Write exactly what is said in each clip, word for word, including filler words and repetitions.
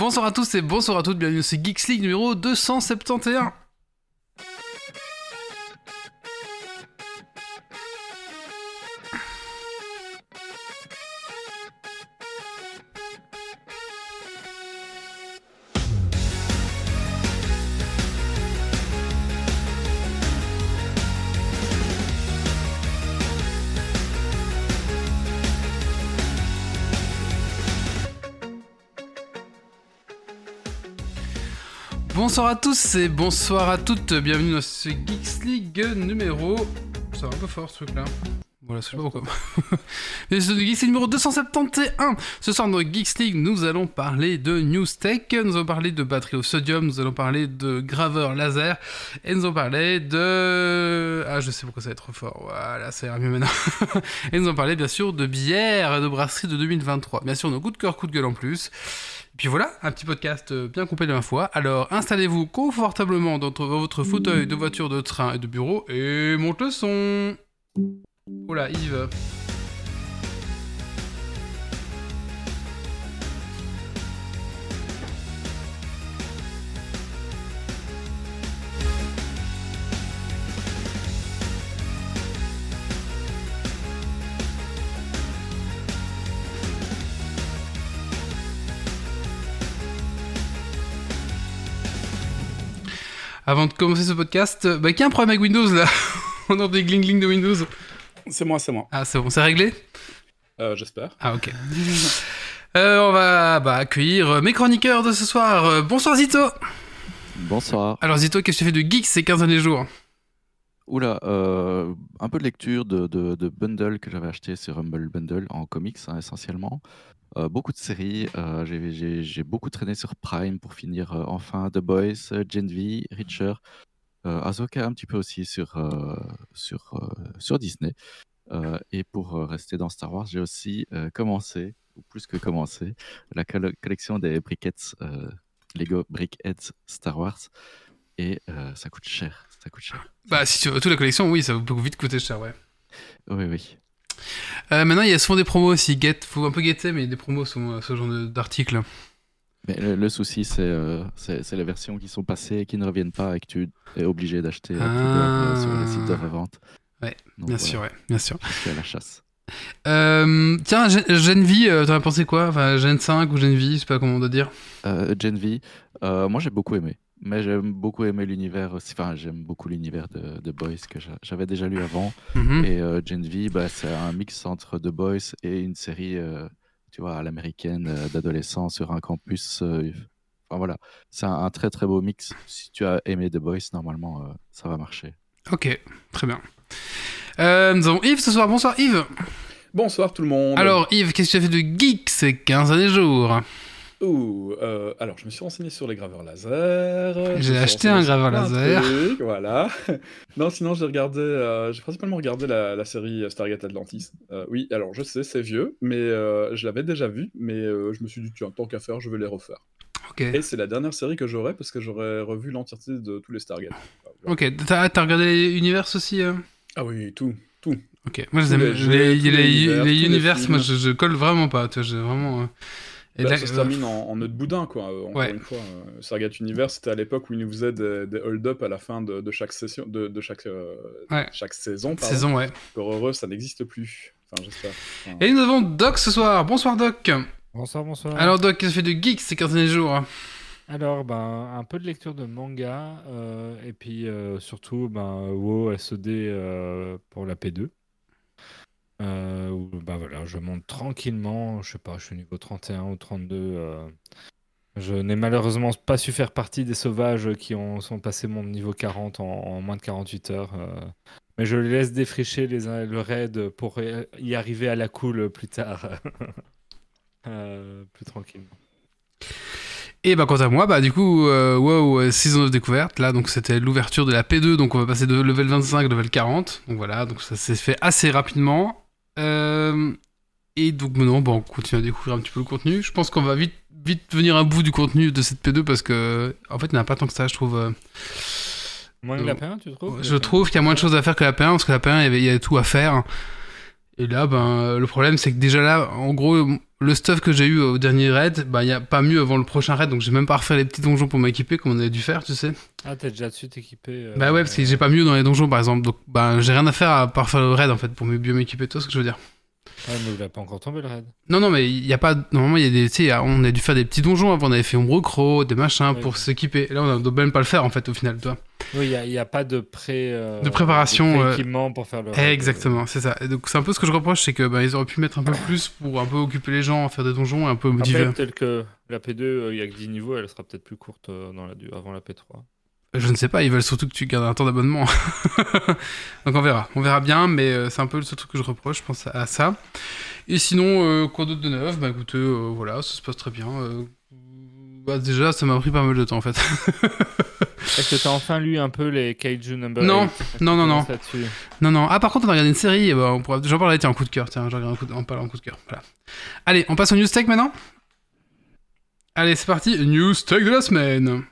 Bonsoir à tous et bonsoir à toutes, bienvenue sur Geeks League numéro deux cent soixante et onze. Bonsoir à tous et bonsoir à toutes, bienvenue dans ce Geeks League numéro... Ça va un peu fort ce truc là. Voilà, je sais pas pourquoi. Mais c'est le Geeks League numéro deux cent soixante et onze. Ce soir dans Geeks League, nous allons parler de News Tech, nous allons parler de batterie au sodium, nous allons parler de graveur laser, et nous allons parler de... Ah, je sais pourquoi ça va être trop fort, voilà, ça ira mieux maintenant. Et nous allons parler bien sûr de bière et de brasserie de deux mille vingt-trois. Bien sûr, nos coups de cœur, coups de gueule en plus. Puis voilà, un petit podcast bien complet de ma foi. Alors installez-vous confortablement dans votre fauteuil de voiture, de train et de bureau et monte le son. Oh là, Yves. Avant de commencer ce podcast, bah, qui a un problème avec Windows là? On entend des gling-gling de Windows. C'est moi, c'est moi. Ah, c'est bon, c'est réglé? euh, J'espère. Ah, ok. euh, on va bah, accueillir mes chroniqueurs de ce soir. Bonsoir Zito. Bonsoir. Alors Zito, qu'est-ce que tu fais de geek ces quinze derniers jours? Oula, euh, un peu de lecture de, de, de bundle que j'avais acheté sur Humble Bundle en comics hein, essentiellement. Euh, beaucoup de séries, euh, j'ai, j'ai, j'ai beaucoup traîné sur Prime pour finir euh, enfin The Boys, euh, Gen V, Reacher, euh, Ahsoka un petit peu aussi sur, euh, sur, euh, sur Disney. Euh, et pour euh, rester dans Star Wars, j'ai aussi euh, commencé, ou plus que commencé, la coll- collection des Briquettes, euh, Lego Brickheads Star Wars. Et euh, ça coûte cher, ça coûte cher. Bah si tu veux toute la collection, oui, ça peut vite coûter cher, ouais. Oui, oui. Euh, maintenant, il y a souvent des promos aussi. Get, faut un peu guetter, mais il y a des promos sur ce genre de, d'articles. Mais le, le souci, c'est, euh, c'est, c'est les versions qui sont passées et qui ne reviennent pas et que tu es obligé d'acheter à ah. plus d'heures euh, sur les sites de revente. Ouais, donc, bien voilà. sûr, ouais, bien sûr. Je suis à la chasse. Euh, tiens, Gen, Gen V, euh, t'en as pensé quoi? Enfin, Gen cinq ou Gen V, je sais pas comment on doit dire. Euh, Gen V, euh, moi j'ai beaucoup aimé. Mais j'aime beaucoup aimé l'univers aussi. Enfin, j'aime beaucoup l'univers de, de Boys que j'a, j'avais déjà lu avant. Mm-hmm. Et euh, Gen V, bah, c'est un mix entre The Boys et une série, euh, tu vois, à l'américaine euh, d'adolescents sur un campus. Euh, enfin voilà, c'est un, un très très beau mix. Si tu as aimé The Boys, normalement, euh, ça va marcher. Ok, très bien. Euh, nous avons Yves ce soir. Bonsoir Yves. Bonsoir tout le monde. Alors Yves, qu'est-ce que tu as fait de geek ces quinze derniers jours? Ouh, euh, alors je me suis renseigné sur les graveurs laser. J'ai acheté un graveur laser. Trucs, voilà. Non, sinon j'ai regardé, euh, j'ai principalement regardé la, la série Stargate Atlantis. Euh, oui, alors je sais, c'est vieux, mais euh, je l'avais déjà vu, mais euh, je me suis dit tiens, tant qu'à faire, je vais les refaire. Ok. Et c'est la dernière série que j'aurai parce que j'aurais revu l'entièreté de tous les Stargate. Enfin, voilà. Ok, t'as, t'as regardé Univers aussi euh... Ah oui, tout, tout. Ok, moi je Tous les, les jeux, les, tous les, les les, univers, les tous les univers, moi films. je, je colle vraiment pas, tu vois, j'ai vraiment... euh, et Bah, là, ça se euh, termine en, en nœud de boudin, quoi. Euh, Encore Ouais. une fois, euh, Stargate Universe, c'était à l'époque où ils nous faisaient des, des hold-up à la fin de, de chaque session, de, de chaque, euh, Ouais. chaque saison. Pardon. Saison, ouais. Encore heureux, ça n'existe plus. Enfin, j'espère. Enfin, Et nous avons Doc ce soir. Bonsoir Doc. Bonsoir, bonsoir. Alors Doc, qu'est-ce que tu fais de geek ces quinze derniers jours? Alors, ben, un peu de lecture de manga, euh, et puis euh, surtout, ben, WoW S E D euh, pour la P deux. Euh, où, ben voilà, je monte tranquillement, je sais pas, je suis niveau trente et un ou trente-deux. euh, Je n'ai malheureusement pas su faire partie des sauvages qui ont, sont passés mon niveau quarante en, en moins de quarante-huit heures. euh, Mais je les laisse défricher les, le raid pour y arriver à la cool plus tard. euh, plus tranquillement. Et bah quant à moi, bah du coup, euh, wow, Season of Découverte, là, donc c'était l'ouverture de la P deux, donc on va passer de level vingt-cinq à level quarante, donc voilà, donc ça s'est fait assez rapidement. Euh, et donc maintenant, bon, on continue à découvrir un petit peu le contenu. Je pense qu'on va vite, vite venir à bout du contenu de cette P deux parce que, en fait, il n'y en a pas tant que ça, je trouve. Euh, Moins que la P un, tu trouves? Je trouve qu'il y a moins de choses à faire que la P un, parce que la P un, il y avait, il y avait tout à faire. Et là, ben, le problème, c'est que déjà là, en gros, le stuff que j'ai eu au dernier raid, ben, il n'y a pas mieux avant le prochain raid, donc j'ai même pas refait les petits donjons pour m'équiper, comme on avait dû faire, tu sais. Ah, t'es déjà dessus t'équiper euh, Bah ouais, parce que j'ai pas mieux dans les donjons, par exemple, donc ben, j'ai rien à faire à part faire le raid, en fait, pour mieux m'équiper, toi, ce que je veux dire. Ouais, mais il a pas encore tombé le raid. Non, non, mais il y a pas. Normalement, il y a des. Tu sais, on a dû faire des petits donjons avant, on avait fait Ombre Crow, des machins Oui. pour s'équiper. Et là, on doit même pas le faire, en fait, au final, toi. Oui, il n'y a, a pas de pré. Euh, De préparation, de équipement pour faire le raid. Exactement, c'est ça. Et donc, c'est un peu ce que je reproche, c'est que ben, ils auraient pu mettre un peu plus pour un peu occuper les gens, faire des donjons et un peu Après, divers. peut-être que la P deux, il n'y a que dix niveaux, elle sera peut-être plus courte euh, dans la, du- avant la P trois. Je ne sais pas, ils veulent surtout que tu gardes un temps d'abonnement. Donc, on verra. On verra bien, mais euh, c'est un peu le seul truc que je reproche, je pense à ça. Et sinon, euh, quoi d'autre de neuf? Bah écoutez, euh, voilà, ça se passe très bien. Euh, bah, déjà, ça m'a pris pas mal de temps, en fait. Est-ce que tu as enfin lu un peu les Kaiju Number Non, huit? non, non, non. Là-dessus. Non, non. Ah, par contre, on a regardé une série. Et bah, on pourra... J'en parlerai, tiens, en coup de cœur. Tiens, j'en regarde un coup de... on parle en coup de cœur. Voilà. Allez, on passe au news tech maintenant. Allez, c'est parti. News tech de la semaine.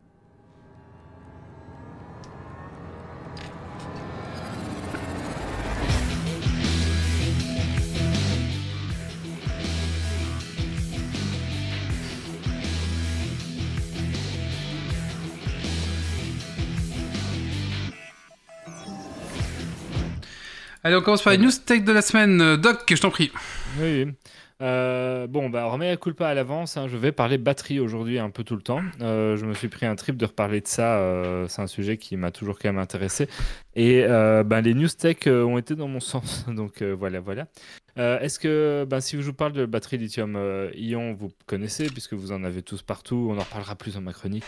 Allez, on commence par les news tech de la semaine. Doc, je t'en prie. Oui, oui. Euh, bon, bah, on remet la culpa à l'avance. Hein. Je vais parler batterie aujourd'hui un peu tout le temps. Euh, je me suis pris un trip de reparler de ça. Euh, c'est un sujet qui m'a toujours quand même intéressé. Et euh, bah, les news tech euh, ont été dans mon sens. Donc euh, voilà, voilà. Euh, Est-ce que, bah, si je vous parle de batterie lithium-ion, vous connaissez, puisque vous en avez tous partout. On en reparlera plus dans ma chronique.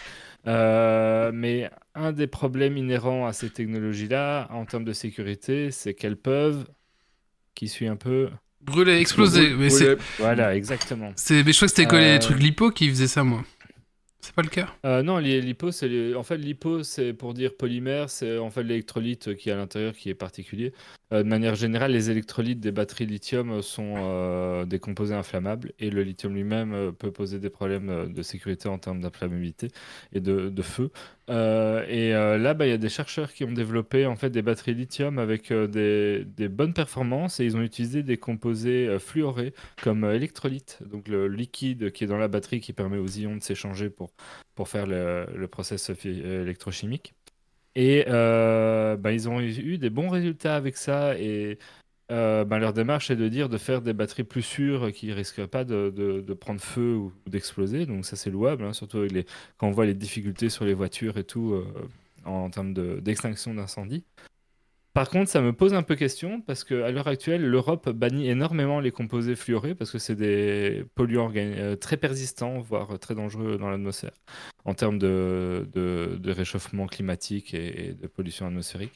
Euh, mais un des problèmes inhérents à ces technologies-là, en termes de sécurité, c'est qu'elles peuvent, qui suit un peu, Brûler, exploser. Mais, Brûler. c'est... voilà, exactement. C'est... mais je crois que c'était que Euh, les trucs lipo qui faisaient ça, moi. C'est pas le cas? Euh, non, les- l'hypo, c'est les- en fait l'hypo, c'est pour dire polymère, c'est en fait l'électrolyte qui est à l'intérieur qui est particulier. Euh, de manière générale, les électrolytes des batteries lithium sont euh, des composés inflammables et le lithium lui-même euh, peut poser des problèmes euh, de sécurité en termes d'inflammabilité et de, de feu. Euh, et euh, là, bah, il y a des chercheurs qui ont développé en fait des batteries lithium avec euh, des, des bonnes performances et ils ont utilisé des composés euh, fluorés comme euh, électrolyte, donc le liquide qui est dans la batterie qui permet aux ions de s'échanger pour pour faire le, le process phy- électrochimique. Et euh, ben, ils ont eu des bons résultats avec ça. Et euh, ben, leur démarche est de dire de faire des batteries plus sûres qui ne risquent pas de, de- de prendre feu ou, ou d'exploser. Donc ça, c'est louable, hein, surtout avec les, quand on voit les difficultés sur les voitures et tout euh, en termes de- d'extinction d'incendie. Par contre, ça me pose un peu question parce qu'à l'heure actuelle, l'Europe bannit énormément les composés fluorés parce que c'est des polluants organi- euh, très persistants, voire très dangereux dans l'atmosphère en termes de, de- de réchauffement climatique et, et de pollution atmosphérique.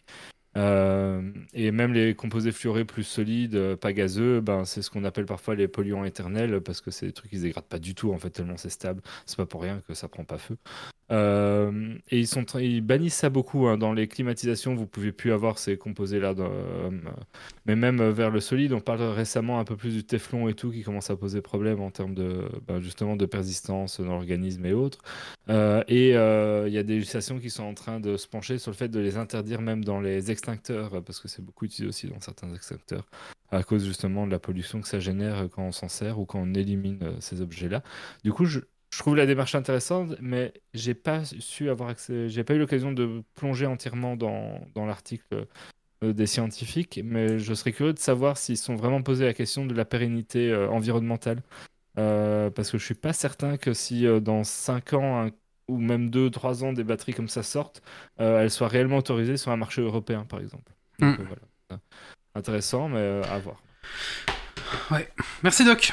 Euh, et même les composés fluorés plus solides, euh, pas gazeux, ben, c'est ce qu'on appelle parfois les polluants éternels parce que c'est des trucs qui se dégradent pas du tout en fait tellement c'est stable. C'est pas pour rien que ça prend pas feu. Euh, et ils, sont, tra- ils bannissent ça beaucoup. Hein. Dans les climatisations, vous pouvez plus avoir ces composés-là. dans- euh, mais même euh, vers le solide, on parle récemment un peu plus du téflon et tout qui commence à poser problème en termes de, ben, justement de persistance dans l'organisme et autres. Euh, et euh, il y a des législations qui sont en train de se pencher sur le fait de les interdire même dans les extincteurs, parce que c'est beaucoup utilisé aussi dans certains extincteurs, à cause justement de la pollution que ça génère quand on s'en sert ou quand on élimine euh, ces objets-là. Du coup, je, je trouve la démarche intéressante, mais j'ai pas su avoir accès, j'ai pas eu l'occasion de plonger entièrement dans, dans l'article euh, des scientifiques, mais je serais curieux de savoir s'ils sont vraiment posé la question de la pérennité euh, environnementale. Euh, parce que je suis pas certain que si euh, dans cinq ans un- ou même deux trois ans des batteries comme ça sortent, euh, elles soient réellement autorisées sur un marché européen par exemple. Donc Mm. euh, voilà. Euh, Intéressant, mais euh, à voir. Ouais. Merci, Doc.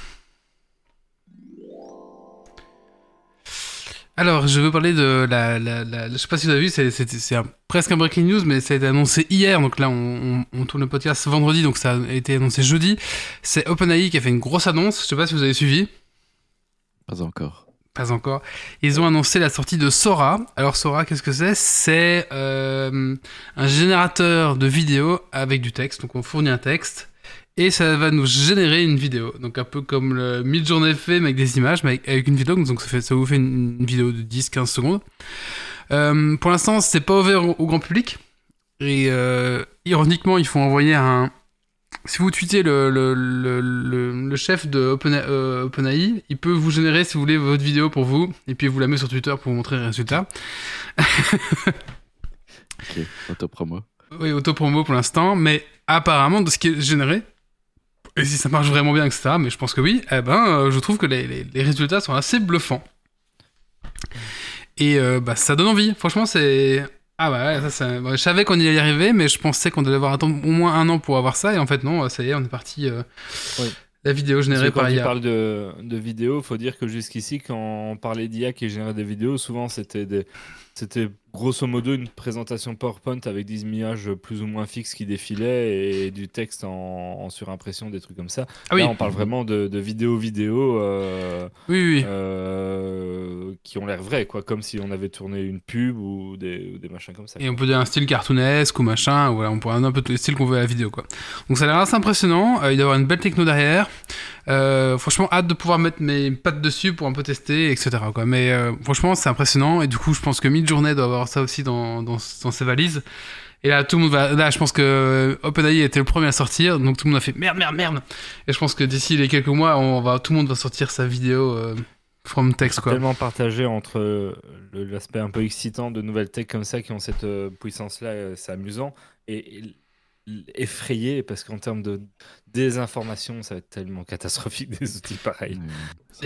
Alors, je veux parler de la... la, la- je sais pas si vous avez vu, c'est, c'est, c'est un- presque un breaking news, mais ça a été annoncé hier. Donc là, on, on, on tourne le podcast vendredi, donc ça a été annoncé jeudi. C'est OpenAI qui a fait une grosse annonce. Je sais pas si vous avez suivi. Pas encore. Pas encore. Ils ont annoncé la sortie de Sora. Alors Sora, qu'est-ce que c'est? C'est euh, un générateur de vidéos avec du texte. Donc on fournit un texte et ça va nous générer une vidéo. Donc un peu comme le Midjourney fait, mais avec des images, mais avec, avec une vidéo. Donc ça, fait, ça vous fait une, une vidéo de dix à quinze secondes. Euh, pour l'instant, c'est pas ouvert au, au grand public. Et euh, ironiquement, il faut envoyer un, si vous tweetez le, le, le, le, le chef de Open, euh, OpenAI, il peut vous générer, si vous voulez, votre vidéo pour vous, et puis vous la met sur Twitter pour vous montrer les résultats. Ok, auto-promo. Oui, auto-promo pour l'instant, mais apparemment, de ce qui est généré, et si ça marche vraiment bien, et cetera, mais je pense que oui, eh ben, euh, je trouve que les, les, les résultats sont assez bluffants. Et euh, bah, ça donne envie. Franchement, c'est... Ah bah ouais, ça, ça... Bon, je savais qu'on y allait y arriver, mais je pensais qu'on devait avoir attendre au moins un an pour avoir ça, et en fait non, ça y est, on est parti... Euh... Oui. La vidéo générée par I A. Quand tu I A. parles de, de vidéos, il faut dire que jusqu'ici, quand on parlait d'I A qui générait des vidéos, souvent c'était des... C'était grosso modo une présentation PowerPoint avec des images plus ou moins fixes qui défilaient et du texte en, en surimpression, des trucs comme ça. Ah oui. Là, on parle vraiment de, de vidéos vidéos euh, oui, oui. Euh, qui ont l'air vraies, quoi, comme si on avait tourné une pub ou des, ou des machins comme ça. Et quoi. on peut dire un style cartoonesque ou machin, voilà, on pourrait un peu tous les styles qu'on veut à la vidéo, quoi. Donc ça a l'air assez impressionnant, euh, il doit y avoir une belle techno derrière. Euh, franchement, hâte de pouvoir mettre mes pattes dessus pour un peu tester, et cetera, quoi. Mais euh, franchement, c'est impressionnant, et du coup, je pense que Midjourney doit avoir ça aussi dans, dans, dans ses valises. Et là, tout le monde va. Là, je pense que OpenAI était le premier à sortir, donc tout le monde a fait merde, merde, merde. Et je pense que d'ici les quelques mois, on va, tout le monde va sortir sa vidéo euh, from text, quoi. Tellement partagé entre le, l'aspect un peu excitant de nouvelles tech comme ça qui ont cette euh, puissance-là, euh, c'est amusant, et, et effrayé parce qu'en termes de désinformation, ça va être tellement catastrophique des outils pareils. Mmh, ça,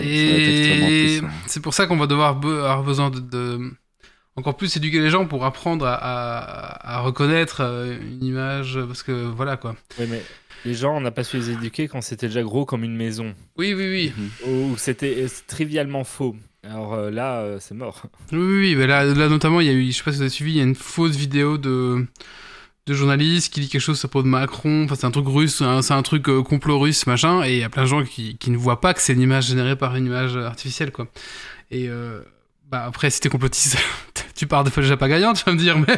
Et ça c'est pour ça qu'on va devoir be- avoir besoin de, de encore plus éduquer les gens pour apprendre à, à, à reconnaître une image, parce que voilà quoi. Oui, mais les gens, on n'a pas su les éduquer quand c'était déjà gros comme une maison. Oui, oui, oui. Mmh. Ou c'était trivialement faux. Alors euh, là, euh, c'est mort. Oui, oui, oui. Mais là, là, notamment, il y a eu, je sais pas si vous avez suivi, il y a une fausse vidéo de, de journaliste qui dit quelque chose à propos de Macron. Enfin, c'est un truc russe, hein, c'est un truc euh, complot russe, machin. Et il y a plein de gens qui, qui ne voient pas que c'est une image générée par une image artificielle, quoi. Et euh, bah, après, si t'es complotiste, tu pars déjà pas gagnant, tu vas me dire, mais.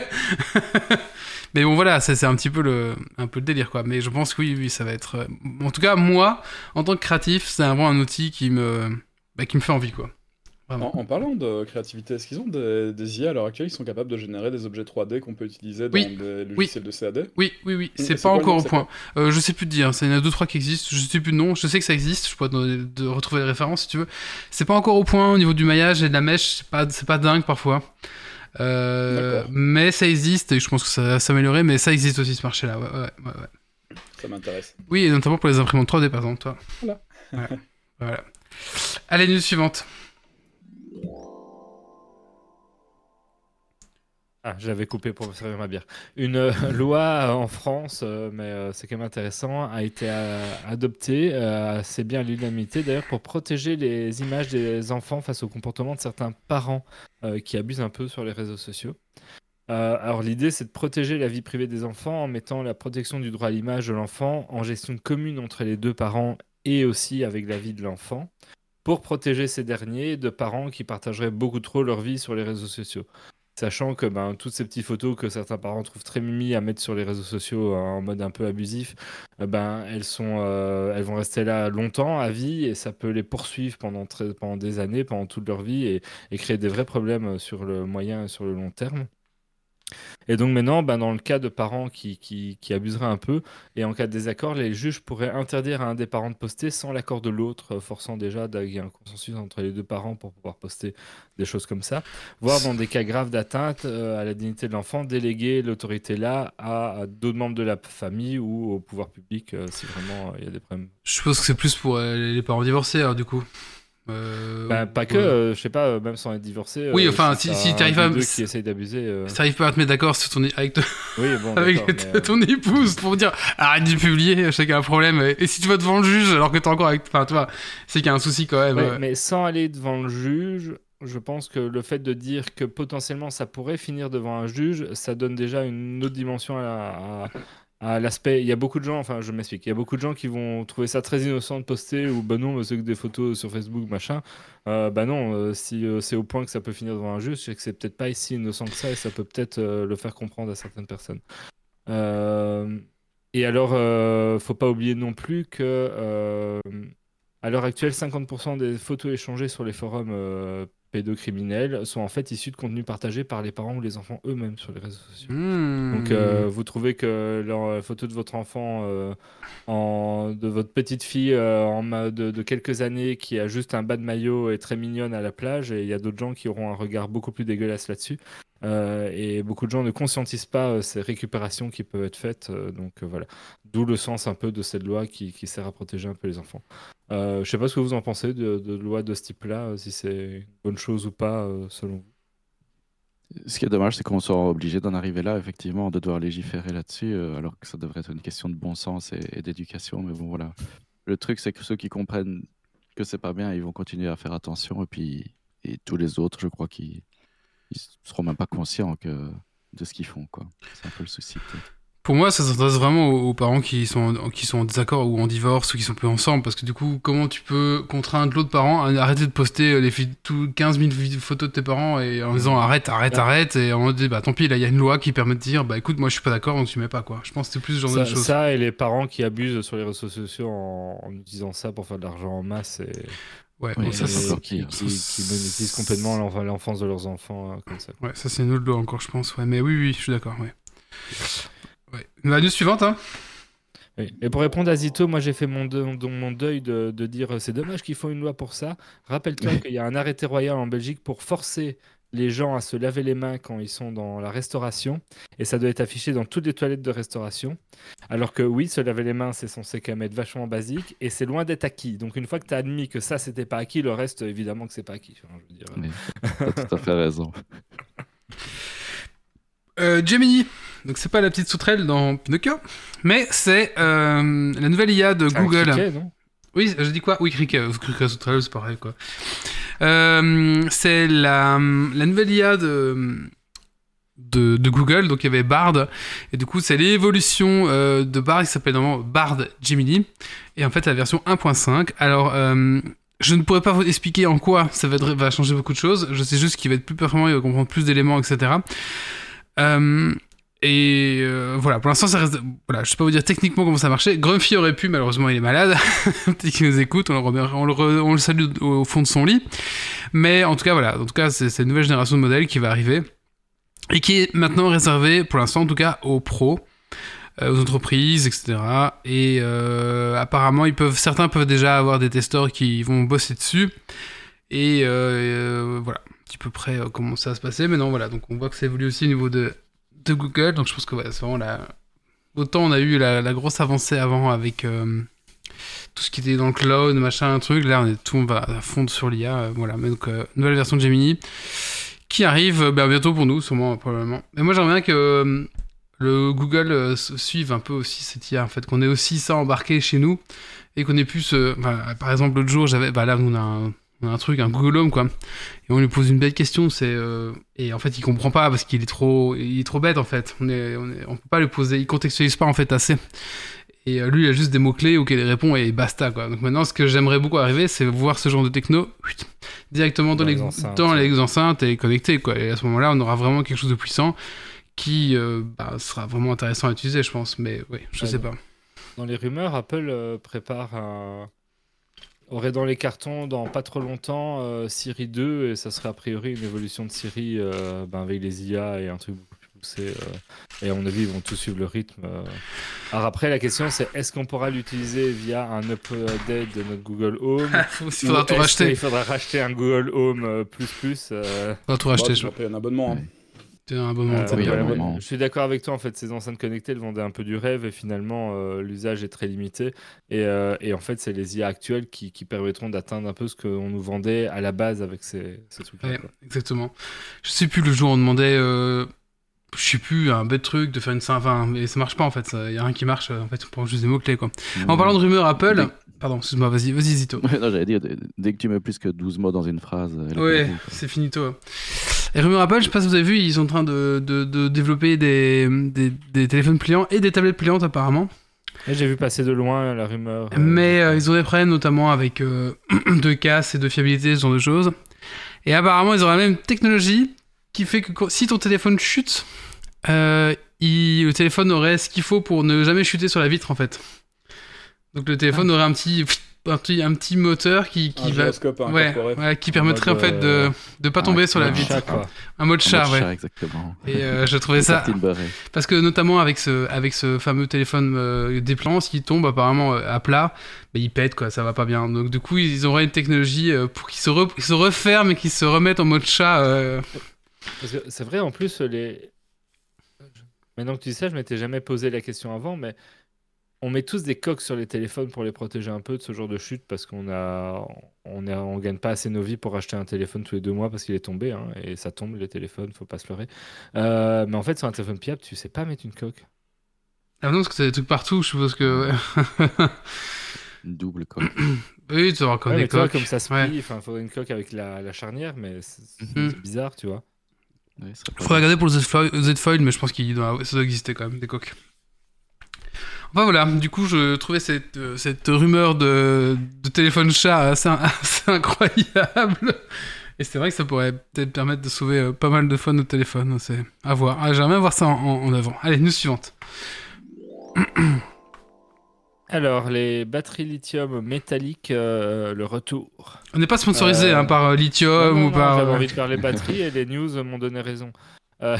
Mais bon, voilà, c'est, c'est un petit peu le, un peu le délire, quoi. Mais je pense que oui, oui, ça va être. Euh... En tout cas, moi, en tant que créatif, c'est vraiment un outil qui me, bah, qui me fait envie, quoi. En, en parlant de créativité, est-ce qu'ils ont des, des I A à l'heure actuelle qui sont capables de générer des objets trois D qu'on peut utiliser dans Oui. des logiciels Oui. de C A D? Oui, oui, oui. C'est, c'est pas quoi, encore non, au c'est point. Euh, je sais plus te dire. Il y en a deux, trois qui existent. Je sais plus le nom. Je sais que ça existe. Je pourrais te donner- de retrouver les références si tu veux. C'est pas encore au point au niveau du maillage et de la mèche. C'est pas, c'est pas dingue parfois. Euh, D'accord. mais ça existe et je pense que ça va s'améliorer. Mais ça existe aussi ce marché-là. Ouais, ouais, ouais, ouais. Ça m'intéresse. Oui, et notamment pour les imprimantes trois D par exemple, toi. Voilà. Ouais. Voilà. Allez, news suivante. Ah, j'avais coupé pour me servir ma bière. Une euh, loi euh, en France, euh, mais euh, c'est quand même intéressant, a été euh, adoptée, euh, assez bien à l'unanimité d'ailleurs, pour protéger les images des enfants face au comportement de certains parents euh, qui abusent un peu sur les réseaux sociaux. Euh, alors l'idée, c'est de protéger la vie privée des enfants en mettant la protection du droit à l'image de l'enfant en gestion commune entre les deux parents et aussi avec la vie de l'enfant, pour protéger ces derniers de parents qui partageraient beaucoup trop leur vie sur les réseaux sociaux. Sachant que ben, toutes ces petites photos que certains parents trouvent très mimi à mettre sur les réseaux sociaux euh, en mode un peu abusif, euh, ben, elles, sont, euh, elles vont rester là longtemps, à vie, et ça peut les poursuivre pendant, très, pendant des années, pendant toute leur vie, et, et créer des vrais problèmes sur le moyen et sur le long terme. Et donc maintenant, ben, dans le cas de parents qui, qui, qui abuseraient un peu, et en cas de désaccord, les juges pourraient interdire à un des parents de poster sans l'accord de l'autre, euh, forçant déjà qu'il y ait un consensus entre les deux parents pour pouvoir poster des choses comme ça. Voire dans des cas graves d'atteinte euh, à la dignité de l'enfant, déléguer l'autorité là à, à d'autres membres de la famille ou au pouvoir public euh, si vraiment il euh, y a des problèmes. Je suppose que c'est plus pour euh, les parents divorcés, alors, du coup. Euh, bah, pas que, ouais. euh, je sais pas, euh, même sans être divorcé. Oui, euh, enfin, si, si t'arrives à. qui essaye d'abuser. Euh... Si t'arrives pas à te mettre d'accord sur ton, avec, te... oui, bon, avec mais, euh... ton épouse pour dire arrête de publier, je sais qu'il y a un problème. Et, et si tu vas devant le juge alors que t'es encore avec. Enfin, tu vois, c'est qu'il y a un souci quand même. Ouais, ouais. Mais sans aller devant le juge, je pense que le fait de dire que potentiellement ça pourrait finir devant un juge, ça donne déjà une autre dimension à. à... à l'aspect, il y a beaucoup de gens, enfin je m'explique, il y a beaucoup de gens qui vont trouver ça très innocent de poster ou bah non, c'est que des photos sur Facebook, machin. Euh, bah non, euh, si euh, c'est au point que ça peut finir devant un juge, c'est que c'est peut-être pas si innocent que ça et ça peut peut-être euh, le faire comprendre à certaines personnes. Euh, et alors, euh, faut pas oublier non plus que euh, à l'heure actuelle, cinquante pour cent des photos échangées sur les forums euh, pédocriminels sont en fait issus de contenus partagés par les parents ou les enfants eux-mêmes sur les réseaux sociaux. Mmh. Donc, euh, vous trouvez que la photo de votre enfant, euh, en, de votre petite fille euh, en ma- de, de quelques années qui a juste un bas de maillot est très mignonne à la plage, et il y a d'autres gens qui auront un regard beaucoup plus dégueulasse là-dessus. Euh, et beaucoup de gens ne conscientisent pas euh, ces récupérations qui peuvent être faites. euh, donc euh, voilà, d'où le sens un peu de cette loi qui, qui sert à protéger un peu les enfants. Euh, je sais pas ce que vous en pensez de, de loi de ce type-là, euh, si c'est une bonne chose ou pas euh, selon vous. Ce qui est dommage, c'est qu'on soit obligé d'en arriver là, effectivement, de devoir légiférer là-dessus, euh, alors que ça devrait être une question de bon sens et, et d'éducation. Mais bon, voilà. Le truc, c'est que ceux qui comprennent que c'est pas bien, ils vont continuer à faire attention. Et puis, et tous les autres, je crois qu'ils ils seront même pas conscients que, de ce qu'ils font, quoi. C'est un peu le souci, peut-être. Pour moi, ça s'adresse vraiment aux, aux parents qui sont, en, qui sont en désaccord ou en divorce ou qui sont plus ensemble. Parce que du coup, comment tu peux contraindre l'autre parent à arrêter de poster les fi- tout quinze mille vid- photos de tes parents et en disant arrête, arrête, Ouais. arrête. Et on dit bah tant pis, là il y a une loi qui permet de dire bah écoute, moi je suis pas d'accord donc tu mets pas quoi. Je pense que c'est plus ce genre Ça, de choses. ça et les parents qui abusent sur les réseaux sociaux en, en utilisant ça pour faire de l'argent en masse et, Ouais, Oui, bon, et ça, c'est- encore qui, pire. qui, qui monétisent complètement l'enf- l'enfance de leurs enfants euh, comme ça. ouais, ça c'est une autre loi encore, je pense. Ouais, mais oui, oui, je suis d'accord. Ouais. Ouais. La news suivante, hein. Oui. Et pour répondre à Zito, moi j'ai fait mon, de- de- mon deuil de, de dire euh, c'est dommage qu'il faut une loi pour ça. Rappelle-toi qu'il y a un arrêté royal en Belgique pour forcer les gens à se laver les mains quand ils sont dans la restauration, et ça doit être affiché dans toutes les toilettes de restauration. Alors que oui, se laver les mains, c'est censé quand même être vachement basique, et c'est loin d'être acquis. Donc une fois que tu as admis que ça, c'était pas acquis, le reste, évidemment que c'est pas acquis. Enfin, je veux dire, Mais t'as tout à fait raison. Euh, Gemini. Donc c'est pas la petite sauterelle dans Pinocchio, mais c'est euh, la nouvelle I A de c'est un Google. criquet, non Oui, je dis quoi? Oui, criquet. euh, Criquet sauterelle, c'est pareil quoi. Euh, c'est la, la nouvelle I A de, de, de Google. Donc il y avait Bard. Et du coup, c'est l'évolution euh, de Bard qui s'appelle normalement Bard Gemini. Et en fait, la version un point cinq. Alors, euh, je ne pourrais pas vous expliquer en quoi ça va, être- va changer beaucoup de choses. Je sais juste qu'il va être plus performant, il va comprendre plus d'éléments, et cetera. Euh, et euh, voilà, pour l'instant, ça reste. Voilà, je sais pas vous dire techniquement comment ça marchait. Grumpy aurait pu, malheureusement, il est malade. Peut-être qu'il nous écoute, on le, remet- on le, re- on le salue au fond de son lit. Mais en tout cas, voilà, en tout cas, c'est, c'est une nouvelle génération de modèles qui va arriver et qui est maintenant réservée, pour l'instant, en tout cas, aux pros, euh, aux entreprises, et cetera. Et euh, apparemment, ils peuvent, certains peuvent déjà avoir des testeurs qui vont bosser dessus. Et euh, euh, voilà, un petit peu près euh, comment ça va se passer. Mais non, voilà, donc on voit que ça évolue aussi au niveau de, de Google. Donc je pense que ouais, c'est vraiment la. Autant on a eu la, la grosse avancée avant avec euh, tout ce qui était dans le cloud, machin, un truc. Là, on est tout on va à fond sur l'I A. euh, voilà, mais donc euh, nouvelle version de Gemini qui arrive euh, bah, bientôt pour nous, sûrement, probablement. Et moi, j'aimerais bien que euh, le Google euh, s- suive un peu aussi cette I A, en fait, qu'on ait aussi ça embarqué chez nous et qu'on ait pu se. Enfin, par exemple, l'autre jour, j'avais. Bah là, on a un. On a un truc, un Google Home, quoi. Et on lui pose une belle question, c'est... euh, Et en fait, il comprend pas parce qu'il est trop... Il est trop bête, en fait. On est... On est... On peut pas lui poser... Il contextualise pas, en fait, assez. Et euh, lui, il a juste des mots-clés auxquels il répond et basta, quoi. Donc maintenant, ce que j'aimerais beaucoup arriver, c'est voir ce genre de techno chut, directement dans, Dans les... les enceintes, dans ouais. les enceintes et connecté, quoi. Et à ce moment-là, on aura vraiment quelque chose de puissant qui euh, bah, sera vraiment intéressant à utiliser, je pense. Mais oui, je Ouais, sais non. pas. Dans les rumeurs, Apple euh, prépare un... aurait dans les cartons dans pas trop longtemps euh, Siri deux, et ça serait a priori une évolution de Siri euh, ben, avec les I A et un truc beaucoup plus poussé. euh, et à mon avis, ils vont tous suivre le rythme. euh. Alors après, la question c'est est-ce qu'on pourra l'utiliser via un update de notre Google Home Il faudra ou tout est-ce racheter. qu'il faudra racheter un Google Home euh, plus plus euh, Il faudra tout Bah, racheter, tu je vas payer un abonnement. hein. C'est un bon moment. Euh, ça oui, peut- ouais, à un ouais, moment. je suis d'accord avec toi, en fait, ces enceintes connectées, elles vendaient un peu du rêve, et finalement, euh, l'usage est très limité. Et, euh, et en fait, c'est les I A actuelles qui, qui permettront d'atteindre un peu ce qu'on nous vendait à la base avec ces, ces trucs-là. Ouais, quoi. exactement. Je sais plus, le jour on demandait, euh, je sais plus, un bête truc de faire une synthèse, enfin, mais ça marche pas en fait, il y a rien qui marche, euh, en fait, on prend juste des mots-clés quoi. En parlant de rumeurs Apple, Dès- pardon, excuse-moi, vas-y, vas-y Zito. Non, j'allais dire, dès- dès que tu mets plus que douze mots dans une phrase. elle est Ouais, perdue, quoi. c'est finito. ouais. Et rumeurs Apple, je sais pas si vous avez vu, ils sont en train de, de, de développer des, des, des téléphones pliants et des tablettes pliantes apparemment. Et j'ai vu passer de loin la rumeur. euh, Mais euh, ils ont des problèmes notamment avec euh, de casse et de fiabilité, ce genre de choses. Et apparemment, ils auraient la même technologie qui fait que quand- si ton téléphone chute, euh, il- le téléphone aurait ce qu'il faut pour ne jamais chuter sur la vitre en fait. Donc le téléphone aurait un petit un petit, un petit moteur qui, qui Un va, gyroscope, hein, ouais, incorporé. ouais, qui permettrait mode, en fait de de pas tomber ouais, sur la un vitre. chat, quoi. Un mode En chat, mode ouais. chat, exactement. Et euh, je trouvais ça Tartine beurrée. parce que notamment avec ce avec ce fameux téléphone euh, dépliant, s'il tombe apparemment euh, à plat, bah, il pète quoi, ça va pas bien. Donc du coup, ils auraient une technologie euh, pour qu'il se, re- qu'il se referme et qu'il se remette en mode chat. euh. Parce que c'est vrai, en plus, les... Maintenant que tu dis ça, je m'étais jamais posé la question avant, mais on met tous des coques sur les téléphones pour les protéger un peu de ce genre de chute parce qu'on a, on a, on gagne pas assez nos vies pour acheter un téléphone tous les deux mois parce qu'il est tombé, hein, et ça tombe les téléphones, faut pas se leurrer. Euh, mais en fait, sur un téléphone pliable, tu sais pas mettre une coque. Ah non, parce que c'est des trucs partout, je suppose que. Ouais. Une double coque. Oui, tu auras comme Ouais, des mais tu vois, coques. comme ça se Ouais. plie, enfin, faudrait une coque avec la, la charnière, mais c'est Mhm. c'est bizarre, tu vois. Ouais, ce serait pas Faudrait mal. regarder pour le Z-Foil, Z-Foil, mais je pense qu'il doit, ça doit exister quand même, des coques. Enfin voilà, du coup, je trouvais cette, euh, cette rumeur de, de téléphone chat assez, assez incroyable. Et c'est vrai que ça pourrait peut-être permettre de sauver euh, pas mal de fois notre téléphone. C'est à voir. Ah, j'aimerais bien voir ça en, en- en avant. Allez, news suivante. Alors, les batteries lithium métalliques, euh, le retour. On n'est pas sponsorisé Euh, hein, par euh, Non, Lithium non, ou non, par. j'avais euh, envie de parler batterie et les news m'ont donné raison. Euh,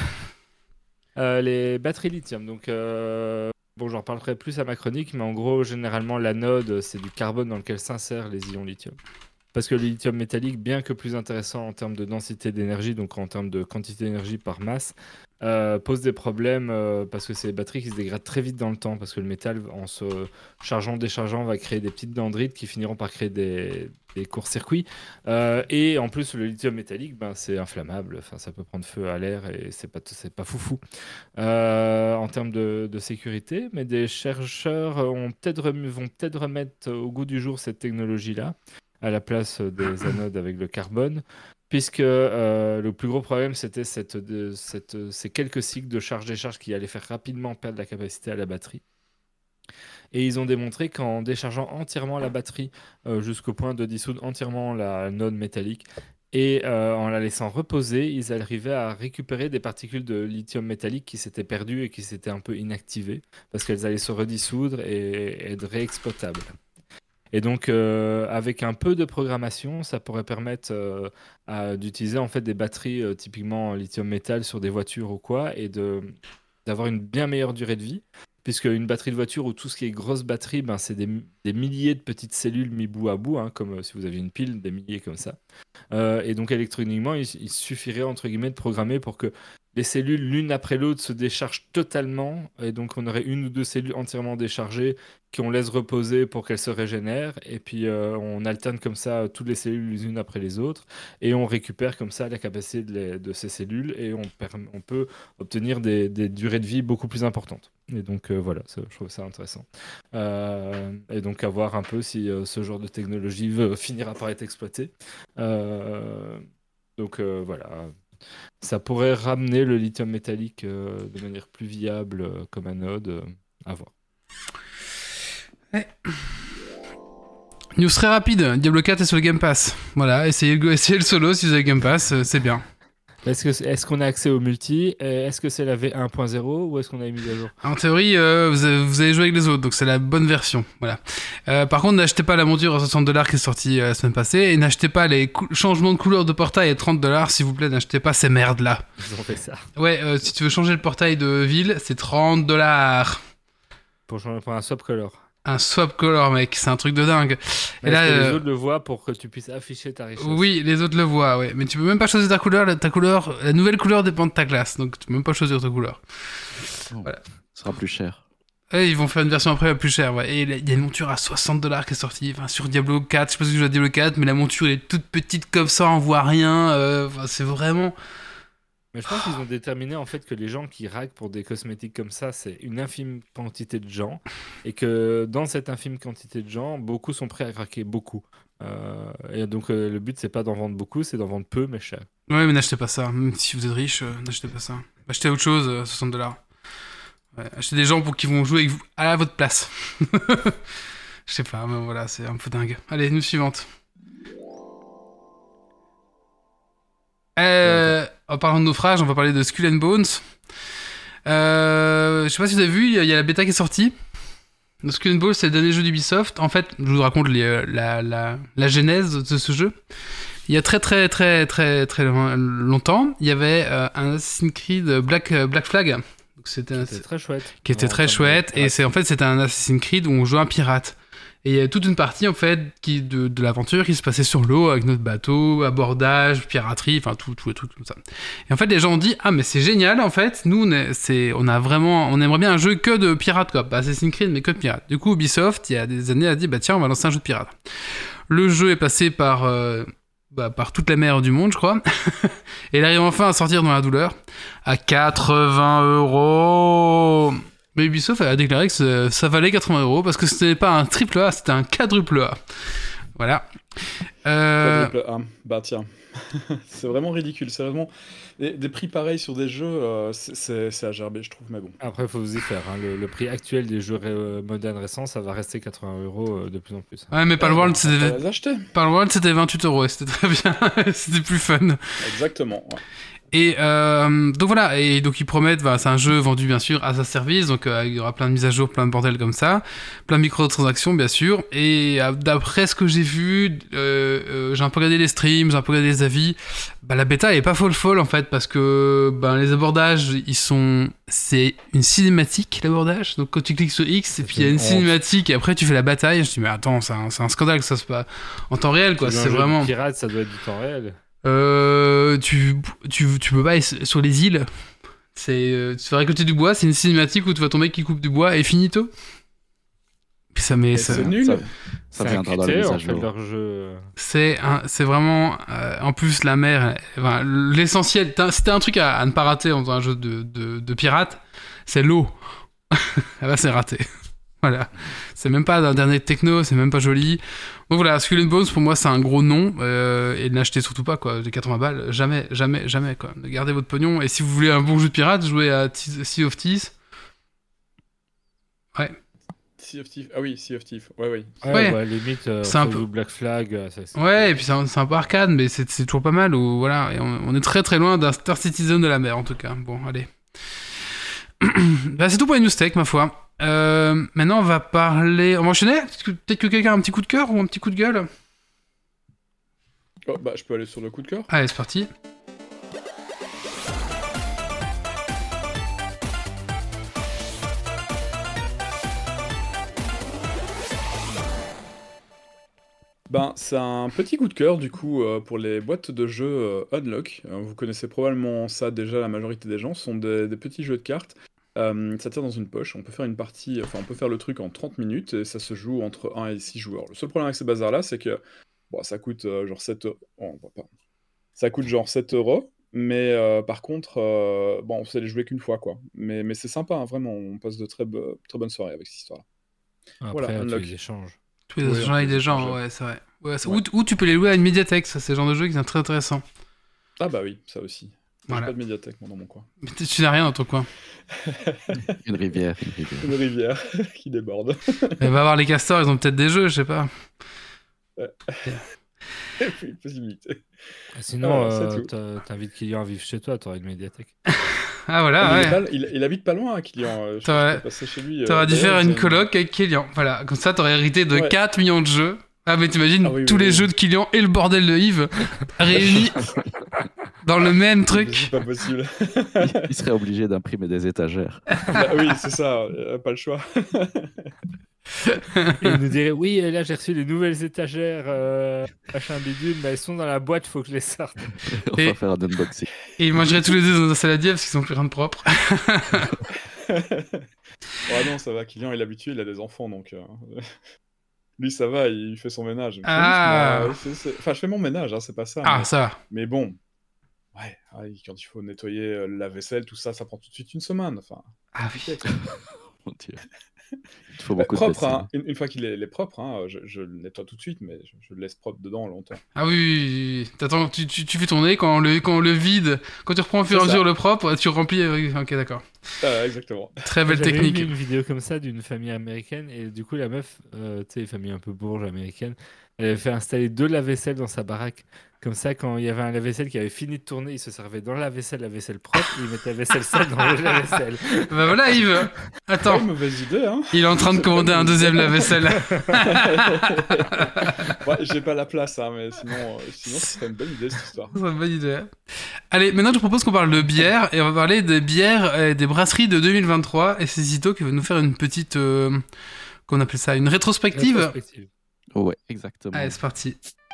euh, les batteries lithium, donc euh, bon, j'en reparlerai plus à ma chronique, mais en gros, généralement, l'anode, c'est du carbone dans lequel s'insèrent les ions lithium. Parce que le lithium métallique, bien que plus intéressant en termes de densité d'énergie, donc en termes de quantité d'énergie par masse, euh, pose des problèmes euh, parce que c'est des batteries qui se dégradent très vite dans le temps, parce que le métal, en se chargeant, déchargeant, va créer des petites dendrites qui finiront par créer des, des courts-circuits. Euh, et en plus, le lithium métallique, ben, c'est inflammable, enfin, ça peut prendre feu à l'air et c'est pas, c'est pas foufou euh, en termes de, de sécurité. Mais des chercheurs ont peut-être rem- vont peut-être remettre au goût du jour cette technologie-là à la place des anodes avec le carbone, puisque euh, le plus gros problème, c'était cette, de- cette- ces quelques cycles de charge-décharge qui allaient faire rapidement perdre la capacité à la batterie. Et ils ont démontré qu'en déchargeant entièrement la batterie euh, jusqu'au point de dissoudre entièrement la anode métallique et euh, en la laissant reposer, ils arrivaient à récupérer des particules de lithium métallique qui s'étaient perdues et qui s'étaient un peu inactivées parce qu'elles allaient se redissoudre et être réexploitables. Et donc, euh, avec un peu de programmation, ça pourrait permettre euh, à- d'utiliser en fait des batteries euh, typiquement en lithium-métal sur des voitures ou quoi, et de d'avoir une bien meilleure durée de vie, puisque une batterie de voiture ou tout ce qui est grosse batterie, ben, c'est des, mi- des milliers de petites cellules mis bout à bout, hein, comme euh, si vous aviez une pile, des milliers comme ça. Euh, et donc, électroniquement, il, il suffirait entre guillemets de programmer pour que les cellules, l'une après l'autre, se déchargent totalement, et donc on aurait une ou deux cellules entièrement déchargées qu'on laisse reposer pour qu'elles se régénèrent, et puis euh, on alterne comme ça euh, toutes les cellules les unes après les autres, et on récupère comme ça la capacité de, les- de ces cellules, et on, perm- on peut obtenir des, des durées de vie beaucoup plus importantes. Et donc euh, voilà, ça, je trouve ça intéressant. Euh, et donc à voir un peu si euh, ce genre de technologie veut- finira par être exploité. Euh, donc euh, voilà. Ça pourrait ramener le lithium métallique euh, de manière plus viable euh, comme anode, euh, à voir. News très rapide. Diablo quatre est sur le Game Pass. Voilà, essayez, le- essayez le solo si vous avez le Game Pass, euh, c'est bien. Est-ce que est-ce qu'on a accès au multi? Et Est-ce que c'est la V un point zéro ou est-ce qu'on a une mise à jour? En théorie, euh, vous, avez, vous allez jouer avec les autres, donc c'est la bonne version. Voilà. Euh, par contre, n'achetez pas la monture à soixante dollars qui est sortie euh, la semaine passée, et n'achetez pas les cou- changements de couleur de portail à trente dollars, s'il vous plaît, n'achetez pas ces merdes-là. Ils ont fait ça. Ouais, euh, si tu veux changer le portail de ville, c'est trente dollars. Pour changer pour un swap color. Un swap color, mec, c'est un truc de dingue. Mais Et là, est-ce que les euh, autres le voient pour que tu puisses afficher ta richesse? oui, les autres le voient, ouais. Mais tu peux même pas choisir ta couleur, la- ta couleur, la nouvelle couleur dépend de ta classe, donc tu peux même pas choisir ta couleur. Oh, Voilà. Ce sera plus cher. Et ils vont faire une version après plus chère, ouais. Et il y a une monture à soixante dollars qui est sortie, enfin, sur Diablo quatre, je sais pas si tu joues à Diablo quatre, mais la monture elle est toute petite comme ça, on voit rien, euh, enfin, c'est vraiment... Mais je pense qu'ils ont déterminé en fait que les gens qui raquent pour des cosmétiques comme ça, c'est une infime quantité de gens, et que dans cette infime quantité de gens, beaucoup sont prêts à craquer beaucoup. Euh, et donc euh, le but c'est pas d'en vendre beaucoup, c'est d'en vendre peu mais cher. Ouais, mais n'achetez pas ça, même si vous êtes riche, euh, n'achetez pas ça. Achetez autre chose, euh, soixante dollars. Ouais, achetez des gens pour qui vont jouer avec vous à votre place. Je sais pas, mais voilà, c'est un peu dingue. Allez, news suivante. Euh, en parlant de naufrage, on va parler de Skull and Bones. Euh, je sais pas si vous avez vu, il y, a- il y a la bêta qui est sortie. Donc, Skull and Bones, c'est le dernier jeu d'Ubisoft. En fait, je vous raconte les, la, la, la genèse de ce jeu. Il y a très très très très très longtemps, il y avait euh, un Assassin's Creed Black, Black Flag. Donc c'était Qui un- était très chouette. qui était En très termes de chouette, et pirate. c'est en fait c'était un Assassin's Creed où on jouait un pirate. Et il y avait toute une partie en fait qui, de, de l'aventure qui se passait sur l'eau avec notre bateau, abordage, piraterie, enfin tout, tout les trucs comme ça. Et en fait les gens ont dit ah mais c'est génial en fait, nous on, est, c'est, on a vraiment, on aimerait bien un jeu que de pirates quoi, pas Assassin's Creed mais que de pirates. Du coup Ubisoft il y a des années a dit bah tiens on va lancer un jeu de pirates. Le jeu est passé par euh, bah, par toute la mer du monde je crois, et il arrive enfin à sortir dans la douleur à quatre-vingts euros. Mais Ubisoft a déclaré que ça, ça valait quatre-vingts euros parce que ce n'était pas un triple A, c'était un quadruple A. Voilà. Euh, Quadruple A. Bah tiens, c'est vraiment ridicule. C'est vraiment des, des prix pareils sur des jeux, euh, c'est- c'est c'est à gerber, je trouve. Mais bon. Après, il faut vous y faire. hein. Le, le prix actuel des jeux ré- modernes récents, ça va rester quatre-vingts euros euh, de plus en plus. Ouais, mais Palworld, On va c'était, les acheter. Palworld, c'était vingt-huit euros et c'était très bien. C'était plus fun. Exactement. ouais. Et euh, donc voilà, et donc ils promettent, bah, c'est un jeu vendu bien sûr à sa service, donc euh, il y aura plein de mises à jour, plein de bordel comme ça, plein de microtransactions bien sûr, et euh, d'après ce que j'ai vu, euh, euh, j'ai un peu regardé les streams, j'ai un peu regardé les avis, bah, la bêta elle est pas folle folle en fait, parce que bah, les abordages, ils sont... c'est une cinématique l'abordage, donc quand tu cliques sur X, et puis il y a une une honte. cinématique, et après tu fais la bataille, je dis mais attends, c'est un, c'est un scandale que ça se passe en temps réel quoi, Tu veux un c'est jeu de vraiment... pirate, ça doit être du temps réel. Euh, tu, tu, tu peux pas aller sur les îles. C'est, euh, tu vas récolter du bois, c'est une cinématique où tu vois ton mec qui coupe du bois et finito. Puis ça met, Mais ça- c'est nul. Ça, ça C'est un viendra dans les critère, mises à en fait, jour. leur jeu. c'est, un- c'est vraiment, euh, en plus la mer, enfin, l'essentiel. t'as- C'était un truc à, à ne pas rater en faisant un jeu de, de, de pirate, c'est l'eau. Ah bah c'est raté. Voilà. C'est même pas d'un dernier techno, c'est même pas joli. Donc voilà, Skull and Bones pour moi c'est un gros nom, euh, et n'achetez surtout pas quoi, des quatre-vingts balles, jamais, jamais, jamais quoi. Gardez votre pognon, et si vous voulez un bon jeu de pirate, jouez à T- Sea of Thieves. Ouais. Sea of Thief. Ah oui, Sea of Thief. Ouais, oui. Ouais, Ouais. bah, limite, euh, C'est un faut peu- jouer Black Flag. euh, ça, c'est- Ouais, et puis c'est un, c'est un peu arcade, mais c'est, c'est toujours pas mal, ou voilà, et on, on est très très loin d'un Star Citizen de la mer en tout cas. Bon, allez. Bah, c'est tout pour les news tech, ma foi. Euh, maintenant, on va parler. On va enchaîner. Peut-être que, peut-être que quelqu'un a un petit coup de cœur ou un petit coup de gueule. Oh, bah, je peux aller sur le coup de cœur. Allez, c'est parti. Ben, c'est un petit coup de cœur du coup euh, pour les boîtes de jeux euh, Unlock. Euh, vous connaissez probablement ça déjà, la majorité des gens. Ce sont des, des petits jeux de cartes. Euh, ça tient dans une poche. On peut faire une partie, enfin on peut faire le truc en trente minutes et ça se joue entre un et six joueurs. Le seul problème avec ces bazars là, c'est que bon, ça coûte euh, genre sept euros. Oh, on voit pas. Ça coûte genre sept euros. Mais euh, par contre, euh, bon, on sait les jouer qu'une fois quoi. Mais, mais c'est sympa, hein, vraiment. On passe de très, be- très bonnes soirées avec cette histoire-là. Après, Voilà, tu Unlock. les échanges. Tous les Oui, échanges on avec peut des se gens, changer. ouais, c'est vrai. Ouais, c'est- Ouais. Ou, ou tu peux les louer à une médiathèque, ça, c'est le genre de jeu qui est très intéressant. Ah bah oui, ça aussi. Voilà. J'ai pas de médiathèque moi dans mon coin. Mais tu tu n'as rien dans ton coin. Une rivière, une rivière. Une rivière qui déborde. Mais va voir les castors, ils ont peut-être des jeux, je sais pas. Oui, possibilité. Sinon, Ah, c'est euh, tout. t'a- t'invites Kylian à vivre chez toi, t'aurais une médiathèque. Ah voilà, Ah, mais il, est ouais. pas- il- il habite pas loin, hein, Kylian. euh, Je, T'aurais- je peux passer chez lui. euh, T'aurais dû d'ailleurs, faire une c'est coloc avec Kylian. Voilà, comme ça t'aurais hérité de Ouais. quatre millions de jeux. Ah mais t'imagines Ah oui, oui, tous les oui. jeux de Kylian et le bordel de Yves réunis dans le même truc. C'est pas possible. Il, il serait obligé d'imprimer des étagères. Bah oui, c'est ça, euh, pas le choix. Et il nous dirait oui, là j'ai reçu les nouvelles étagères, euh, machin bidule, mais elles sont dans la boîte, faut que je les sorte. On Et- va faire un unboxing. Et ils mangeraient tous les deux dans un saladier parce qu'ils ont plus rien de propre. Ah non, ça va, Kylian il est habitué, il a des enfants donc. euh, Lui ça va, il fait son ménage. Ah. Mais c'est- c'est- Enfin, je fais mon ménage, hein, c'est pas ça. Ah mais... ça va. mais bon. Ouais, ah, quand il faut nettoyer euh, la vaisselle, tout ça, ça prend tout de suite une semaine. Enfin, Ah oui. compliqué, quoi. Mon Dieu. Il faut Bah, beaucoup de propre, vaisselle. hein. Une, une fois qu'il est, il est propre, hein, je, je le nettoie tout de suite, mais je, je le laisse propre dedans longtemps. Ah oui, oui, oui, oui. T'attends, tu, tu, tu fais tourner quand on le, quand on le vide, quand tu reprends au fur et à C'est ça. mesure le propre, tu remplis. avec- Ok, d'accord. Ah, exactement. Très belle J'avais technique. vu une vidéo comme ça d'une famille américaine et du coup la meuf, euh, tu sais, famille un peu bourge américaine, Elle avait fait installer deux lave-vaisselle dans sa baraque. Comme ça, quand il y avait un lave-vaisselle qui avait fini de tourner, il se servait dans la lave-vaisselle, la vaisselle propre, et il mettait la vaisselle sale dans le lave-vaisselle. Bah voilà, Yves. Pas Attends, une mauvaise idée, hein. il est en train de C'est pas commander une un mauvaise deuxième idée. lave-vaisselle. Ouais, j'ai pas la place, hein, mais sinon, euh, sinon, ce serait une bonne idée cette histoire. C'est une bonne idée. hein. Allez, maintenant je propose qu'on parle de bière et on va parler des bières et des brasseries de deux mille vingt-trois. Et c'est Zito qui va nous faire une petite, euh, qu'on appelle ça, une rétrospective. Rétrospective. Ouais, exactement. Allez, c'est parti.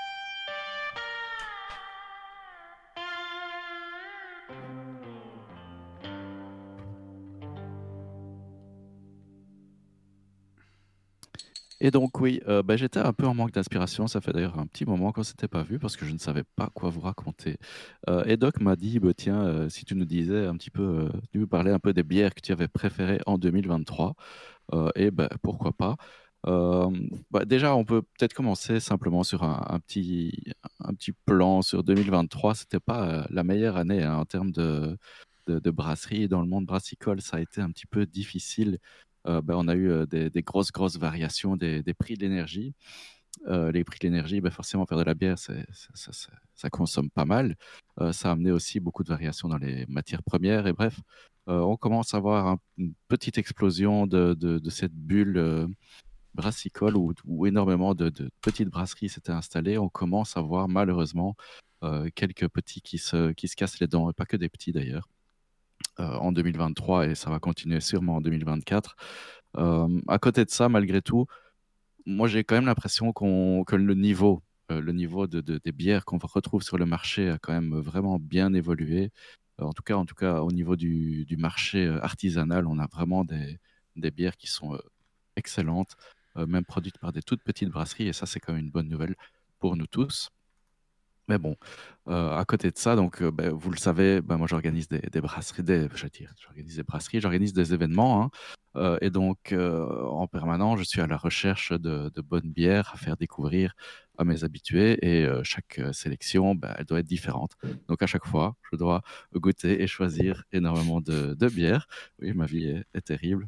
Et donc oui, euh, bah, j'étais un peu en manque d'inspiration. Ça fait d'ailleurs un petit moment qu'on s'était pas vu parce que je ne savais pas quoi vous raconter. Euh, et Doc m'a dit, bah, tiens, euh, si tu nous disais un petit peu, euh, tu nous parlais un peu des bières que tu avais préférées en deux mille vingt-trois. Euh, et ben pourquoi pas. Euh, bah, déjà, on peut peut-être commencer simplement sur un, un petit, un petit plan sur deux mille vingt-trois. C'était pas euh, la meilleure année hein, en termes de, de, de brasserie. Dans le monde brassicole, ça a été un petit peu difficile. Euh, ben, on a eu euh, des, des grosses, grosses variations des, des prix de l'énergie. Euh, les prix de l'énergie, ben forcément, faire de la bière, c'est- ça, ça- ça- ça consomme pas mal. Euh, ça a amené aussi beaucoup de variations dans les matières premières. Et bref, euh, on commence à avoir un- une petite explosion de, de- de cette bulle euh, brassicole où, où énormément de, de petites brasseries s'étaient installées. On commence à voir malheureusement euh, quelques petits qui se, qui se cassent les dents, et pas que des petits d'ailleurs, euh, en deux mille vingt-trois, et ça va continuer sûrement en deux mille vingt-quatre. Euh, à côté de ça, malgré tout, moi, j'ai quand même l'impression qu'on, que le niveau, euh, le niveau de, de- des bières qu'on retrouve sur le marché a quand même vraiment bien évolué. Euh, en tout cas, en tout cas, au niveau du, du marché euh, artisanal, on a vraiment des, des bières qui sont euh, excellentes, euh, même produites par des toutes petites brasseries, et ça, c'est quand même une bonne nouvelle pour nous tous. Mais bon, euh, à côté de ça, donc, euh, ben, vous le savez, ben, moi j'organise des, des brasseries, des, je veux dire, j'organise des brasseries, j'organise des événements, hein. Euh, et donc euh, en permanence, je suis à la recherche de, de bonnes bières à faire découvrir à mes habitués, et euh, chaque euh, sélection, ben, elle doit être différente. Donc à chaque fois, je dois goûter et choisir énormément de, de bières. Oui, ma vie est, est terrible.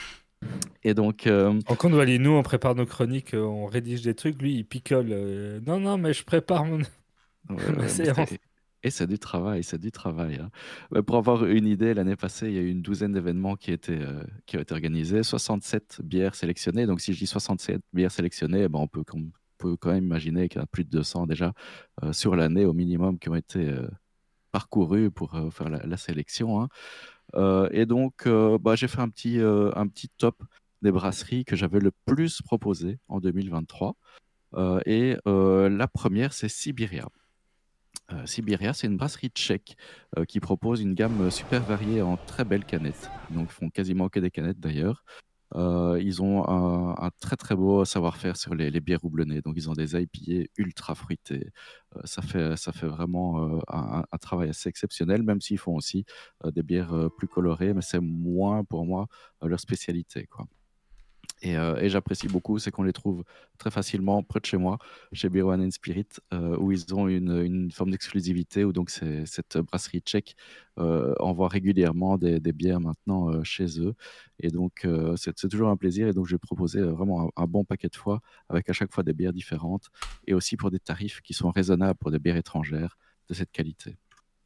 Et donc, euh, En compte, Wally, nous, on prépare nos chroniques, euh, on rédige des trucs, lui, il picole. euh, non, non, mais je prépare mon... Ouais, ma ouais, mais séance. c'est... Et c'est du travail, c'est du travail. hein. Ouais, pour avoir une idée, l'année passée, il y a eu une douzaine d'événements qui étaient, euh, qui ont été organisés, soixante-sept bières sélectionnées. Donc, si je dis soixante-sept bières sélectionnées, eh ben, on peut, on peut quand même imaginer qu'il y en a plus de deux cents déjà euh, sur l'année au minimum qui ont été euh, parcourus pour euh, faire la, la sélection. hein. Euh, et donc, euh, bah, j'ai fait un petit, euh, un petit top des brasseries que j'avais le plus proposées en deux mille vingt-trois. Euh, et euh, la première, c'est Sibiria. Euh, Sibiria, c'est une brasserie tchèque euh, qui propose une gamme euh, super variée en très belles canettes. Donc, ils font quasiment que des canettes d'ailleurs. Euh, ils ont un, un très très beau savoir-faire sur les, les bières houblonnées. Donc, ils ont des I P A ultra fruités. Euh, ça fait, ça fait vraiment euh, un, un travail assez exceptionnel, même s'ils font aussi euh, des bières euh, plus colorées, mais c'est moins pour moi euh, leur spécialité, quoi. Et, euh, et j'apprécie beaucoup, c'est qu'on les trouve très facilement près de chez moi, chez Beer One and Spirit, euh, où ils ont une, une forme d'exclusivité, où donc c'est- cette brasserie tchèque euh, envoie régulièrement des, des bières maintenant euh, chez eux. Et donc euh, c'est c'est toujours un plaisir. Et donc j'ai proposé euh, vraiment un, un bon paquet de fois, avec à chaque fois des bières différentes, et aussi pour des tarifs qui sont raisonnables pour des bières étrangères de cette qualité.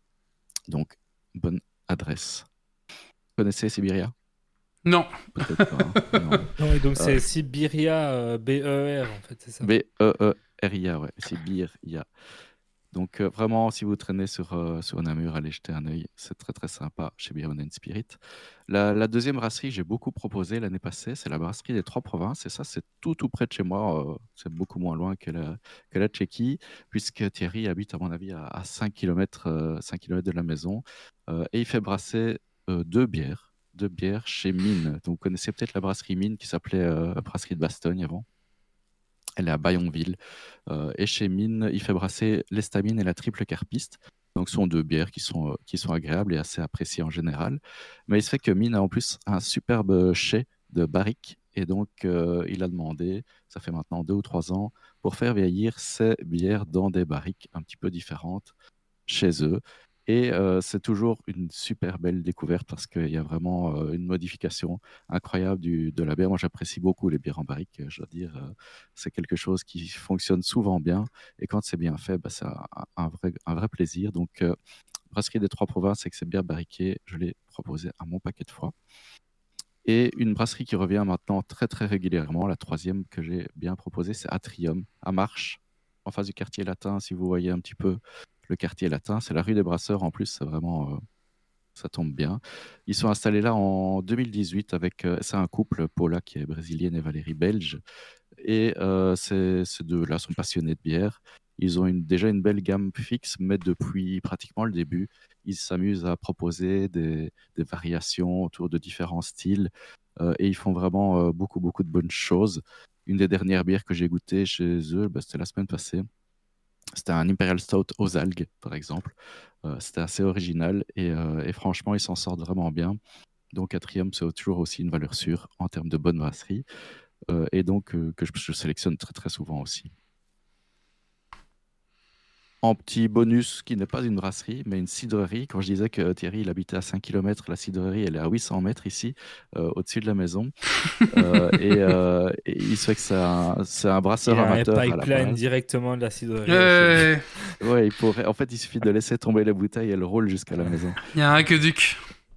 Donc, bonne adresse. Vous connaissez Sibiria? Non. Peut-être pas. hein. Non. Non, et donc Euh, c'est Sibiria, euh, B E R, en fait, c'est ça. B E E R I A, ouais, c'est Biria. Donc euh, vraiment, si vous traînez sur, euh, sur Namur, allez jeter un œil. C'est très très sympa chez Beer One and Spirit. La, la deuxième brasserie que j'ai beaucoup proposée l'année passée, c'est la brasserie des Trois Provinces. Et ça, c'est tout tout près de chez moi. euh, c'est beaucoup moins loin que la, que la Tchéquie, puisque Thierry habite, à mon avis, à, à cinq kilomètres de la maison. Euh, et il fait brasser euh, deux bières. Deux bières chez Mine. Donc vous connaissez peut-être la brasserie Mine qui s'appelait euh, Brasserie de Bastogne avant. Elle est à Bayonville. Euh, et chez Mine, il fait brasser l'Estamine et la Triple Carpiste. Donc, ce sont deux bières qui sont, euh, qui sont agréables et assez appréciées en général. Mais il se fait que Mine a en plus un superbe chai de barrique. Et donc, euh, il a demandé, ça fait maintenant deux ou trois ans, pour faire vieillir ses bières dans des barriques un petit peu différentes chez eux. Et euh, c'est toujours une super belle découverte parce qu'il y a vraiment euh, une modification incroyable du, de la bière. Moi, j'apprécie beaucoup les bières en barrique, je dois dire. euh, c'est quelque chose qui fonctionne souvent bien. Et quand c'est bien fait, bah, c'est un, un vrai, un vrai plaisir. Donc, euh, Brasserie des Trois Provinces avec ses bières barriquées, je l'ai proposé à mon paquet de fois. Et une brasserie qui revient maintenant très très régulièrement, la troisième que j'ai bien proposée, c'est Atrium, à Marche, en face du quartier latin. Si vous voyez un petit peu le quartier latin, c'est la rue des Brasseurs en plus, c'est vraiment, euh, ça tombe bien. Ils sont installés là en deux mille dix-huit avec, euh, c'est un couple, Paula qui est brésilienne et Valérie belge. Et euh, ces, ces deux-là sont passionnés de bière. Ils ont une, déjà une belle gamme fixe, mais depuis pratiquement le début, ils s'amusent à proposer des, des variations autour de différents styles. euh, et ils font vraiment euh, beaucoup, beaucoup de bonnes choses. Une des dernières bières que j'ai goûtées chez eux, bah, c'était la semaine passée. C'était un Imperial Stout aux algues, par exemple. Euh, c'était assez original et, euh, et franchement, ils s'en sortent vraiment bien. Donc, Atrium, c'est toujours aussi une valeur sûre en termes de bonne brasserie. Euh, et donc euh, que je, je sélectionne très très souvent aussi. En petit bonus, qui n'est pas une brasserie, mais une cidrerie. Quand je disais que Thierry, il habitait à cinq kilomètres, la cidrerie, elle est à huit cents mètres ici, euh, au-dessus de la maison. Euh, et, euh, et il se fait que c'est un, c'est un brasseur Il a un amateur à la pipeline base. directement de la cidrerie. Ouais, Ouais, il pourrait... En fait, il suffit de laisser tomber les bouteilles, elles roulent jusqu'à la maison. il y a un aqueduc.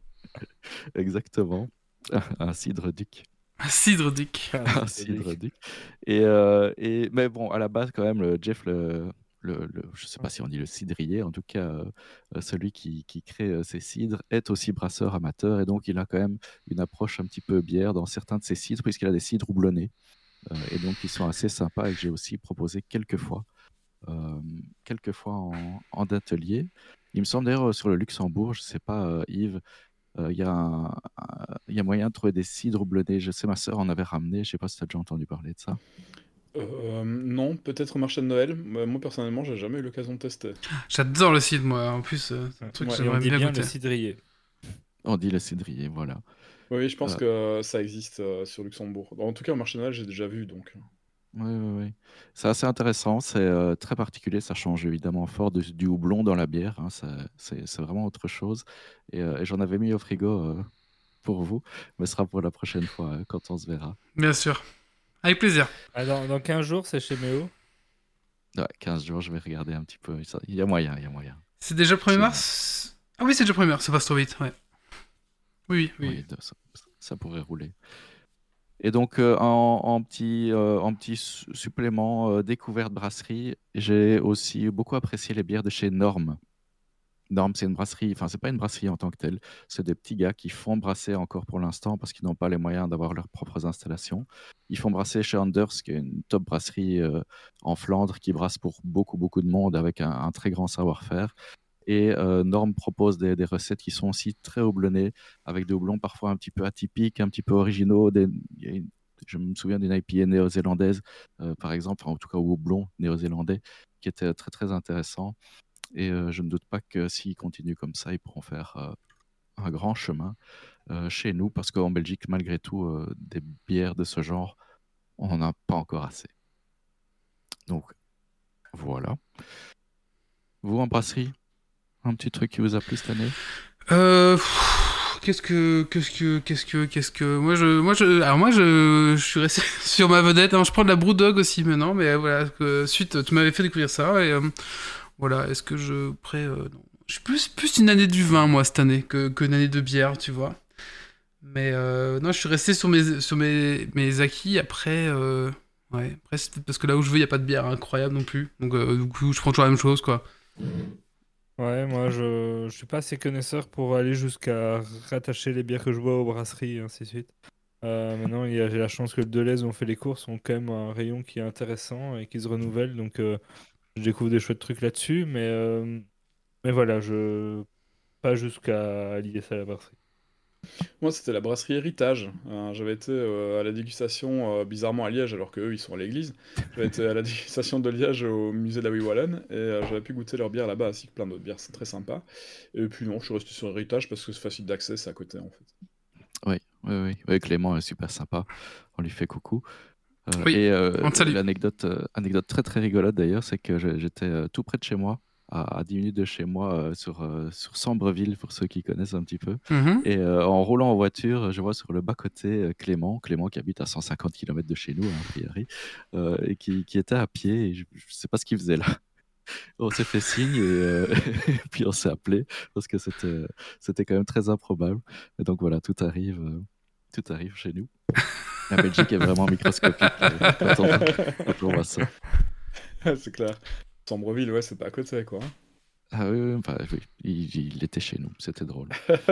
Exactement. Un cidre-duc. Un cidre-duc. Un cidre-duc. Et, euh, et, mais bon, à la base, quand même, le Jeff, le, le, le- je ne sais pas si on dit le cidrier, en tout cas, euh, euh, celui qui, qui crée euh, ces cidres, est aussi brasseur amateur. Et donc, il a quand même une approche un petit peu bière dans certains de ses cidres, puisqu'il a des cidres houblonnés. Euh, et donc, ils sont assez sympas et que j'ai aussi proposé quelques fois, euh, quelques fois en, en atelier. Il me semble d'ailleurs euh, sur le Luxembourg, je ne sais pas, euh, Yves, euh, il y a un- un- il y a moyen de trouver des cidres houblonnés. Je sais, ma sœur en avait ramené. Je ne sais pas si tu as déjà entendu parler de ça. Euh, non, peut-être au marché de Noël. Moi, moi, personnellement, j'ai jamais eu l'occasion de tester. J'adore le cidre, moi. En plus, euh, c'est un truc que Ouais, Et on j'aimerais dit bien bien goûter. le cidrier. On dit le cidrier, voilà. Oui, oui, je pense Euh, que ça existe euh, sur Luxembourg. En tout cas, au marché de Noël, j'ai déjà vu, donc. Oui, oui, oui. C'est assez intéressant, c'est euh, très particulier, ça change évidemment fort de- du houblon dans la bière, hein, ça- c'est c'est vraiment autre chose. Et, euh, et j'en avais mis au frigo euh, pour vous, mais ce sera pour la prochaine fois, hein, quand on se verra. Bien sûr. Avec plaisir. Ah, dans, dans quinze jours, c'est chez Méo. Ouais, quinze jours, je vais regarder un petit peu. ça- Il y a moyen, il y a moyen. C'est déjà le premier Sinon, mars? Ah oui, c'est déjà le premier mars, ça passe trop vite, ouais. Oui, oui, oui. oui, de- ça, ça pourrait rouler. Et donc, euh, en, en petit, euh, en petit su- supplément euh, découverte brasserie, j'ai aussi beaucoup apprécié les bières de chez Norm. Norm, c'est une brasserie, enfin, c'est pas une brasserie en tant que telle, c'est des petits gars qui font brasser encore pour l'instant parce qu'ils n'ont pas les moyens d'avoir leurs propres installations. Ils font brasser chez Anders, qui est une top brasserie euh, en Flandre qui brasse pour beaucoup, beaucoup de monde avec un, un très grand savoir-faire. Et euh, Norm propose des, des recettes qui sont aussi très houblonnées, avec des houblons parfois un petit peu atypiques, un petit peu originaux. Des- il y a une- je me souviens d'une I P A néo-zélandaise, euh, par exemple, enfin, en tout cas houblon néo-zélandais, qui était très, très intéressant. Et euh, je ne doute pas que s'ils continuent comme ça, ils pourront faire euh, un grand chemin euh, chez nous, parce qu'en Belgique, malgré tout, euh, des bières de ce genre, on n'en a pas encore assez. Donc voilà. Vous, en brasserie, un petit truc qui vous a plu cette année? Euh, pff, qu'est-ce que, qu'est-ce que, qu'est-ce que, qu'est-ce que, moi je, moi je, alors moi je, je suis resté sur ma vedette. Hein. Je prends de la Brewdog aussi maintenant, mais euh, voilà, que, suite, tu m'avais fait découvrir ça et euh, voilà. Est-ce que je prêt, euh, non. Je suis plus, plus une année du vin moi cette année que, que une année de bière, tu vois. Mais euh, non, je suis resté sur mes, sur mes, mes acquis. Après, euh, ouais, après c'est peut-être parce que là où je vais, il y a pas de bière incroyable non plus. Donc euh, du coup, je prends toujours la même chose, quoi. Ouais, moi je, je suis pas assez connaisseur pour aller jusqu'à rattacher les bières que je bois aux brasseries et ainsi de suite. Euh, maintenant, il y a- j'ai la chance que le Deleuze, où on fait les courses, ont quand même un rayon qui est intéressant et qui se renouvelle. Donc euh, je découvre des chouettes trucs là-dessus. Mais, euh, mais voilà, je pas jusqu'à lier ça à la brasserie. Moi, c'était la brasserie Héritage. Euh, j'avais été euh, à la dégustation, euh, bizarrement à Liège, alors qu'eux, ils sont à l'église. J'avais été à la dégustation de Liège au musée de la Wee Wallon, et euh, j'avais pu goûter leur bière là-bas, ainsi que plein d'autres bières. C'est très sympa. Et puis non, je suis resté sur Héritage parce que c'est facile d'accès, c'est à côté, en fait. Oui, oui, oui. Oui, Clément est super sympa. On lui fait coucou. Euh, Oui, et euh, on te salue. l'anecdote, euh, anecdote très très rigolote d'ailleurs, c'est que je- j'étais euh, tout près de chez moi, à, à dix minutes de chez moi, euh, sur, euh, sur Sambreville, pour ceux qui connaissent un petit peu. Mhm. Et euh, en roulant en voiture, je vois sur le bas-côté euh, Clément, Clément qui habite à cent cinquante kilomètres de chez nous, hein, a priori, euh, et qui, qui était à pied. Et je ne sais pas ce qu'il faisait là. On s'est fait signe et, euh, et puis on s'est appelé parce que c'était, c'était quand même très improbable. Et donc voilà, tout arrive, euh, tout arrive chez nous. La Belgique est vraiment microscopique euh, quand on, quand on voit ça. C'est clair. Sambreville, ouais, c'est pas à côté, quoi. Ah oui, oui, enfin, oui, il, il était chez nous, c'était drôle.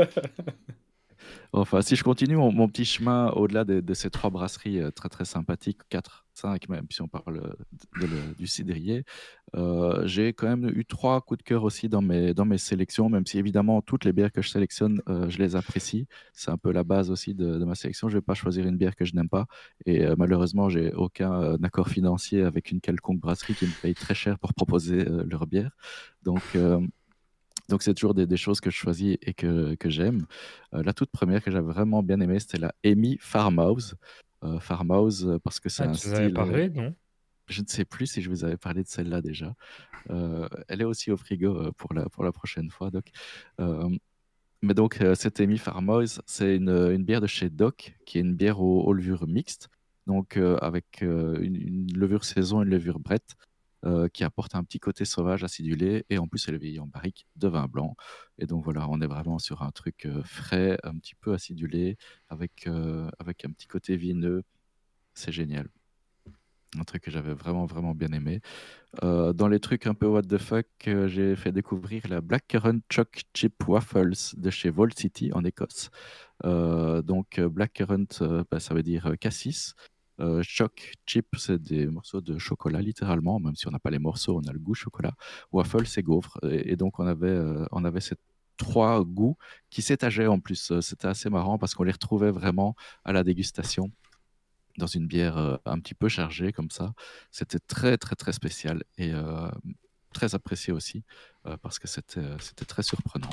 Enfin, si je continue mon, mon petit chemin au-delà de, de ces trois brasseries euh, très très sympathiques, quatre, cinq même, si on parle euh, de- de le- du cidrier, euh, j'ai quand même eu trois coups de cœur aussi dans mes, dans mes sélections, même si évidemment toutes les bières que je sélectionne, euh, je les apprécie. C'est un peu la base aussi de, de ma sélection. Je ne vais pas choisir une bière que je n'aime pas. Et euh, malheureusement, j'ai aucun euh, accord financier avec une quelconque brasserie qui me paye très cher pour proposer euh, leur bière. Donc, euh, donc c'est toujours des, des choses que je choisis et que, que j'aime. Euh, la toute première que j'avais vraiment bien aimée, c'était la Amy Farmhouse. Euh, Farmhouse, euh, parce que c'est Ah, un tu nous avais style... euh, parlé, non? je ne sais plus si je vous avais parlé de celle-là déjà. Euh, elle est aussi au frigo euh, pour la, pour la prochaine fois, Doc. Euh, mais donc, euh, cette Amy Farmhouse, c'est une, une bière de chez Doc, qui est une bière aux, aux levures mixtes, donc euh, avec euh, une, une levure saison et une levure brette, euh, qui apporte un petit côté sauvage acidulé, et en plus, elle est vieillie en barrique de vin blanc. Et donc voilà, on est vraiment sur un truc euh, frais, un petit peu acidulé, avec, euh, avec un petit côté vineux. C'est génial. Un truc que j'avais vraiment, vraiment bien aimé. Euh, dans les trucs un peu what the fuck, euh, j'ai fait découvrir la Blackcurrant Choc Chip Waffles de chez Vault City en Écosse. Euh, donc euh, Blackcurrant, euh, bah, ça veut dire euh, cassis. Euh, Choc Chip, c'est des morceaux de chocolat littéralement, même si on n'a pas les morceaux, on a le goût chocolat. Waffle, c'est gaufre. Et, et donc on avait, euh, on avait ces trois goûts qui s'étageaient en plus. Euh, C'était assez marrant parce qu'on les retrouvait vraiment à la dégustation dans une bière euh, un petit peu chargée comme ça. C'était très, très, très spécial et euh, très apprécié aussi euh, parce que c'était, euh, c'était très surprenant.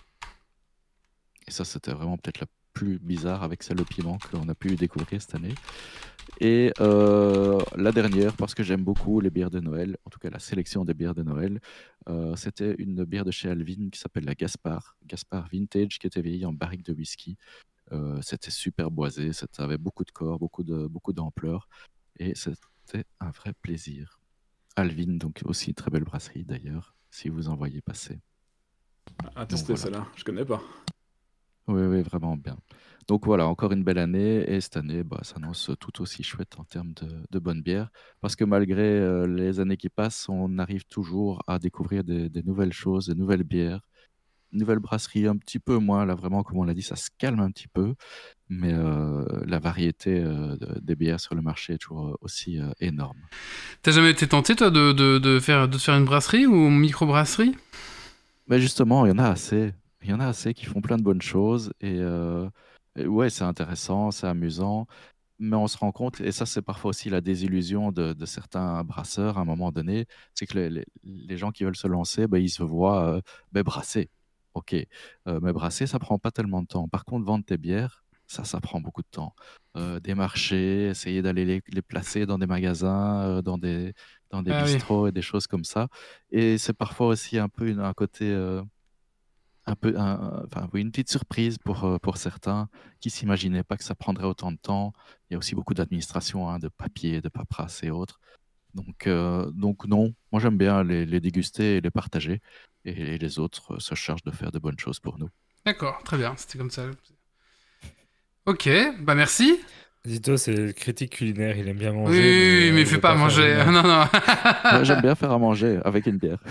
Et ça, c'était vraiment peut-être la plus bizarre avec celle au piment qu'on a pu découvrir cette année. Et euh, la dernière, parce que j'aime beaucoup les bières de Noël, en tout cas la sélection des bières de Noël, euh, c'était une bière de chez Alvin qui s'appelle la Gaspard, Gaspard Vintage, qui était vieillie en barrique de whisky. Euh, c'était super boisé, ça avait beaucoup de corps, beaucoup de, beaucoup d'ampleur, et c'était un vrai plaisir. Alvin, donc aussi une très belle brasserie d'ailleurs, si vous en voyez passer. À Donc tester voilà. celle-là, je connais pas. Oui, oui, vraiment bien. Donc voilà, encore une belle année, et cette année, bah, s'annonce tout aussi chouette en termes de, de bonne bière, parce que malgré euh, les années qui passent, on arrive toujours à découvrir des, des nouvelles choses, des nouvelles bières, nouvelles brasseries, un petit peu moins, là vraiment, comme on l'a dit, ça se calme un petit peu, mais euh, la variété euh, de- des bières sur le marché est toujours euh, aussi euh, énorme. T'as jamais été tenté, toi, de, de, de faire, de te faire une brasserie ou une micro-brasserie? Mais justement, il y en a assez. Il y en a assez qui font plein de bonnes choses. Et, euh, et ouais, c'est intéressant, c'est amusant. Mais on se rend compte, et ça, c'est parfois aussi la désillusion de, de certains brasseurs à un moment donné, c'est que les, les- les gens qui veulent se lancer, ben, ils se voient euh, ben, brasser. OK. Euh, mais brasser, ça prend pas tellement de temps. Par contre, vendre tes bières, ça, ça prend beaucoup de temps. Euh, démarcher, essayer d'aller les, les placer dans des magasins, euh, dans des, dans des Ah oui. bistrots et des choses comme ça. Et c'est parfois aussi un peu une- un côté, euh, un peu, un- enfin, oui, une petite surprise pour, euh, pour certains qui s'imaginaient pas que ça prendrait autant de temps. Il y a aussi beaucoup d'administration, hein, de papier, de paperasse et autres. Donc, euh, donc non, moi j'aime bien les, les déguster et les partager. Et, et les autres euh, se chargent de faire de bonnes choses pour nous. D'accord, très bien, c'était comme ça. Ok, bah merci. Zito, c'est le critique culinaire, il aime bien Oui, manger, oui, mais oui, euh, mais il fais veut pas pas faire manger. l'humain. Non, non. Ouais, j'aime bien faire à manger avec une bière.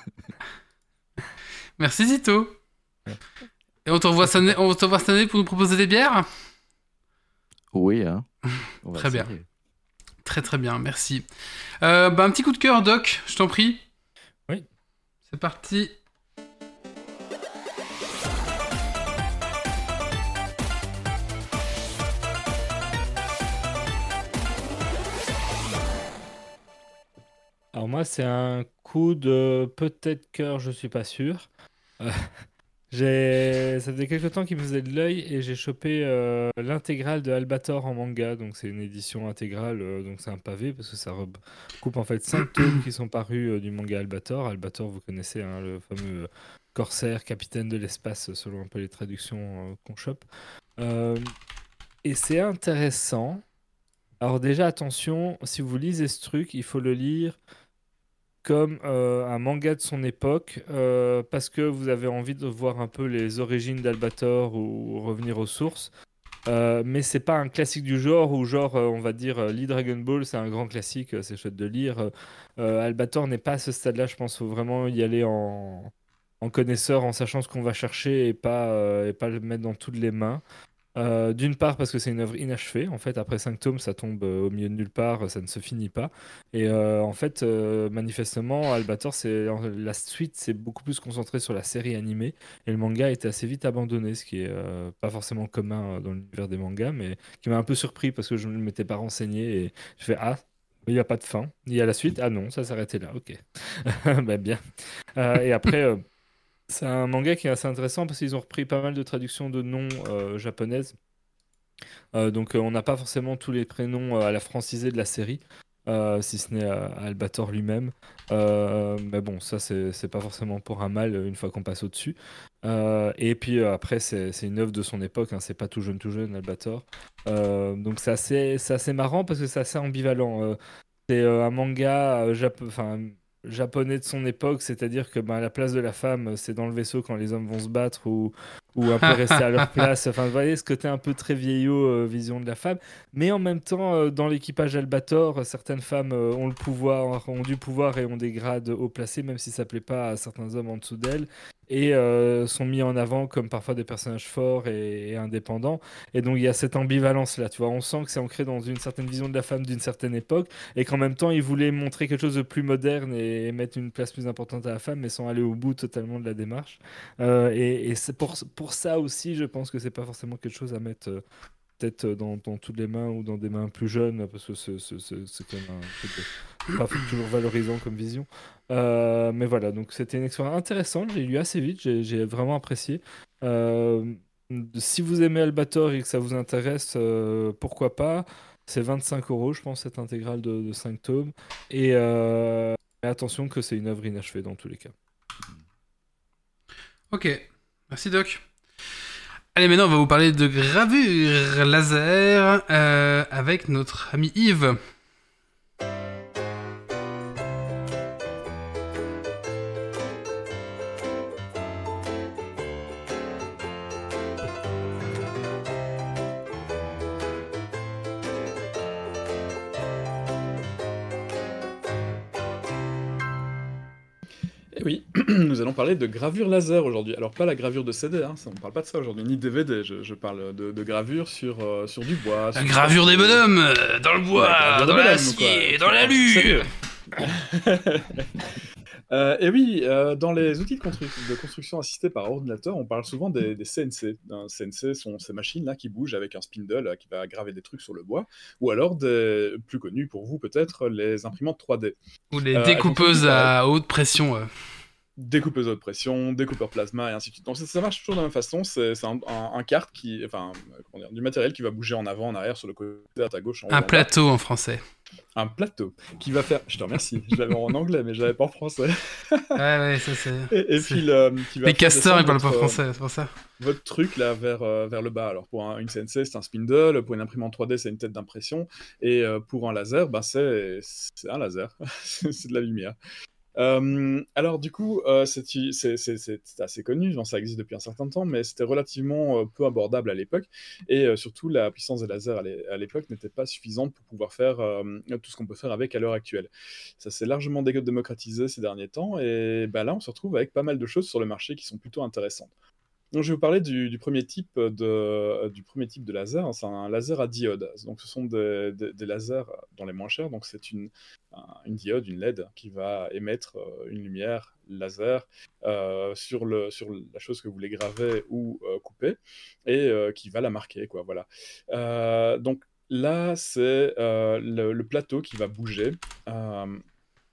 Merci Zito. Ouais. Et on te revoit Ça, cette année, c'est on te revoit cette année pour nous proposer des bières? Oui, hein. On va Très bien. essayer. Très très bien, merci. Euh, bah, un petit coup de cœur, Doc, je t'en prie. Oui. C'est parti. Alors moi, c'est un coup de peut-être cœur, je suis pas sûr. Euh, J'ai... Ça faisait quelques temps qu'il me faisait de l'œil et j'ai chopé euh, l'intégrale de Albator en manga. Donc c'est une édition intégrale, euh, donc c'est un pavé parce que ça recoupe en fait cinq tomes qui sont parus euh, du manga Albator. Albator, vous connaissez, hein, le fameux euh, corsaire, capitaine de l'espace, selon un peu les traductions euh, qu'on chope. Euh, et c'est intéressant. Alors déjà, attention, si vous lisez ce truc, il faut le lire comme euh, un manga de son époque, euh, parce que vous avez envie de voir un peu les origines d'Albator ou revenir aux sources. Euh, mais c'est pas un classique du genre où genre euh, on va dire euh, lit Dragon Ball, c'est un grand classique, euh, c'est chouette de lire. Euh, euh, Albator n'est pas à ce stade-là, je pense. Faut vraiment y aller en, en connaisseur, en sachant ce qu'on va chercher et pas euh, et pas le mettre dans toutes les mains. Euh, d'une part parce que c'est une œuvre inachevée. En fait, après cinq tomes, ça tombe euh, au milieu de nulle part, ça ne se finit pas. Et euh, en fait, euh, manifestement, Albator, c'est la suite, c'est beaucoup plus concentré sur la série animée. Et le manga a été assez vite abandonné, ce qui est euh, pas forcément commun euh, dans l'univers des mangas, mais qui m'a un peu surpris parce que je ne m'étais pas renseigné et je fais ah. Il n'y a pas de fin. Il y a la suite. Ah non, ça s'arrêtait là. Ok. Ben bien. Euh, et après, euh, c'est un manga qui est assez intéressant parce qu'ils ont repris pas mal de traductions de noms euh, japonaises. Euh, donc euh, on n'a pas forcément tous les prénoms euh, à la francisée de la série, euh, si ce n'est à, à Albator lui-même. Euh, mais bon, ça c'est c'est pas forcément pour un mal euh, une fois qu'on passe au-dessus. Euh, et puis euh, après, c'est c'est une œuvre de son époque, hein, c'est pas tout jeune tout jeune Albator. Euh, donc c'est assez, c'est assez marrant parce que c'est assez ambivalent. Euh, c'est euh, un manga euh, japo- enfin, japonais de son époque, c'est-à-dire que ben, la place de la femme, c'est dans le vaisseau quand les hommes vont se battre ou, ou un peu rester à leur place. Enfin, vous voyez ce côté un peu très vieillot, euh, vision de la femme. Mais en même temps, euh, dans l'équipage Albator, certaines femmes euh, ont le pouvoir, ont du pouvoir et ont des grades haut placés, même si ça plaît pas à certains hommes en dessous d'elles. Et euh, sont mis en avant comme parfois des personnages forts et, et indépendants. Et donc il y a cette ambivalence-là, tu vois. On sent que c'est ancré dans une certaine vision de la femme d'une certaine époque et qu'en même temps, il voulait montrer quelque chose de plus moderne et, et mettre une place plus importante à la femme, mais sans aller au bout totalement de la démarche. Euh, et et c'est pour, pour ça aussi, je pense que c'est pas forcément quelque chose à mettre euh, peut-être euh, dans, dans toutes les mains ou dans des mains plus jeunes, parce que c'est c'est- c'est- c'est quand même un truc de- pas toujours valorisant comme vision. Euh, mais voilà, donc c'était une expérience intéressante, j'ai lu assez vite, j'ai j'ai vraiment apprécié. Euh, Si vous aimez Albator et que ça vous intéresse, euh, pourquoi pas. C'est vingt-cinq euros, je pense, cette intégrale de, de cinq tomes. Et euh, mais attention que c'est une œuvre inachevée dans tous les cas. Ok, merci Doc. Allez, maintenant on va vous parler de gravure laser euh, avec notre ami Yves. Et oui, nous allons parler de gravure laser aujourd'hui. Alors pas la gravure de C D, hein, ça, on parle pas de ça aujourd'hui, ni D V D, je, je parle de, de gravure sur, euh, sur du bois. La sur gravure des papier. bonhommes, euh, dans le bois, La gravure dans des bonhommes, l'acier, quoi. dans l'alu. Sérieux. Euh, et oui, euh, dans les outils de, constru- de construction assistée par ordinateur, on parle souvent des, des C N C. Un C N C sont ces machines-là qui bougent avec un spindle euh, qui va graver des trucs sur le bois, ou alors, des, plus connus pour vous peut-être, les imprimantes trois D. Ou les Euh, elles fonctionnent découpeuses toutes pareil. à haute pression. euh. Découpeuse haute pression, découpeur plasma et ainsi de suite. Donc ça, ça marche toujours de la même façon, c'est c'est un, un, un kart qui, enfin, euh, comment dire, du matériel qui va bouger en avant, en arrière, sur le côté, à ta gauche, en haut, en Un bas. plateau en français. Un plateau qui va faire. Je te remercie. Je l'avais en anglais, mais je l'avais pas en français. Ouais, ouais, ça c'est. Et, et c'est- puis le, qui va Les faire castors ils descendre parlent pas votre, français, c'est pour ça. votre truc là vers, euh, vers le bas. Alors pour un- une C N C, c'est un spindle. Pour une imprimante trois D, c'est une tête d'impression. Et euh, pour un laser, bah, c'est c'est un laser. C'est de la lumière. Euh, alors du coup, euh, c'est c'est- c'est- c'est assez connu, genre, ça existe depuis un certain temps, mais c'était relativement euh, peu abordable à l'époque, et euh, surtout la puissance des lasers à l'é- à l'époque n'était pas suffisante pour pouvoir faire euh, tout ce qu'on peut faire avec à l'heure actuelle. Ça s'est largement dé- démocratisé ces derniers temps, et bah, là on se retrouve avec pas mal de choses sur le marché qui sont plutôt intéressantes. Donc, je vais vous parler du, du premier type de, euh, du premier type de laser. C'est un laser à diode. Donc, ce sont des, des- des lasers dans les moins chers. Donc, c'est une, un- une diode, une L E D, qui va émettre euh, une lumière laser euh, sur, le, sur la chose que vous voulez graver ou euh, couper et euh, qui va la marquer, quoi. Voilà. Euh, donc, là, c'est euh, le, le plateau qui va bouger. Euh,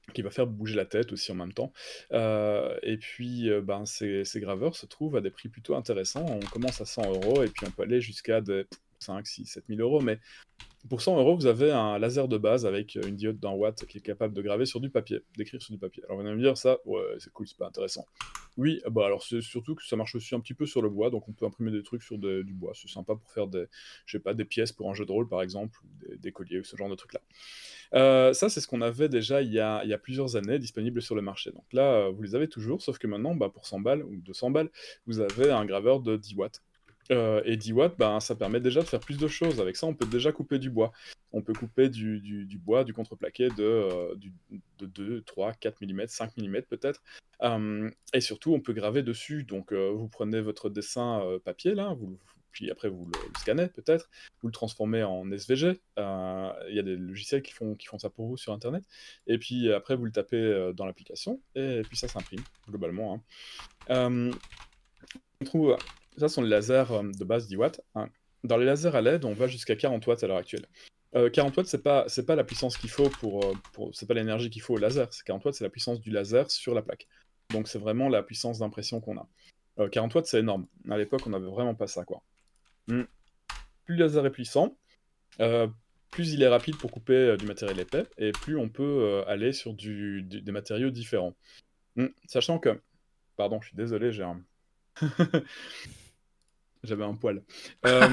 qui va faire bouger la tête aussi en même temps. Euh, et puis, euh, ben, ces, ces graveurs se trouvent à des prix plutôt intéressants. On commence à cent euros et puis on peut aller jusqu'à des cinq, six, sept mille euros. Mais pour cent euros, vous avez un laser de base avec une diode d'un watt qui est capable de graver sur du papier, d'écrire sur du papier. Alors vous allez me dire, ça, ouais, c'est cool, c'est pas intéressant. Oui, bah alors c'est surtout que ça marche aussi un petit peu sur le bois, donc on peut imprimer des trucs sur des- du bois. C'est sympa pour faire des, je sais pas, des pièces pour un jeu de rôle par exemple, ou des, des colliers ou ce genre de trucs-là. Euh, ça, c'est ce qu'on avait déjà il y a, il y a plusieurs années disponible sur le marché. Donc là, euh, vous les avez toujours, sauf que maintenant, bah, pour cent balles ou deux cents balles, vous avez un graveur de dix watts. Euh, et dix watts, ben, ça permet déjà de faire plus de choses. Avec ça, on peut déjà couper du bois. On peut couper du, du- du bois, du contreplaqué de, euh, du- de deux, trois, quatre millimètres, cinq millimètres peut-être. Euh, et surtout, on peut graver dessus. Donc, euh, vous prenez votre dessin euh, papier, là, vous, puis après, vous le, le scannez peut-être, vous le transformez en S V G. Euh, Il y a des logiciels qui font, qui font ça pour vous sur Internet. Et puis après, vous le tapez euh, dans l'application, et puis ça s'imprime, globalement, hein. Euh, on trouve, ça sont les lasers euh, de base dix watts, hein. Dans les lasers à L E D, on va jusqu'à quarante watts à l'heure actuelle. Euh, quarante watts, c'est pas, c'est pas la puissance qu'il faut pour, euh, pour c'est pas l'énergie qu'il faut au laser. C'est quarante watts, c'est la puissance du laser sur la plaque. Donc c'est vraiment la puissance d'impression qu'on a. Euh, quarante watts, c'est énorme. À l'époque, on n'avait vraiment pas ça, quoi. Hmm. Plus le laser est puissant, euh, plus il est rapide pour couper euh, du matériel épais, et plus on peut euh, aller sur du, du- des matériaux différents. Hmm. Sachant que, pardon, je suis désolé, j'ai un, j'avais un poil. Euh,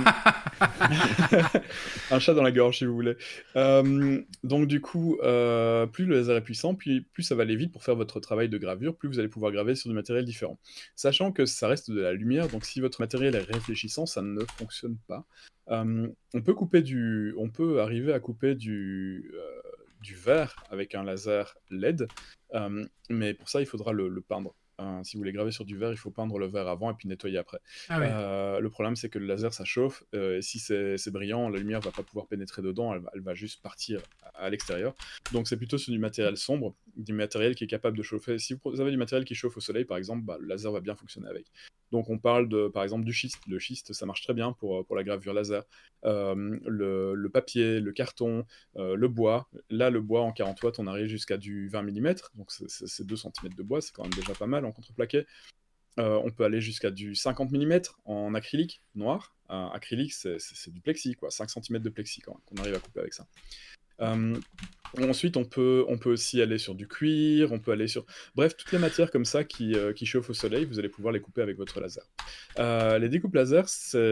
un chat dans la gorge, si vous voulez. Euh, donc, du coup, euh, plus le laser est puissant, puis plus ça va aller vite pour faire votre travail de gravure, plus vous allez pouvoir graver sur du matériel différent. Sachant que ça reste de la lumière, donc si votre matériel est réfléchissant, ça ne fonctionne pas. Euh, on peut couper du, on peut arriver à couper du, euh, du verre avec un laser L E D, euh, mais pour ça, il faudra le, le peindre. Euh, si vous voulez graver sur du verre, il faut peindre le verre avant et puis nettoyer après. Ah oui. Euh, le problème, c'est que le laser, ça chauffe, euh, et si c'est c'est brillant, la lumière va pas pouvoir pénétrer dedans, elle va, elle va juste partir à, à l'extérieur. Donc c'est plutôt sur du matériel sombre, du matériel qui est capable de chauffer. Si vous avez du matériel qui chauffe au soleil, par exemple, bah, le laser va bien fonctionner avec. Donc on parle de, par exemple, du schiste. Le schiste, ça marche très bien pour, pour la gravure laser. Euh, le, le papier, le carton, euh, le bois. Là, le bois en quarante watts, on arrive jusqu'à du vingt millimètres, donc c'est- c'est c'est deux centimètres de bois, c'est quand même déjà pas mal en contreplaqué. Euh, on peut aller jusqu'à du cinquante millimètres en acrylique noir. Euh, acrylique, c'est c'est- c'est du plexi, quoi. cinq centimètres de plexi quand qu'on arrive à couper avec ça. Euh, Ensuite, on peut, on peut aussi aller sur du cuir, on peut aller sur... Bref, toutes les matières comme ça qui, euh, qui chauffent au soleil, vous allez pouvoir les couper avec votre laser. Euh, les découpes laser,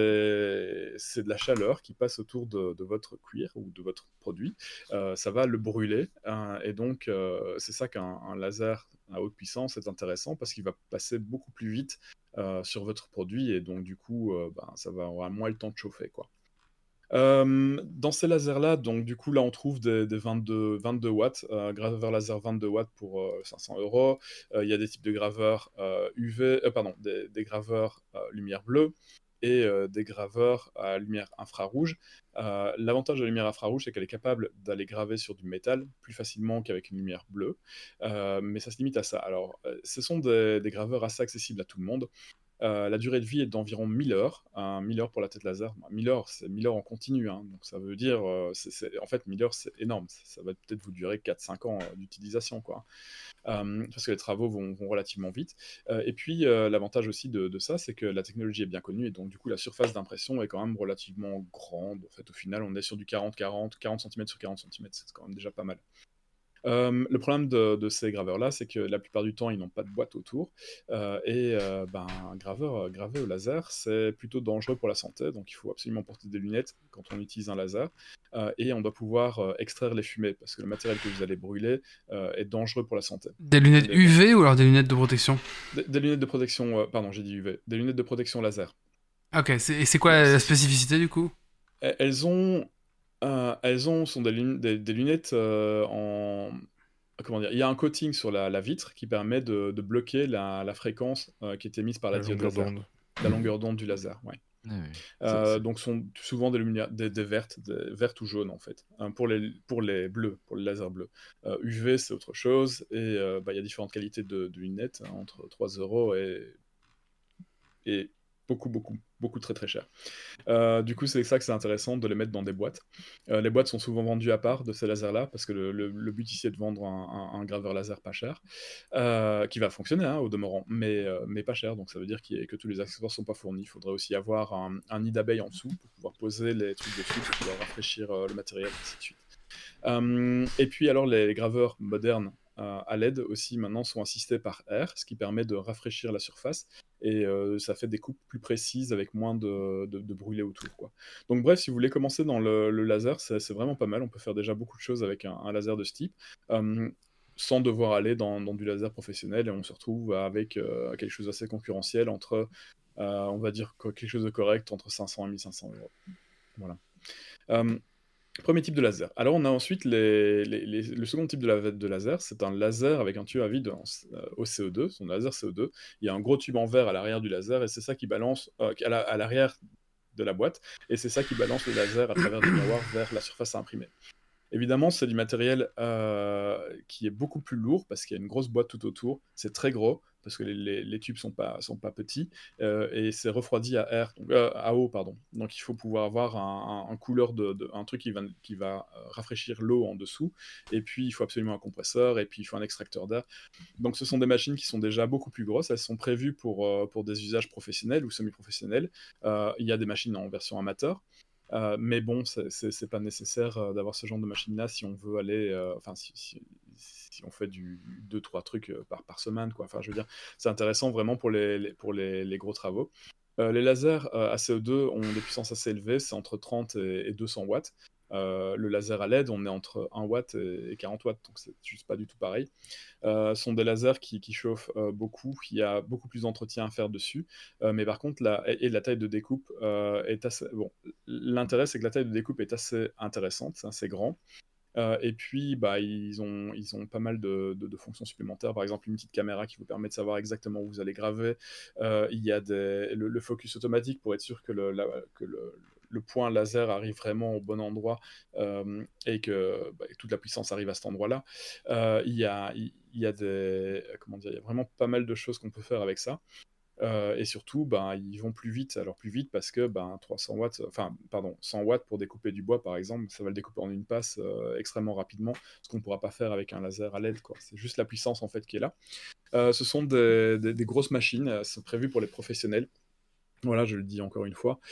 c'est c'est de la chaleur qui passe autour de, de votre cuir ou de votre produit. Euh, ça va le brûler, hein, et donc euh, c'est ça qu'un un laser à haute puissance est intéressant parce qu'il va passer beaucoup plus vite euh, sur votre produit et donc du coup, euh, ben, ça va avoir moins le temps de chauffer, quoi. Euh, dans ces lasers-là, donc du coup là on trouve des, des vingt-deux, vingt-deux watts, euh, graveur laser vingt-deux watts pour euh, cinq cents euros. Euh, Il y a des types de graveurs euh, U V, euh, pardon, des, des graveurs euh, lumière bleue et euh, des graveurs à lumière infrarouge. Euh, L'avantage de la lumière infrarouge, c'est qu'elle est capable d'aller graver sur du métal plus facilement qu'avec une lumière bleue, Euh, mais ça se limite à ça. Alors, euh, ce sont des, des graveurs assez accessibles à tout le monde. Euh, la durée de vie est d'environ mille heures, hein, mille heures pour la tête laser. Bah, mille heures, c'est mille heures en continu, hein, donc ça veut dire, euh, c'est- c'est- en fait, mille heures, c'est énorme. Ça, ça va peut-être vous durer quatre cinq ans euh, d'utilisation, quoi. Euh, parce que les travaux vont, vont relativement vite. Euh, et puis, euh, l'avantage aussi de, de ça, c'est que la technologie est bien connue, et donc du coup, la surface d'impression est quand même relativement grande. En fait, au final, on est sur du quarante quarante, quarante centimètres sur quarante centimètres, c'est quand même déjà pas mal. Euh, le problème de, de ces graveurs-là, c'est que la plupart du temps, ils n'ont pas de boîte autour. Euh, et euh, ben, un graveur euh, gravé au laser, c'est plutôt dangereux pour la santé. Donc, il faut absolument porter des lunettes quand on utilise un laser. Euh, et on doit pouvoir euh, extraire les fumées, parce que le matériel que vous allez brûler euh, est dangereux pour la santé. Des lunettes Des, U V ou alors des lunettes de protection? des- des lunettes de protection, euh, pardon, j'ai dit U V, des lunettes de protection laser. Ok, c'est- et c'est quoi Donc, la, la c'est- spécificité du coup? elles elles ont, euh, elles ont sont des, lun- des- des lunettes euh, en, comment dire, il y a un coating sur la, la vitre qui permet de, de bloquer la, la fréquence euh, qui est émise par la, La diode longueur laser, d'onde. la longueur d'onde du laser. Ouais. Ah oui. C'est- Euh, c'est- donc sont souvent des lumières, des, des vertes, des vertes ou jaunes en fait. Hein, pour les pour les bleus, pour les lasers bleus. Euh, U V c'est autre chose et euh, bah, il y a différentes qualités de, de lunettes, hein, entre trois euros et et beaucoup, beaucoup, beaucoup très très cher. Euh, du coup, c'est ça que c'est intéressant de les mettre dans des boîtes. Euh, les boîtes sont souvent vendues à part de ces lasers-là, parce que le, le- le but ici est de vendre un, un- un graveur laser pas cher, euh, qui va fonctionner hein, au demeurant, mais, euh, mais pas cher. Donc ça veut dire qu'il y a- que tous les accessoires sont pas fournis. Il faudrait aussi avoir un, un nid d'abeille en dessous pour pouvoir poser les trucs dessus, pour pouvoir rafraîchir euh, le matériel, ainsi de suite. Euh, et puis alors les graveurs modernes euh, à L E D aussi maintenant sont assistés par air, ce qui permet de rafraîchir la surface et euh, ça fait des coupes plus précises avec moins de, de, de brûlé autour, quoi. Donc bref, si vous voulez commencer dans le, le laser, c'est c'est vraiment pas mal. On peut faire déjà beaucoup de choses avec un, un laser de ce type. Euh, sans devoir aller dans, dans du laser professionnel et on se retrouve avec euh, quelque chose d'assez concurrentiel entre, euh, on va dire quoi, quelque chose de correct entre cinq cents et mille cinq cents euros. Voilà. Euh, Premier type de laser. Alors on a ensuite les, les- les- le second type de, la, de laser, c'est un laser avec un tuyau à vide en- euh, au C O deux, son laser C O deux. Il y a un gros tube en verre à l'arrière du laser et c'est ça qui balance euh, à la- à l'arrière de la boîte et c'est ça qui balance le laser à travers des miroirs vers la surface à imprimer. Évidemment, c'est du matériel euh, qui est beaucoup plus lourd parce qu'il y a une grosse boîte tout autour. C'est très gros parce que les, les- les tubes sont pas, sont pas petits euh, et c'est refroidi à air, donc, euh, à eau, pardon. Donc il faut pouvoir avoir un, un- un couleur de, de- un truc qui va, qui va euh, rafraîchir l'eau en dessous. Et puis il faut absolument un compresseur et puis il faut un extracteur d'air. Donc ce sont des machines qui sont déjà beaucoup plus grosses. Elles sont prévues pour, euh, pour des usages professionnels ou semi-professionnels. Euh, il y a des machines en version amateur. Euh, mais bon, c'est- c'est c'est pas nécessaire euh, d'avoir ce genre de machine-là si on veut aller, euh, enfin si, si- si on fait du deux trois trucs euh, par, par semaine, quoi. Enfin, je veux dire, c'est intéressant vraiment pour les, les- pour les, les gros travaux. Euh, les lasers euh, à C O deux ont des puissances assez élevées, c'est entre trente et, et deux cents watts. Euh, le laser à L E D, on est entre un watt et, et quarante watts, donc c'est juste pas du tout pareil. Euh, sont des lasers qui, qui chauffent euh, beaucoup. Il y a beaucoup plus d'entretien à faire dessus. Euh, mais par contre, la, et, et la taille de découpe euh, est assez. Bon, l'intérêt, c'est que la taille de découpe est assez intéressante, c'est assez grand. Euh, et puis, bah, ils, ont, ils ont pas mal de, de- de fonctions supplémentaires. Par exemple, une petite caméra qui vous permet de savoir exactement où vous allez graver. Euh, il y a des, le, le focus automatique pour être sûr que le, la- que le, le point laser arrive vraiment au bon endroit euh, et que bah, toute la puissance arrive à cet endroit-là. Euh, il y a, il, il y a des, comment dire, il y a vraiment pas mal de choses qu'on peut faire avec ça. Euh, et surtout, ben, ils vont plus vite. Alors plus vite parce que ben, trois cents watts, enfin, pardon, cent watts pour découper du bois, par exemple, ça va le découper en une passe euh, extrêmement rapidement, ce qu'on ne pourra pas faire avec un laser à L E D, quoi. C'est juste la puissance en fait qui est là. Euh, ce sont des, des- des grosses machines, euh, c'est prévu pour les professionnels. Voilà, je le dis encore une fois.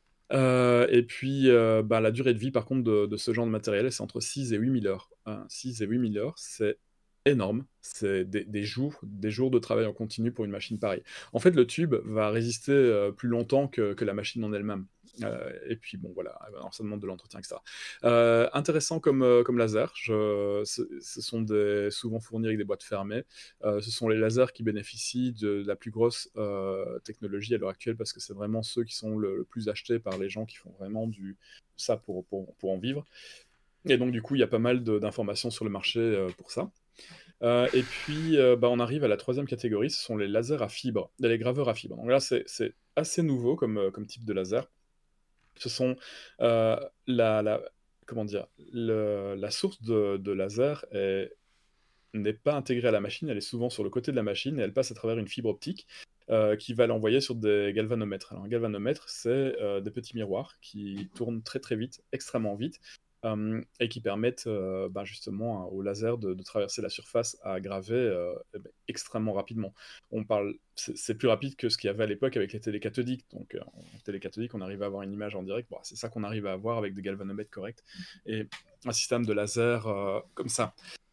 Euh, et puis, euh, ben, la durée de vie, par contre, de, de ce genre de matériel, c'est entre six et huit mille heures. Hein. six et huit mille heures, c'est énorme. C'est des, des jours, des jours de travail en continu pour une machine pareille. En fait, le tube va résister euh, plus longtemps que, que la machine en elle-même. Euh, et puis, bon, voilà, alors, ça demande de l'entretien, et cetera. Euh, intéressant comme, euh, comme laser. Je, ce, ce sont des, souvent fournis avec des boîtes fermées. Euh, ce sont les lasers qui bénéficient de, de la plus grosse euh, technologie à l'heure actuelle parce que c'est vraiment ceux qui sont le, le plus achetés par les gens qui font vraiment du, ça pour, pour, pour en vivre. Et donc, du coup, il y a pas mal de- d'informations sur le marché euh, pour ça. Euh, et puis, euh, bah, on arrive à la troisième catégorie, ce sont les lasers à fibre, les graveurs à fibre. Donc là, c'est c'est assez nouveau comme, euh, comme type de laser. Ce sont euh, la, la- comment dire, le- la source de, de laser est- n'est pas intégrée à la machine, elle est souvent sur le côté de la machine et elle passe à travers une fibre optique euh, qui va l'envoyer sur des galvanomètres. Alors, un galvanomètre, c'est euh, des petits miroirs qui tournent très très vite, extrêmement vite, euh, et qui permettent euh, bah, justement hein, au laser de, de traverser la surface à graver euh, eh ben, extrêmement rapidement. On parle, c'est c'est plus rapide que ce qu'il y avait à l'époque avec les télécathodiques. Donc, euh, en télécathodique, on arrive à avoir une image en direct. Bon, c'est ça qu'on arrive à avoir avec des galvanomètres corrects et un système de laser euh, comme ça.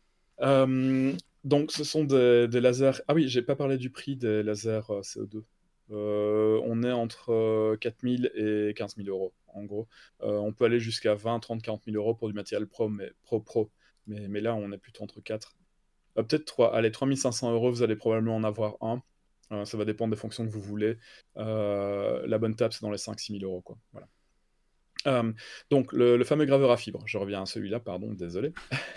Euh, donc, ce sont des, des lasers. Ah oui, j'ai pas parlé du prix des lasers euh, C O deux. Euh, on est entre euh, quatre mille et quinze mille euros, en gros. Euh, on peut aller jusqu'à vingt, trente, quarante mille euros pour du matériel pro, mais pro, pro. Mais, mais là, on est plutôt entre quatre. Euh, peut-être trois. Allez, trois mille cinq cents euros, vous allez probablement en avoir un. Euh, ça va dépendre des fonctions que vous voulez. Euh, la bonne table, c'est dans les cinq six mille euros, quoi. Voilà. Euh, donc, le, le fameux graveur à fibre. Je reviens à celui-là, pardon, désolé.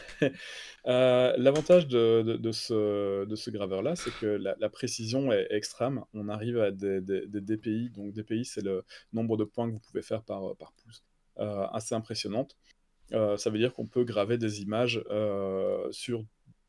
Euh, l'avantage de, de- de ce, de ce graveur-là, c'est que la, la précision est extrême. On arrive à des, des- des D P I. Donc, D P I, c'est le nombre de points que vous pouvez faire par, par pouce. Euh, assez impressionnante. Euh, ça veut dire qu'on peut graver des images euh, sur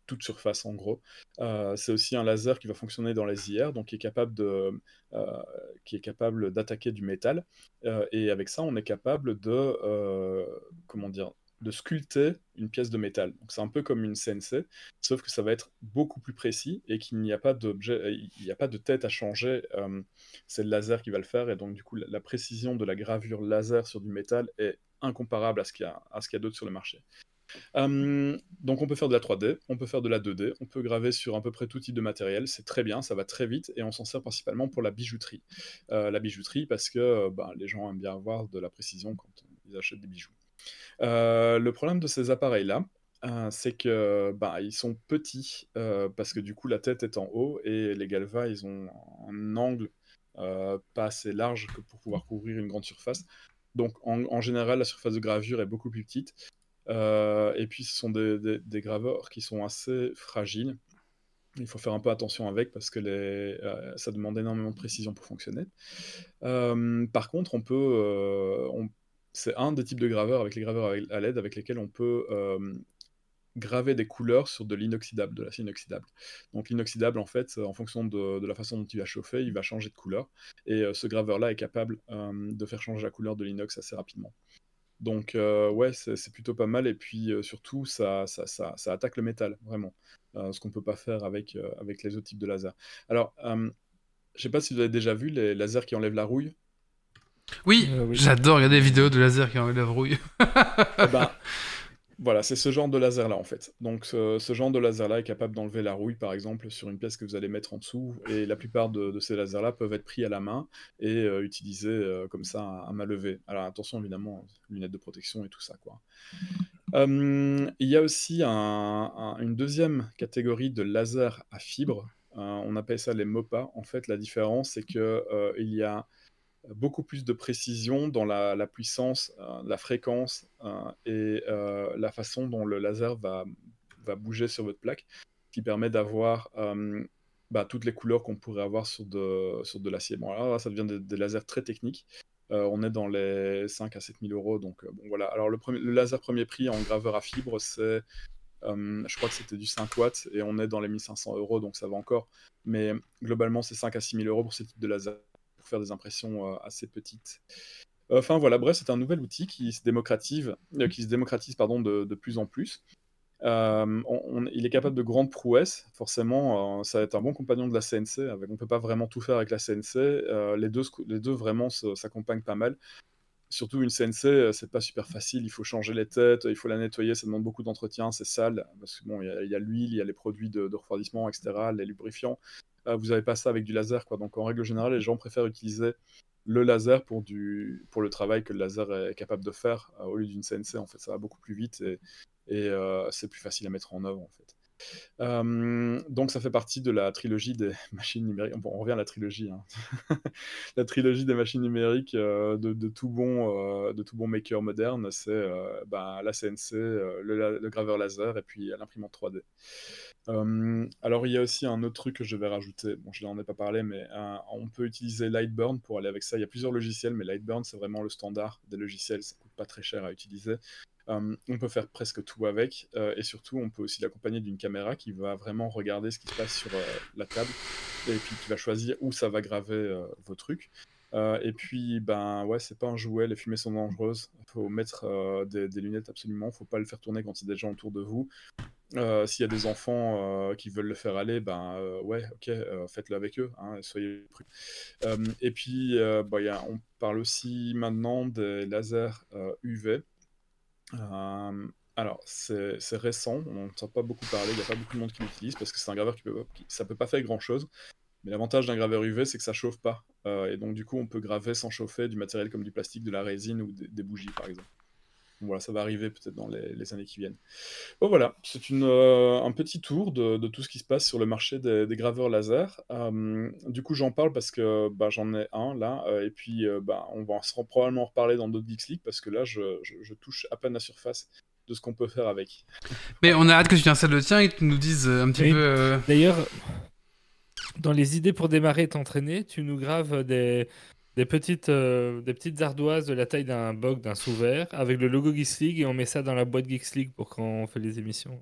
toute surface en gros. Euh, c'est aussi un laser qui va fonctionner dans les I R, donc qui est capable de, euh, qui est capable d'attaquer du métal. Euh, et avec ça, on est capable de, euh, comment dire, de sculpter une pièce de métal. Donc c'est un peu comme une C N C, sauf que ça va être beaucoup plus précis et qu'il n'y a pas d'objet, il n'y a pas de tête à changer. Euh, c'est le laser qui va le faire, et donc du coup la, la précision de la gravure laser sur du métal est incomparable à ce qu'il y a, à ce qu'il y a d'autre sur le marché. Euh, donc on peut faire de la trois D, on peut faire de la deux D, on peut graver sur à peu près tout type de matériel, c'est très bien, ça va très vite, et on s'en sert principalement pour la bijouterie. Euh, la bijouterie parce que euh, bah, les gens aiment bien avoir de la précision quand ils achètent des bijoux. Euh, le problème de ces appareils-là, euh, c'est que bah, ils sont petits, euh, parce que du coup la tête est en haut, et les Galva, ils ont un angle euh, pas assez large que pour pouvoir couvrir une grande surface. Donc en, en général, la surface de gravure est beaucoup plus petite. Euh, et puis ce sont des, des, des graveurs qui sont assez fragiles. Il faut faire un peu attention avec parce que les, euh, ça demande énormément de précision pour fonctionner. Euh, par contre, on peut, euh, on- c'est un des types de graveurs avec les graveurs avec- à L E D avec lesquels on peut euh, graver des couleurs sur de l'inoxydable, de l'acier inoxydable. Donc l'inoxydable, en fait, en fonction de, de la façon dont il va chauffer, il va changer de couleur. Et euh, ce graveur-là est capable euh, de faire changer la couleur de l'inox assez rapidement. Donc euh, ouais, c'est c'est plutôt pas mal. Et puis euh, surtout, ça, ça, ça, ça attaque le métal, vraiment. Euh, ce qu'on peut pas faire avec, euh, avec les autres types de lasers. Alors, euh, je sais pas si vous avez déjà vu les lasers qui enlèvent la rouille. Oui, Euh, oui. j'adore regarder des vidéos de laser qui enlèvent la rouille. Eh ben, voilà, c'est ce genre de laser-là en fait. Donc ce, ce genre de laser-là est capable d'enlever la rouille, par exemple, sur une pièce que vous allez mettre en dessous. Et la plupart de, de ces lasers-là peuvent être pris à la main et euh, utilisés euh, comme ça à, à main levée. Alors attention, évidemment, lunettes de protection et tout ça, quoi. Euh, il y a aussi un- un- une deuxième catégorie de lasers à fibres. Euh, on appelle ça les MOPA. En fait, la différence, c'est que euh, il y a beaucoup plus de précision dans la, la puissance, euh, la fréquence euh, et euh, la façon dont le laser va, va bouger sur votre plaque, qui permet d'avoir euh, bah, toutes les couleurs qu'on pourrait avoir sur de, sur de l'acier. Bon, alors là, ça devient des, des lasers très techniques. Euh, on est dans les cinq à sept mille euros. Donc, euh, bon, voilà. Alors, le, premier, le laser premier prix en graveur à fibre, c'est, euh, je crois que c'était du cinq watts, et on est dans les mille cinq cents euros, donc ça va encore. Mais globalement, c'est cinq à six mille euros pour ce type de laser, pour faire des impressions euh, assez petites. Enfin voilà, bref, c'est un nouvel outil qui se démocratise, euh, qui se démocratise pardon, de, de plus en plus. Euh, on- on- il est capable de grandes prouesses, forcément, euh, ça va être un bon compagnon de la C N C. Avec, on ne peut pas vraiment tout faire avec la C N C, euh, les, deux, se- les deux vraiment se- s'accompagnent pas mal. Surtout une C N C, euh, c'est pas super facile, il faut changer les têtes, il faut la nettoyer, ça demande beaucoup d'entretien, c'est sale, parce que bon, il y a- il y a l'huile, il y a les produits de, de refroidissement, et cetera, les lubrifiants. Euh, vous n'avez pas ça avec du laser, quoi. Donc en règle générale, les gens préfèrent utiliser le laser pour, du, pour le travail que le laser est capable de faire, euh, au lieu d'une C N C. En fait, ça va beaucoup plus vite, et, et euh, c'est plus facile à mettre en œuvre, en fait. Euh, donc ça fait partie de la trilogie des machines numériques. Bon, on revient à la trilogie, hein. La trilogie des machines numériques, euh, de, de tout bon, euh, de tout bon maker moderne, c'est euh, bah, la C N C, euh, le, la- le graveur laser et puis l'imprimante trois D. Euh, alors il y a aussi un autre truc que je vais rajouter. Bon, je n'en ai pas parlé, mais euh, on peut utiliser Lightburn pour aller avec ça. Il y a plusieurs logiciels, mais Lightburn c'est vraiment le standard des logiciels. Ça coûte pas très cher à utiliser. Euh, on peut faire presque tout avec, euh, et surtout on peut aussi l'accompagner d'une caméra qui va vraiment regarder ce qui se passe sur euh, la table, et puis qui va choisir où ça va graver euh, vos trucs. Euh, et puis, ben ouais, c'est pas un jouet, les fumées sont dangereuses. Il faut mettre euh, des, des lunettes absolument, faut pas le faire tourner quand il y a des gens autour de vous. Euh, S'il y a des enfants euh, qui veulent le faire aller, ben euh, ouais, ok, euh, faites-le avec eux, hein, soyez prudents. Euh, et puis, euh, bah, y a, on parle aussi maintenant des lasers euh, U V. Euh, alors, c'est c'est récent, on n'entend pas beaucoup parler, il n'y a pas beaucoup de monde qui l'utilise parce que c'est un graveur qui peut, qui- ça peut pas faire grand-chose. Mais l'avantage d'un graveur U V, c'est que ça chauffe pas. Euh, et donc, du coup, on peut graver sans chauffer du matériel comme du plastique, de la résine ou des, des bougies, par exemple. Donc, voilà, ça va arriver peut-être dans les, les années qui viennent. Bon, voilà, c'est une, euh, un petit tour de, de tout ce qui se passe sur le marché des, des graveurs laser. Euh, du coup, j'en parle parce que bah, j'en ai un là, euh, et puis euh, bah, on va en- probablement en reparler dans d'autres Geeks League parce que là, je, je- je touche à peine la surface de ce qu'on peut faire avec. Mais on a hâte que tu installes le tien et que tu nous dises euh, un petit Oui. peu. euh, D'ailleurs, dans les idées pour démarrer et t'entraîner, tu nous graves des, des, petites, euh, des petites ardoises de la taille d'un boc, d'un sous-verre, avec le logo Geeks League, et on met ça dans la boîte Geeks League pour quand on fait les émissions.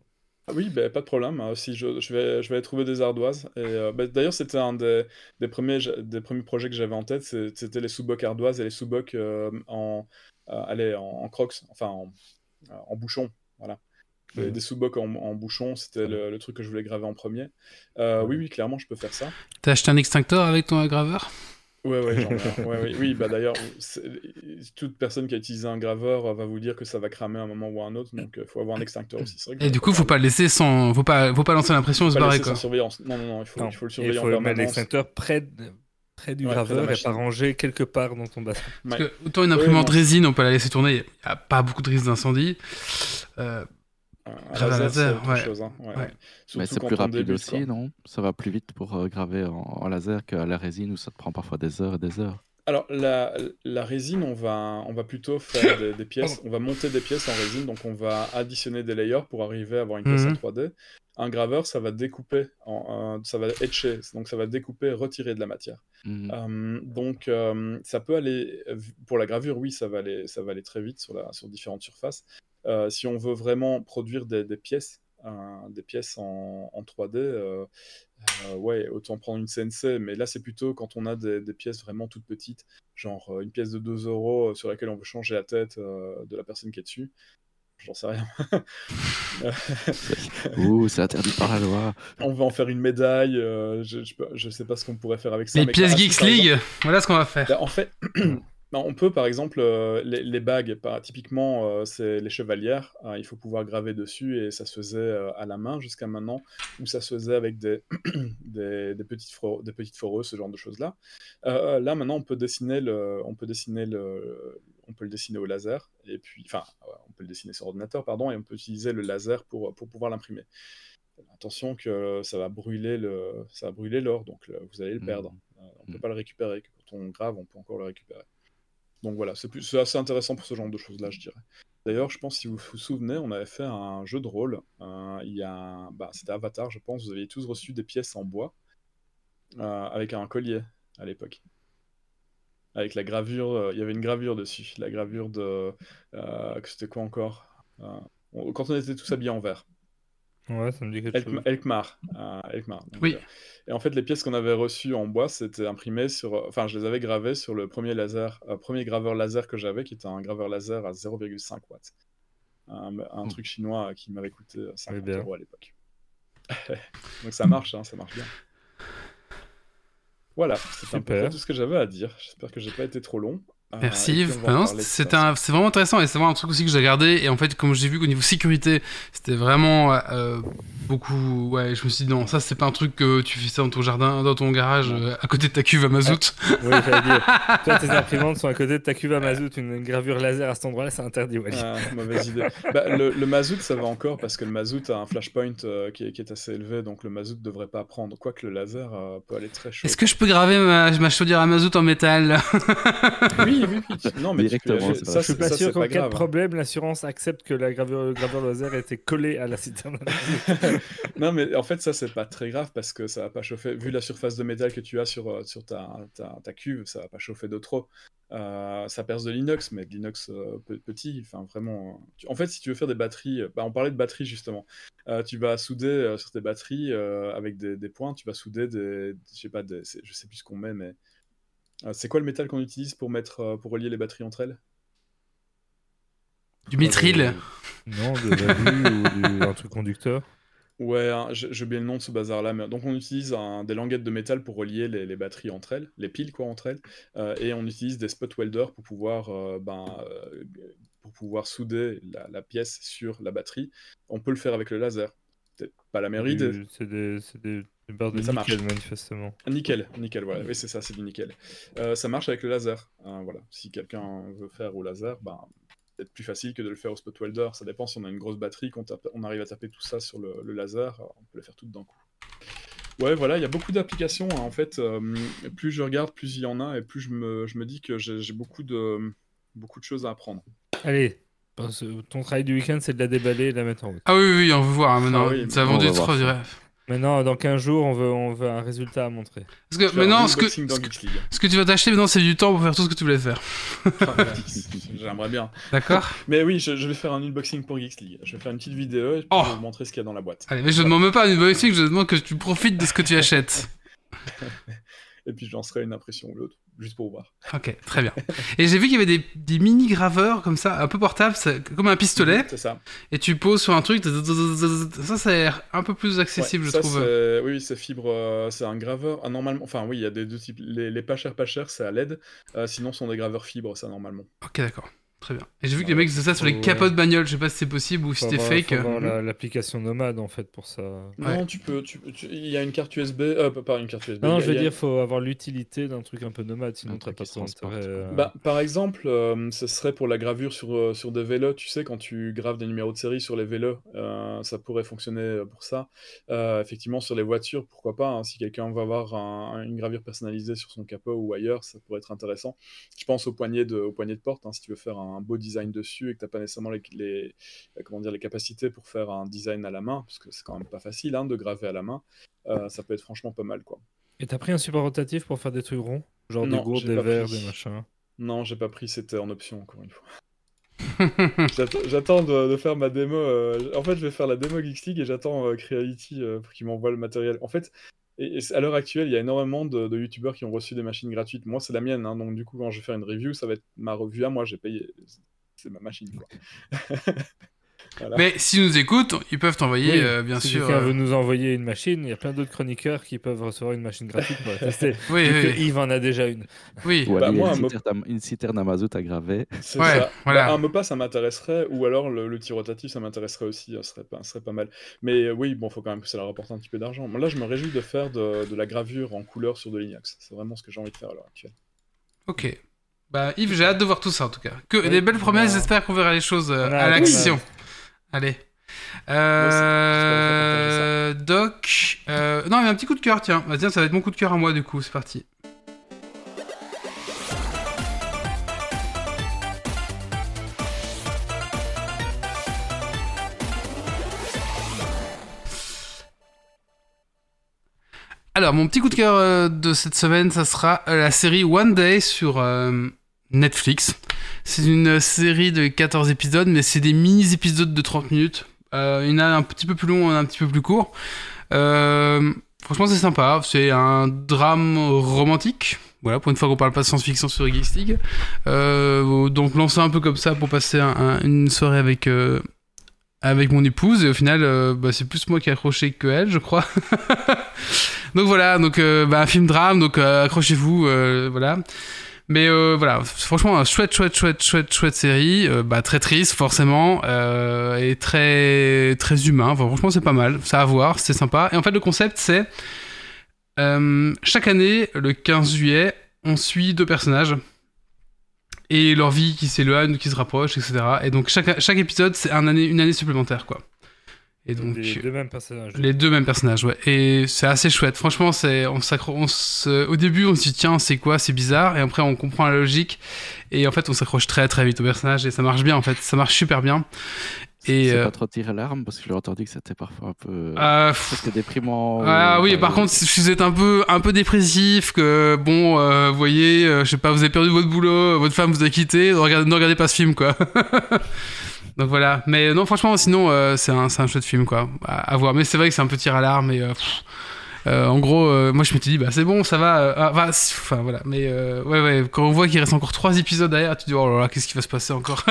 Ah oui, bah, pas de problème. euh, si je, je vais, je vais aller trouver des ardoises. Et, euh, bah, d'ailleurs, c'était un des, des premiers, ja- des premiers projets que j'avais en tête. c'est- C'était les sous-bocs ardoises et les sous-bocs euh, en, euh, allez, en, en crocs, enfin en, en bouchon. Voilà. Des, Mhm. des sous-bocs en, en bouchon, c'était Voilà. le, le truc que je voulais graver en premier. Euh, oui, Ouais. oui, clairement, je peux faire ça. T'as acheté un extincteur avec ton graveur? Ouais, ouais, j'en ai un. Ouais, oui, oui, bah d'ailleurs, c'est- toute personne qui a utilisé un graveur euh, va vous dire que ça va cramer à un moment ou à un autre, donc il faut avoir un extincteur aussi. C'est vrai que Et j'en ai du pas coup, faut parlé. pas le laisser sans. Faut pas, faut pas lancer l'impression et se Pas barrer, laisser sans quoi. surveillance. Non, non, non, il faut, il Non. faut le Et il surveiller en faut mettre permanence. l'extincteur près, de- près du Ouais, près de la graveur et pas machine. rangé quelque part dans ton bassin. Parce Ouais. que autant une Ouais, imprimante non. résine, on peut la laisser tourner, il n'y a pas beaucoup de risque d'incendie. Euh, Un grave à laser, c'est laser, autre ouais. chose. Hein. Ouais, Ouais. ouais. Mais Surtout c'est quand plus on rapide débute, aussi, quoi. non? Ça va plus vite pour euh, graver en, en laser qu'à la résine où ça te prend parfois des heures et des heures. Alors, la, la résine, on va, on va plutôt faire des, des pièces, on va monter des pièces en résine, donc on va additionner des layers pour arriver à avoir une pièce en Mhm. trois D. Un graveur, ça va découper, en, en- ça va etcher, donc ça va découper, retirer de la matière. Mhm. Euh, donc, euh, ça peut aller, pour la gravure, oui, ça va aller, ça va aller très vite sur, la, sur différentes surfaces. Euh, si on veut vraiment produire des, des pièces, euh, des pièces en, en trois D, euh, euh, ouais, autant prendre une C N C, mais là c'est plutôt quand on a des, des pièces vraiment toutes petites, genre euh, une pièce de deux euros euh, sur laquelle on veut changer la tête euh, de la personne qui est dessus. J'en sais rien. Ouh, c'est interdit par la loi. On va en faire une médaille, euh, je, je, peux- je sais pas ce qu'on pourrait faire avec ça. Les mais pièces ah, si, Geeks par exemple- League, voilà ce qu'on va faire. Bah, en fait, non, on peut par exemple, euh, les, les bagues, par- typiquement, euh, c'est les chevalières, euh, il faut pouvoir graver dessus et ça se faisait euh, à la main jusqu'à maintenant, ou ça se faisait avec des, des, des petites, fro- des petites foreuses, ce genre de choses-là. Euh, là maintenant, on peut dessiner le, on peut dessiner le, on peut le dessiner au laser, et puis, enfin, ouais, on peut le dessiner sur ordinateur, pardon, et on peut utiliser le laser pour, pour pouvoir l'imprimer. Attention que ça va brûler le, ça va brûler l'or, donc le- vous allez le Mhm. perdre. Euh, on peut Mhm. pas le récupérer. que Quand on grave, on peut encore le récupérer. Donc voilà, c'est plus, c'est assez intéressant pour ce genre de choses-là, je dirais. D'ailleurs, je pense, si vous vous souvenez, on avait fait un jeu de rôle. euh, il y a, un- bah, c'était Avatar, je pense. Vous aviez tous reçu des pièces en bois euh, avec un collier à l'époque, avec la gravure. euh, Il y avait une gravure dessus, la gravure de, euh, que c'était quoi encore. Euh, on- Quand on était tous habillés en vert. Ouais, ça me dit quelque Elkma- chose. Elkmar. euh, Elkmar. Donc, Oui. euh, et en fait, les pièces qu'on avait reçues en bois, c'était imprimé sur. euh, Enfin, je les avais gravées sur le premier laser, euh, premier graveur laser que j'avais, qui était un graveur laser à zéro virgule cinq watts. Un, un Oh. truc chinois euh, qui m'avait coûté euh, cinquante bien. euros à l'époque. Donc ça marche, hein, ça marche bien. Voilà, c'est à peu près Super. tout ce que j'avais à dire. J'espère que j'ai pas été trop long. Euh, Merci et puis Yves. on va en Ah non, parler de c'est toute façon. un- c'est vraiment intéressant et c'est vraiment un truc aussi que j'ai regardé. Et en fait, comme j'ai vu qu'au niveau sécurité, c'était vraiment euh, beaucoup. Ouais, je me suis dit non, ça c'est pas un truc que tu fais ça dans ton jardin, dans ton garage, Non. euh, à côté de ta cuve à mazout. Oui, j'allais dire. Toi, tes imprimantes sont à côté de ta cuve à mazout. Une gravure laser à cet endroit-là, c'est interdit, Wally. Ah, mauvaise idée. Bah, le, le mazout, ça va encore parce que le mazout a un flashpoint euh, qui, est, qui est assez élevé, donc le mazout devrait pas prendre. Quoique le laser euh, peut aller très chaud. Est-ce que je peux graver ma, ma chaudière à mazout en métal? Oui, oui, oui. tu- Non, mais tu peux y Directement, aller. c'est Ça, Je suis c'est pas ça, sûr c'est qu'en pas cas de grave. hein. problème, l'assurance accepte que la gravure, le graveur laser ait été collée à la citerne. Non, mais en fait, ça, c'est pas très grave parce que ça va pas chauffer. Vu la surface de métal que tu as sur, euh, sur ta, ta, ta cuve, ça va pas chauffer de trop. Euh, ça perce de l'inox, mais de l'inox euh, pe- petit. Enfin, vraiment. euh, tu- En fait, si tu veux faire des batteries, euh, bah, on parlait de batteries justement. Euh, tu vas souder euh, sur tes batteries euh, avec des, des points, tu vas souder des. Je sais pas, des... c'est- je sais plus ce qu'on met, mais. euh, c'est quoi le métal qu'on utilise pour, mettre, euh, pour relier les batteries entre elles? Du mithril. Non, de l'alu ou du, un truc conducteur. Ouais, hein, j'ai j'ai oublié le nom de ce bazar-là, mais donc on utilise un- des languettes de métal pour relier les, les batteries entre elles, les piles quoi entre elles, euh, et on utilise des spot welders pour pouvoir, euh, ben, euh, pour pouvoir souder la, la pièce sur la batterie. On peut le faire avec le laser. C'est pas la meilleure idée. Du- C'est des, c'est des, des barres de Mais ça nickel, marche. manifestement. Nickel, nickel, voilà, oui c'est ça, c'est du nickel. Euh, ça marche avec le laser, hein, voilà. Si quelqu'un veut faire au laser, ben, c'est plus facile que de le faire au spot welder. Ça dépend si on a une grosse batterie, qu'on tape- on arrive à taper tout ça sur le, le laser, on peut le faire tout d'un coup. Ouais, voilà, il y a beaucoup d'applications, hein, en fait. euh, plus je regarde, plus il y en a, et plus je me, je me dis que j'ai j'ai beaucoup de, beaucoup de choses à apprendre. Allez, parce que ton travail du week-end, c'est de la déballer et de la mettre en route. Ah oui, oui, oui, on veut voir hein, maintenant. Ah oui, Ça a on vendu va trop, voir je ça. dirais. Maintenant, dans quinze jours, on veut, on veut un résultat à montrer. Parce que Je vais faire maintenant, un ce que, unboxing dans ce, que, Geeks League. ce que tu vas t'acheter maintenant, c'est du temps pour faire tout ce que tu voulais faire. Ah, ouais, J'aimerais bien. D'accord. Mais oui, je, je vais faire un unboxing pour Geeks League. Je vais faire une petite vidéo et puis Oh. je vais vous montrer ce qu'il y a dans la boîte. Allez, mais je ne demande même pas une unboxing, je demande que tu profites de ce que tu achètes. Et puis je lancerai une impression ou l'autre, juste pour voir. Ok, très bien. Et j'ai vu qu'il y avait des, des mini graveurs comme ça, un peu portables, c'est comme un pistolet, C'est ça. et tu poses sur un truc, ça, ça a l'air un peu plus accessible, Ouais, je ça, trouve. c'est- Oui, oui, c'est fibre, euh, c'est un graveur. Ah, normalement, enfin oui, il y a des deux types. Les, les pas chers, pas chers, c'est à L E D. Euh, sinon, ce sont des graveurs fibres, ça normalement. Ok, d'accord. Très bien. Et j'ai vu que les Ouais. mecs faisaient ça sur les Ouais. capots de bagnole, je sais pas si c'est possible ou si Faut c'était avoir- fake. faut avoir Mhm. la- l'application Nomade en fait pour ça. Ouais. Non, tu peux. Tu, tu- Il y a une carte U S B. Euh, pas une carte U S B. Non, il y a- je veux il y a- dire, faut avoir l'utilité d'un truc un peu nomade, sinon Un t'as truc pas qui se trop transporte, d'intérêt. quoi. euh. Bah, par exemple, euh, ce serait pour la gravure sur, euh, sur des vélos. Tu sais, quand tu graves des numéros de série sur les vélos, euh, ça pourrait fonctionner pour ça. Euh, effectivement, sur les voitures, pourquoi pas, hein, si quelqu'un va avoir un- une gravure personnalisée sur son capot ou ailleurs, ça pourrait être intéressant. Je pense au poignet de, au poignet de porte, hein, si tu veux faire un beau design dessus et que tu n'as pas nécessairement les, les, comment dire, les capacités pour faire un design à la main, parce que c'est quand même pas facile hein, de graver à la main, euh, ça peut être franchement pas mal, quoi. Et t'as pris un support rotatif pour faire des trucs ronds? Genre Non, des gourdes, j'ai des pas verres, pris. des machins. Non, j'ai pas pris, c'était en option, encore une fois. J'attends- J'attends de, de faire ma démo. euh, En fait, je vais faire la démo Geeks League et j'attends euh, Creality euh, pour qu'ils m'envoient le matériel. En fait, et, et à l'heure actuelle, il y a énormément de, de youtubeurs qui ont reçu des machines gratuites. Moi, c'est la mienne, hein, donc du coup, quand je vais faire une review, ça va être ma revue à moi. J'ai payé. C'est ma machine, quoi. Voilà. Mais s'ils nous écoutent, ils peuvent t'envoyer, Oui, euh, bien si sûr. quelqu'un euh, veut nous envoyer une machine, il y a plein d'autres chroniqueurs qui peuvent recevoir une machine gratuite pour la tester. Oui, vu oui, que Yves en a déjà une. oui. Ou Bah, aller moi, une, un citerne, à- une citerne à mazout à graver. C'est Ouais, ça. voilà. Bah, un MOPA, ça m'intéresserait, ou alors le, le tir rotatif, ça m'intéresserait aussi, ça serait pas, ça serait pas mal. Mais euh, oui, bon, faut quand même que ça leur rapporte un petit peu d'argent. Moi, là, je me réjouis de faire de, de la gravure en couleur sur de l'inox. C'est vraiment ce que j'ai envie de faire à l'heure actuelle. Ok. Bah, Yves, j'ai hâte de voir tout ça en tout cas. Que Oui, des belles promesses, on a- j'espère qu'on verra les choses euh, on a à hâte, l'action. on a Allez. Moi aussi, Euh... Doc. Euh... Non, il y a un petit coup de cœur, tiens. Bah, tiens, ça va être mon coup de cœur à moi du coup, c'est parti. Alors, mon petit coup de cœur euh, de cette semaine, ça sera euh, la série One Day sur euh, Netflix. C'est une série de quatorze épisodes, mais c'est des mini-épisodes de trente minutes. Euh, il y en a un petit peu plus long, un petit peu plus court. Euh, franchement, c'est sympa. C'est un drame romantique. Voilà, pour une fois qu'on parle pas de science-fiction sur Geeks League. Euh, donc, lancé un peu comme ça pour passer un- un- une soirée avec... Euh, avec mon épouse, et au final, euh, bah, c'est plus moi qui ai accroché que elle, je crois. Donc voilà, donc euh, bah, un film drame, donc euh, accrochez-vous, euh, voilà. Mais euh, voilà, franchement, un chouette, chouette, chouette, chouette, chouette série, euh, bah, très triste forcément, euh, et très, très humain. Enfin, franchement, c'est pas mal, ça à voir, c'est sympa. Et en fait, le concept, c'est euh, chaque année, le quinze juillet, on suit deux personnages et leur vie qui s'éloigne, qui se rapproche, et cetera. Et donc chaque, chaque épisode, c'est un année, une année supplémentaire, quoi. Et donc Les deux mêmes personnages. les deux mêmes personnages, ouais. Et c'est assez chouette. Franchement, c'est, on s'accro- on se- au début, on se dit tiens, c'est quoi, c'est bizarre. Et après, on comprend la logique. Et en fait, on s'accroche très très vite au personnage et ça marche bien. En fait, ça marche super bien. Et, C'est euh, pas trop tirer l'arme parce que j'ai entendu que c'était parfois un peu Euh, pff, presque déprimant. Ah ou- oui, enfin, par contre, si vous êtes un peu, un peu dépressif, que bon, euh, vous voyez, euh, je sais pas, vous avez perdu votre boulot, votre femme vous a quitté, ne regardez, ne regardez pas ce film, quoi. Donc voilà. Mais non, franchement, sinon, euh, c'est un, c'est un chouette film, quoi, à, à voir. Mais c'est vrai que c'est un peu tir à l'arme et. Euh, pff, euh, en gros, euh, moi je m'étais dit, bah c'est bon, ça va. euh, ah, va, c'est- enfin voilà. Mais euh, ouais, ouais, quand on voit qu'il reste encore trois épisodes derrière, tu te dis, oh là là, qu'est-ce qui va se passer encore.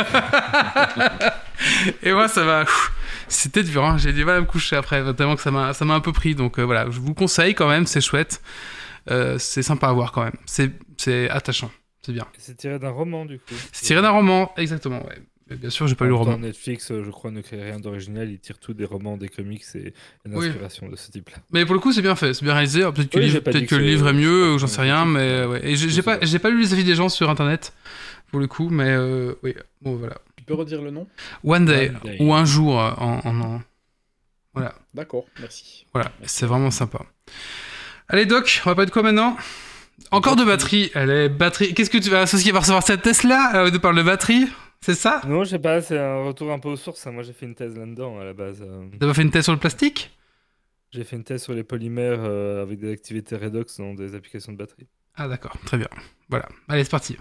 Et moi, ça va. pff, C'était dur, hein. J'ai du mal à me coucher après, tellement que ça m'a, ça m'a un peu pris. Donc euh, voilà, je vous conseille quand même, c'est chouette. Euh, c'est sympa à voir quand même. C'est, c'est attachant, c'est bien. C'est tiré d'un roman, du coup. C'est tiré d'un roman, exactement, ouais. Mais bien sûr, j'ai pas lu le roman. Netflix, euh, je crois, ne crée rien d'original. Il tire tout des romans, des comics et une Oui. inspiration de ce type-là. Mais pour le coup, c'est bien fait, c'est bien réalisé. Alors, peut-être que, Oui, le j'ai livre, pas peut-être dit que que le livre est c'est- mieux, c'est ou j'en pas sais rien, critique, mais euh, ouais. Et j'ai, je j'ai sais pas, pas. j'ai pas lu les avis des gens sur internet, pour le coup, mais euh, oui, bon voilà. Tu peux redire le nom? One Day, One Day. ou un jour euh, en, en, en- Voilà, D'accord, merci. voilà, c'est vraiment sympa. Allez, Doc, on va parler de quoi maintenant? Encore de batterie. Allez, batterie. Qu'est-ce que tu vas associer à recevoir cette Tesla euh, de parler de batterie? C'est ça? Non, je sais pas, c'est un retour un peu aux sources. hein. Moi, j'ai fait une thèse là-dedans à la base. euh. T'as pas fait une thèse sur le plastique? J'ai fait une thèse sur les polymères euh, avec des activités redox dans des applications de batterie. Ah d'accord, très bien. Voilà, allez c'est parti.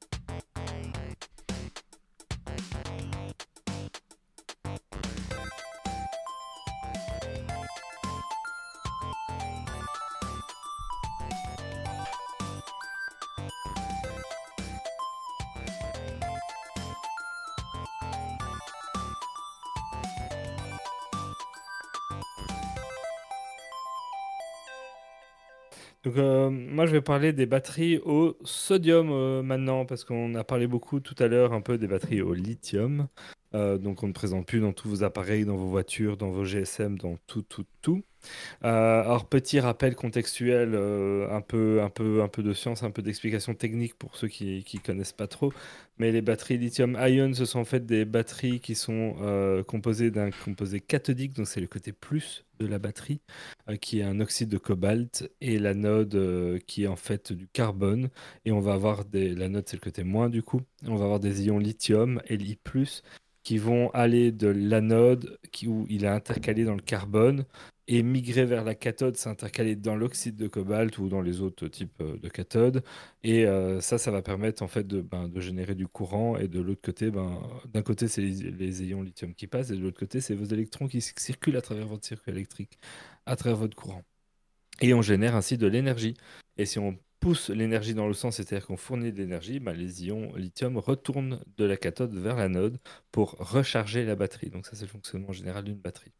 Donc, euh, moi, je vais parler des batteries au sodium euh, maintenant, parce qu'on a parlé beaucoup tout à l'heure un peu des batteries au lithium. Euh, donc, on ne présente plus dans tous vos appareils, dans vos voitures, dans vos G S M, dans tout, tout, tout. Euh, alors, petit rappel contextuel, euh, un peu, un peu, un peu de science, un peu d'explication technique pour ceux qui ne connaissent pas trop. Mais les batteries lithium-ion, ce sont en fait des batteries qui sont euh, composées d'un composé cathodique, donc c'est le côté plus de la batterie, euh, qui est un oxyde de cobalt, et l'anode euh, qui est en fait du carbone. Et on va avoir des... L'anode, c'est le côté moins du coup. On va avoir des ions lithium, Li+, qui vont aller de l'anode, qui... où il est intercalé dans le carbone, et migrer vers la cathode, s'intercaler dans l'oxyde de cobalt ou dans les autres types euh, de cathodes. Et euh, ça, ça va permettre en fait de, ben, de générer du courant. Et de l'autre côté, ben, d'un côté, c'est les, les ions lithium qui passent, et de l'autre côté, c'est vos électrons qui circulent à travers votre circuit électrique, à travers votre courant. Et on génère ainsi de l'énergie. Et si on pousse l'énergie dans le sens, c'est-à-dire qu'on fournit de l'énergie, ben, les ions lithium retournent de la cathode vers l'anode pour recharger la batterie. Donc ça, c'est le fonctionnement général d'une batterie.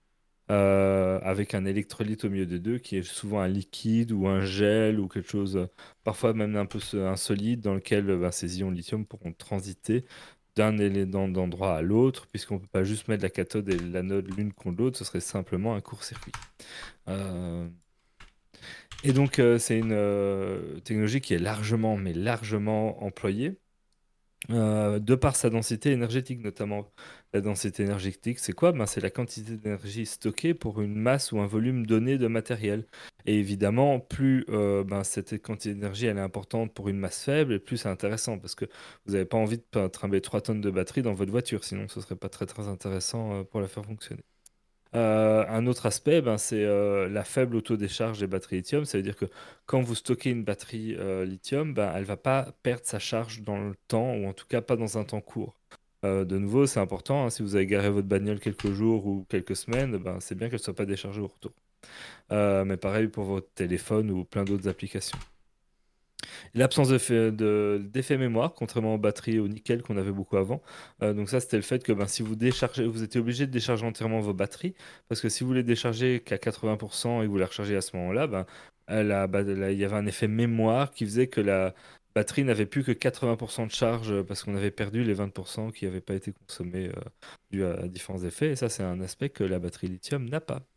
Euh, avec un électrolyte au milieu des deux qui est souvent un liquide ou un gel ou quelque chose, euh, parfois même un peu so- un solide dans lequel euh, ben, ces ions lithium pourront transiter d'un élément d'endroit à l'autre, puisqu'on ne peut pas juste mettre la cathode et l'anode l'une contre l'autre, ce serait simplement un court-circuit. Euh, et donc, euh, c'est une euh, technologie qui est largement, mais largement employée. Euh, de par sa densité énergétique, notamment. La densité énergétique, c'est quoi? Ben, c'est la quantité d'énergie stockée pour une masse ou un volume donné de matériel. Et évidemment, plus euh, ben, cette quantité d'énergie elle est importante pour une masse faible, et plus c'est intéressant, parce que vous n'avez pas envie de pa- trimballer trois tonnes de batterie dans votre voiture, sinon ce serait pas très très intéressant euh, pour la faire fonctionner. Euh, un autre aspect, ben, c'est euh, la faible autodécharge des batteries lithium. Ça veut dire que quand vous stockez une batterie euh, lithium, ben, elle ne va pas perdre sa charge dans le temps, ou en tout cas pas dans un temps court. Euh, de nouveau, c'est important, hein, si vous avez garé votre bagnole quelques jours ou quelques semaines, ben, c'est bien qu'elle ne soit pas déchargée au retour. Euh, mais pareil pour votre téléphone ou plein d'autres applications. L'absence d'effet de, d'effet mémoire, contrairement aux batteries au nickel qu'on avait beaucoup avant. Euh, donc ça, c'était le fait que ben, si vous déchargez, vous étiez obligé de décharger entièrement vos batteries, parce que si vous les déchargez qu'à quatre-vingts pour cent et que vous les rechargez à ce moment-là, ben, elle a- bah, là, il y avait un effet mémoire qui faisait que la batterie n'avait plus que quatre-vingts pour cent de charge euh, parce qu'on avait perdu les vingt pour cent qui n'avaient pas été consommés euh, dû à, à différents effets. Et ça, c'est un aspect que la batterie lithium n'a pas.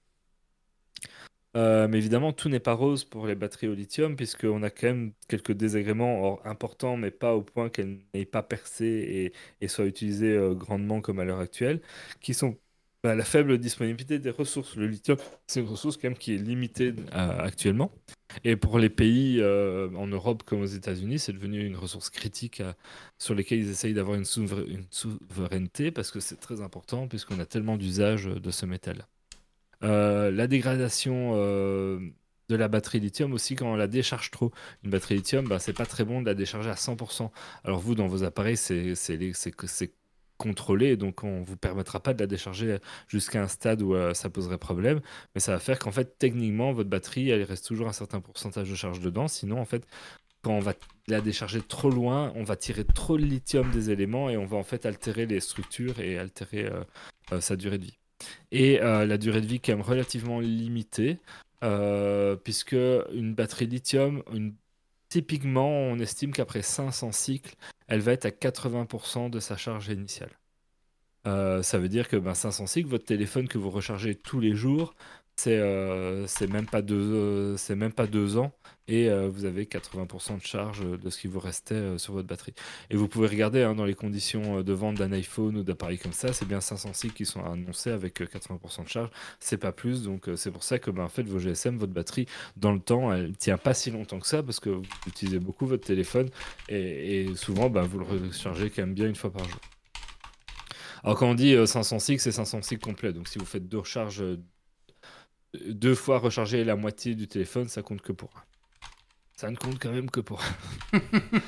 Euh, mais évidemment, tout n'est pas rose pour les batteries au lithium, puisqu'on a quand même quelques désagréments or, importants, mais pas au point qu'elles n'aient pas percé et, et soient utilisées euh, grandement comme à l'heure actuelle, qui sont bah, la faible disponibilité des ressources. Le lithium, c'est une ressource quand même qui est limitée euh, actuellement. Et pour les pays euh, en Europe comme aux États-Unis, c'est devenu une ressource critique à- sur lesquelles ils essayent d'avoir une, souver- une souveraineté, parce que c'est très important, puisqu'on a tellement d'usage de ce métal. Euh, la dégradation euh, de la batterie lithium aussi quand on la décharge trop. Une batterie lithium, bah, c'est pas très bon de la décharger à cent pour cent. Alors vous, dans vos appareils, c'est c'est les- c'est que- c'est contrôlé, donc on vous permettra pas de la décharger jusqu'à un stade où euh, ça poserait problème, mais ça va faire qu'en fait, techniquement, votre batterie, elle reste toujours un certain pourcentage de charge dedans. Sinon, en fait, quand on va la décharger trop loin, on va tirer trop le lithium des éléments et on va en fait altérer les structures et altérer euh, euh, sa durée de vie. Et euh, la durée de vie quand même relativement limitée, euh, puisque une batterie lithium, une- typiquement, on estime qu'après cinq cents cycles, elle va être à quatre-vingts pour cent de sa charge initiale. Euh, ça veut dire que ben, cinq cents cycles, votre téléphone que vous rechargez tous les jours, c'est euh, c'est même pas deux, euh, c'est même pas deux ans et euh, vous avez quatre-vingts pour cent de charge euh, de ce qui vous restait euh, sur votre batterie. Et vous pouvez regarder hein, dans les conditions euh, de vente d'un iPhone ou d'appareils comme ça, c'est bien cinq cents cycles qui sont annoncés avec euh, quatre-vingts pour cent de charge, c'est pas plus. Donc euh, c'est pour ça que ben, en fait, vos G S M, votre batterie, dans le temps, elle tient pas si longtemps que ça parce que vous utilisez beaucoup votre téléphone et, et souvent ben, vous le rechargez quand même bien une fois par jour. Alors quand on dit euh, cinq cents cycles, c'est cinq cents cycles complets. Donc si vous faites deux recharges, euh, deux fois recharger la moitié du téléphone, ça compte que pour un. Ça ne compte quand même que pour un.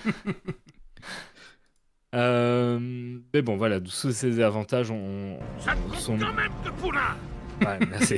Euh, mais bon, voilà, tous ces avantages on, Ça ne on compte sont... quand même que pour un. Ouais, merci.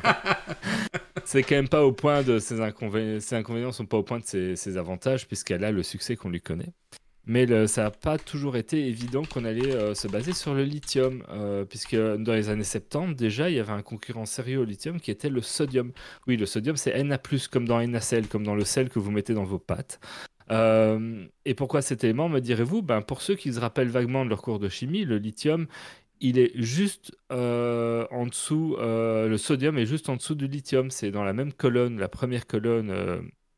C'est quand même pas au point de ces inconvénients. Ces inconvénients sont pas au point de ses, ses avantages, puisqu'elle a le succès qu'on lui connaît. Mais le- ça n'a pas toujours été évident qu'on allait euh, se baser sur le lithium, euh, puisque dans les années soixante-dix, déjà, il y avait un concurrent sérieux au lithium qui était le sodium. Oui, le sodium, c'est Na plus, comme dans NaCl, comme dans le sel que vous mettez dans vos pâtes. Euh, et pourquoi cet élément, me direz-vous? Ben, pour ceux qui se rappellent vaguement de leur cours de chimie, le lithium, il est juste euh, en dessous, euh, le sodium est juste en dessous du lithium. C'est dans la même colonne, la première colonne euh,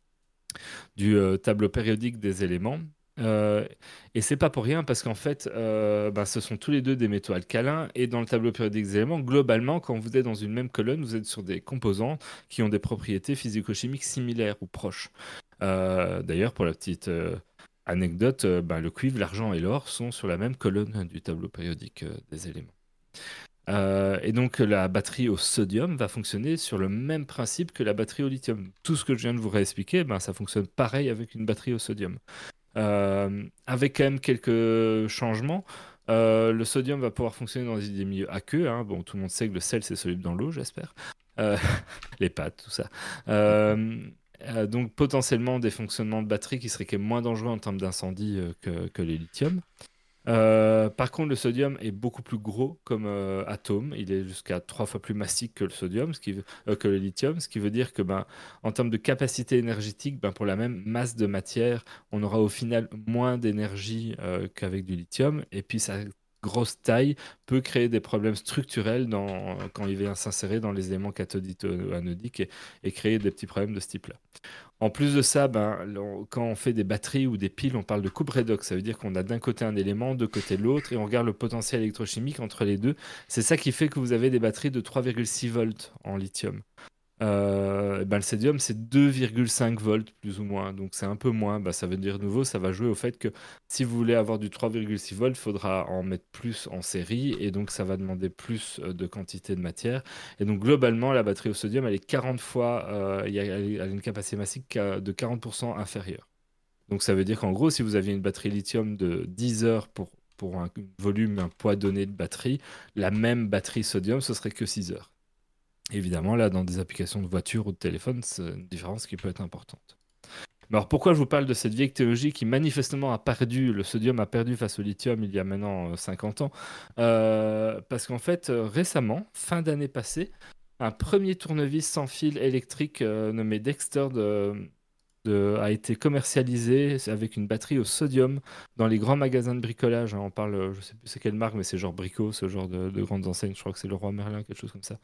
du euh, tableau périodique des éléments. Euh, et c'est pas pour rien parce qu'en fait, euh, ben, ce sont tous les deux des métaux alcalins. Et dans le tableau périodique des éléments, globalement, quand vous êtes dans une même colonne, vous êtes sur des composants qui ont des propriétés physico-chimiques similaires ou proches. Euh, D'ailleurs, pour la petite euh, anecdote, euh, ben, le cuivre, l'argent et l'or sont sur la même colonne du tableau périodique euh, des éléments. Euh, et donc la batterie au sodium va fonctionner sur le même principe que la batterie au lithium. Tout ce que je viens de vous réexpliquer, ben, ça fonctionne pareil avec une batterie au sodium. Euh, avec quand même quelques changements. Euh, le sodium va pouvoir fonctionner dans des milieux aqueux. Hein. Bon, tout le monde sait que le sel, c'est soluble dans l'eau, j'espère. Euh, les pâtes, tout ça. Euh, euh, donc potentiellement des fonctionnements de batterie qui seraient quand même moins dangereux en termes d'incendie euh, que, que les lithiums. Euh, par contre, le sodium est beaucoup plus gros comme euh, atome. Il est jusqu'à trois fois plus massif que le sodium, ce qui veut- euh, que le lithium, ce qui veut dire que, ben, en termes de capacité énergétique, ben, pour la même masse de matière, on aura au final moins d'énergie euh, qu'avec du lithium. Et puis, sa grosse taille peut créer des problèmes structurels dans, quand il vient s'insérer dans les éléments cathodiques ou anodiques et, et créer des petits problèmes de ce type-là. En plus de ça, ben, l'on- quand on fait des batteries ou des piles, on parle de coupe redox. Ça veut dire qu'on a d'un côté un élément, de côté l'autre, et on regarde le potentiel électrochimique entre les deux. C'est ça qui fait que vous avez des batteries de trois virgule six volts en lithium. Euh, ben, le sodium, c'est deux virgule cinq volts, plus ou moins. Donc c'est un peu moins. Ben, ça veut dire, de nouveau, ça va jouer au fait que si vous voulez avoir du trois virgule six volts, il faudra en mettre plus en série. Et donc ça va demander plus euh, de quantité de matière. Et donc globalement, la batterie au sodium, elle est quarante fois, euh, il y a- elle a une capacité massique qua- de quarante pour cent inférieure. Donc ça veut dire qu'en gros, si vous aviez une batterie lithium de dix heures pour, pour un volume, un poids donné de batterie, la même batterie sodium, ce serait que six heures. Évidemment, là, dans des applications de voiture ou de téléphone, c'est une différence qui peut être importante. Mais alors, pourquoi je vous parle de cette vieille technologie qui manifestement a perdu, le sodium a perdu face au lithium il y a maintenant euh, cinquante ans? Euh, Parce qu'en fait, euh, récemment, fin d'année passée, un premier tournevis sans fil électrique euh, nommé Dexter de, de- a été commercialisé avec une batterie au sodium dans les grands magasins de bricolage. Hein. On parle, euh, je sais plus c'est quelle marque, mais c'est genre Brico, ce genre de, de grandes enseignes. Je crois que c'est Leroy Merlin, quelque chose comme ça.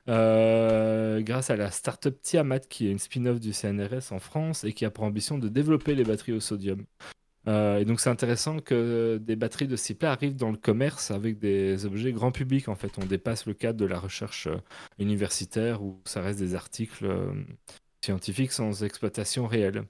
Euh, grâce à la startup Tiamat, qui est une spin-off du C N R S en France et qui a pour ambition de développer les batteries au sodium. Euh, et donc c'est intéressant que des batteries de ce type-là arrivent dans le commerce avec des objets grand public. En fait, on dépasse le cadre de la recherche euh, universitaire où ça reste des articles euh, scientifiques sans exploitation réelle.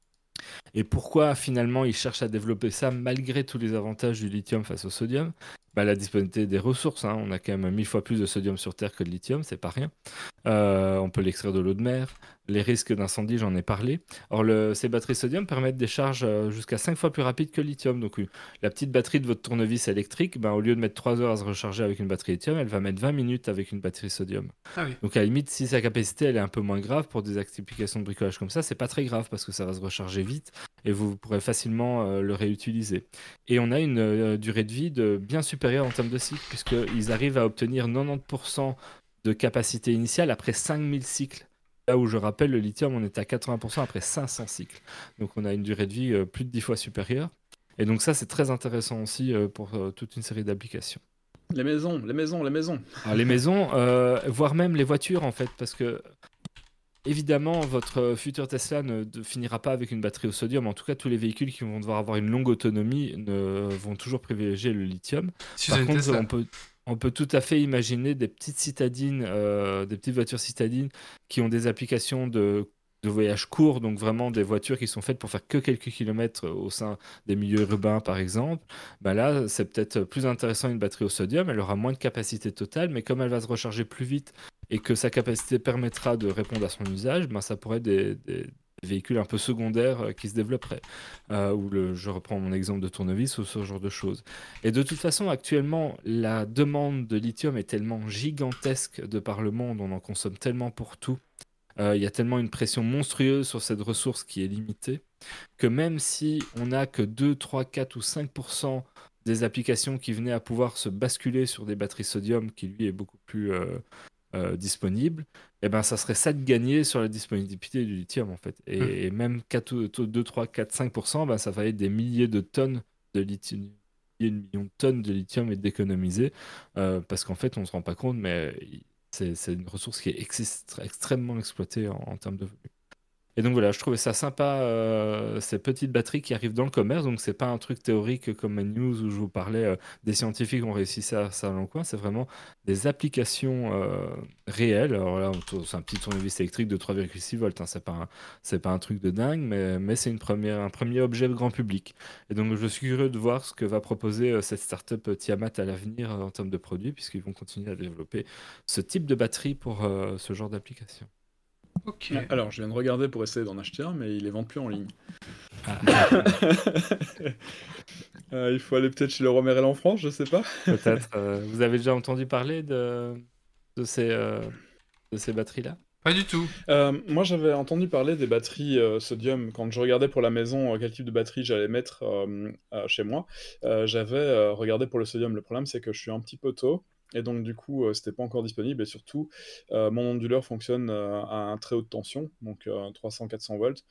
Et pourquoi finalement ils cherchent à développer ça malgré tous les avantages du lithium face au sodium? Bah, la disponibilité des ressources, hein. On a quand même mille fois plus de sodium sur Terre que de lithium, c'est pas rien. Euh, on peut l'extraire de l'eau de mer. Les risques d'incendie, j'en ai parlé. Or, le- ces batteries sodium permettent des charges euh, jusqu'à cinq fois plus rapides que le lithium. Donc, euh, la petite batterie de votre tournevis électrique, ben, au lieu de mettre trois heures à se recharger avec une batterie lithium, elle va mettre vingt minutes avec une batterie sodium. Ah oui. Donc, à la limite, si sa capacité elle est un peu moins grave pour des applications de bricolage comme ça, c'est pas très grave parce que ça va se recharger vite et vous pourrez facilement euh, le réutiliser. Et on a une euh, durée de vie de bien supérieure en termes de cycle, puisqu'ils arrivent à obtenir quatre-vingt-dix pour cent de capacité initiale après cinq mille cycles. Là où je rappelle, le lithium, on est à quatre-vingts pour cent après cinq cents cycles. Donc on a une durée de vie euh, plus de dix fois supérieure. Et donc ça, c'est très intéressant aussi euh, pour euh, toute une série d'applications. Les maisons, les maisons, les maisons. Alors les maisons, euh, voire même les voitures en fait, parce que évidemment, votre futur Tesla ne de- finira pas avec une batterie au sodium. En tout cas, tous les véhicules qui vont devoir avoir une longue autonomie ne, vont toujours privilégier le lithium. Si Par j'ai une contre, Tesla. on peut, on peut tout à fait imaginer des petites citadines, euh, des petites voitures citadines qui ont des applications de, de voyage court, donc vraiment des voitures qui sont faites pour faire que quelques kilomètres au sein des milieux urbains, par exemple. Ben là, c'est peut-être plus intéressant une batterie au sodium. Elle aura moins de capacité totale, mais comme elle va se recharger plus vite et que sa capacité permettra de répondre à son usage, ben, ça pourrait être des, des- des véhicules un peu secondaires euh, qui se développeraient. Euh, ou le, je reprends mon exemple de tournevis ou ce genre de choses. Et de toute façon, actuellement, la demande de lithium est tellement gigantesque de par le monde, on en consomme tellement pour tout. Euh, Il y a tellement une pression monstrueuse sur cette ressource qui est limitée, que même si on n'a que deux, trois, quatre ou cinq pour cent des applications qui venaient à pouvoir se basculer sur des batteries sodium, qui lui est beaucoup plus euh, euh, disponible, eh ben, ça serait ça de gagner sur la disponibilité du lithium en fait. Hmm. Et, et même quatre, ou- deux, trois, quatre, cinq pour cent, ben, ça va être des milliers de tonnes de lithium, milliers de millions de tonnes de lithium et d'économiser, euh, parce qu'en fait on ne se rend pas compte, mais il- c'est c'est une ressource qui est extra- extrêmement exploitée en, en termes de volume. Et donc voilà, je trouvais ça sympa, euh, ces petites batteries qui arrivent dans le commerce. Donc c'est pas un truc théorique comme ma news où je vous parlais euh, des scientifiques ont réussi ça, ça dans le coin. C'est vraiment des applications euh, réelles. Alors là, on tourne- c'est un petit tournevis électrique de trois virgule six volts. Hein. C'est pas un, c'est pas un truc de dingue, mais, mais c'est une première, un premier objet de grand public. Et donc je suis curieux de voir ce que va proposer euh, cette startup euh, Tiamat à l'avenir euh, en termes de produits, puisqu'ils vont continuer à développer ce type de batterie pour euh, ce genre d'application. Ok. Ah, Alors, je viens de regarder pour essayer d'en acheter un, mais il les vend plus en ligne. Ah, Euh, il faut aller peut-être chez Leroy Merlin en France, je sais pas. peut-être. euh, vous avez déjà entendu parler de, de ces, euh, de ces batteries-là? Pas du tout. Euh, moi, j'avais entendu parler des batteries euh, sodium. Quand je regardais pour la maison euh, quel type de batterie j'allais mettre euh, euh, chez moi, euh, j'avais euh, regardé pour le sodium. Le problème, c'est que je suis un petit peu tôt. Et donc, du coup, euh, c'était pas encore disponible. Et surtout, euh, mon onduleur fonctionne euh, à un très haute tension, donc euh, trois cents à quatre cents volts.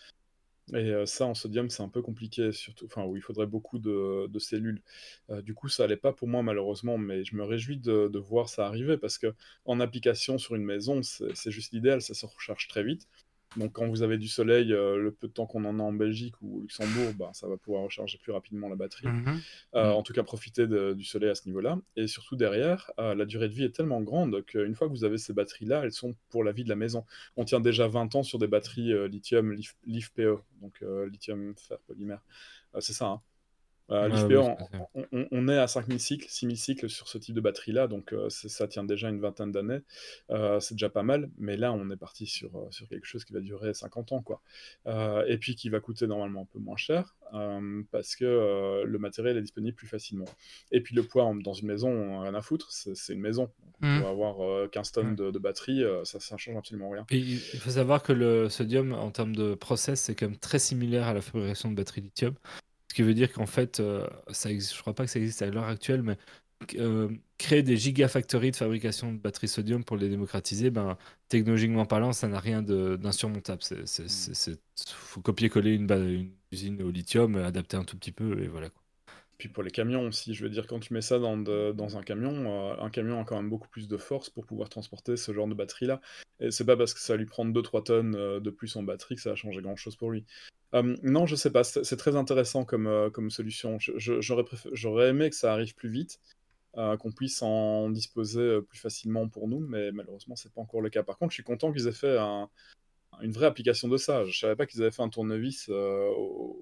Et euh, ça, en sodium, c'est un peu compliqué, surtout, enfin, où il faudrait beaucoup de, de cellules. Euh, du coup, ça allait pas pour moi, malheureusement, mais je me réjouis de, de voir ça arriver, parce que en application sur une maison, c'est c'est juste l'idéal, ça se recharge très vite. Donc, quand vous avez du soleil, euh, le peu de temps qu'on en a en Belgique ou au Luxembourg, bah, ça va pouvoir recharger plus rapidement la batterie. Mhm. Euh, Mm. en tout cas, profiter de- du soleil à ce niveau-là. Et surtout, derrière, euh, la durée de vie est tellement grande qu'une fois que vous avez ces batteries-là, elles sont pour la vie de la maison. On tient déjà vingt ans sur des batteries euh, lithium LiFePO, donc euh, lithium fer polymère. Euh, c'est ça, hein. Euh, Ouais, LiFePO, ouais, on, c'est ça. on- on- on est à cinq mille cycles, six mille cycles sur ce type de batterie-là, donc euh, c'est- ça tient déjà une vingtaine d'années. Euh, c'est déjà pas mal, mais là, on est parti sur, euh, sur quelque chose qui va durer cinquante ans, quoi. Euh, et puis qui va coûter normalement un peu moins cher, euh, parce que euh, le matériel est disponible plus facilement. Et puis le poids en- dans une maison, on a rien à foutre, c'est c'est une maison. Donc, on Mhm. pourrait avoir euh, quinze tonnes Ouais. de, de batterie, euh, ça, ça change absolument rien. Et il il faut savoir que le sodium, en termes de process, c'est quand même très similaire à la fabrication de batteries lithium. Ce qui veut dire qu'en fait, euh, ça existe, je crois pas que ça existe à l'heure actuelle, mais euh, créer des gigafactories de fabrication de batteries sodium pour les démocratiser, ben, technologiquement parlant, ça n'a rien de- d'insurmontable. C'est, c'est, c'est- c'est- faut copier-coller une, ba- une usine au lithium, adapter un tout petit peu, et voilà, quoi. Puis pour les camions aussi, je veux dire, quand tu mets ça dans, de- dans un camion, euh, un camion a quand même beaucoup plus de force pour pouvoir transporter ce genre de batterie-là. Et c'est pas parce que ça va lui prendre deux trois tonnes euh, de plus en batterie que ça va changer grand-chose pour lui. Euh, non, je sais pas, c'est c'est très intéressant comme, euh, comme solution. Je- je- J'aurais préfé- j'aurais aimé que ça arrive plus vite, euh, qu'on puisse en disposer euh, plus facilement pour nous, mais malheureusement, c'est pas encore le cas. Par contre, je suis content qu'ils aient fait un- une vraie application de ça. Je savais pas qu'ils avaient fait un tournevis euh, au-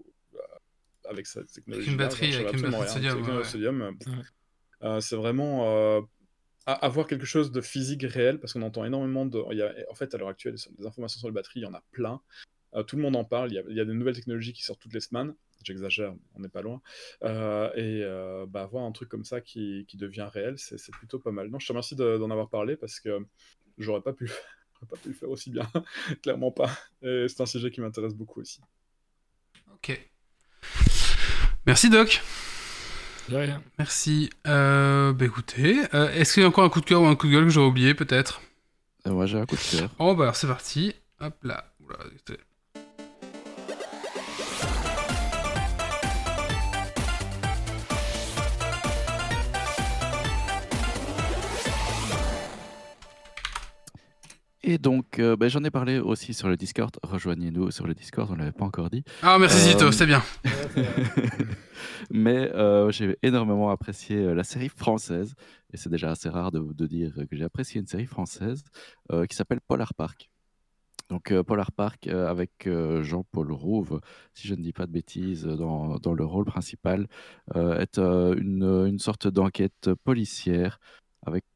avec cette Avec une technologie-là. J'en batterie, savais avec une absolument batterie de rien. sodium. Technologie Ouais, au sodium, euh, Ouais. euh, c'est vraiment euh, a- avoir quelque chose de physique réel, parce qu'on entend énormément de... Il y a, en fait, à l'heure actuelle, des informations sur les batteries, il y en a plein. Euh, tout le monde en parle. Il y, a, il y a des nouvelles technologies qui sortent toutes les semaines. J'exagère, mais on n'est pas loin. Euh, et euh, bah, avoir un truc comme ça qui, qui devient réel, c'est c'est plutôt pas mal. Non, je te remercie de- d'en avoir parlé, parce que j'aurais pas pu, j'aurais pas pu le faire aussi bien. Clairement pas. Et c'est un sujet qui m'intéresse beaucoup aussi. ok. Merci Doc. De rien. Merci. Euh, bah écoutez, euh, est-ce qu'il y a encore un coup de cœur ou un coup de gueule que j'aurais oublié peut-être? Euh, moi, j'ai un coup de cœur. Oh bah alors c'est parti. Hop là. Oula, c'était- Et donc, euh, ben, j'en ai parlé aussi sur le Discord. Rejoignez-nous sur le Discord, on ne l'avait pas encore dit. Ah merci Euh, Zito, c'est bien. Mais euh, j'ai énormément apprécié euh, la série française, et c'est déjà assez rare de, de dire que j'ai apprécié une série française euh, qui s'appelle Polar Park. Donc euh, Polar Park euh, avec euh, Jean-Paul Rouve, si je ne dis pas de bêtises, dans, dans le rôle principal, euh, est euh, une, une sorte d'enquête policière avec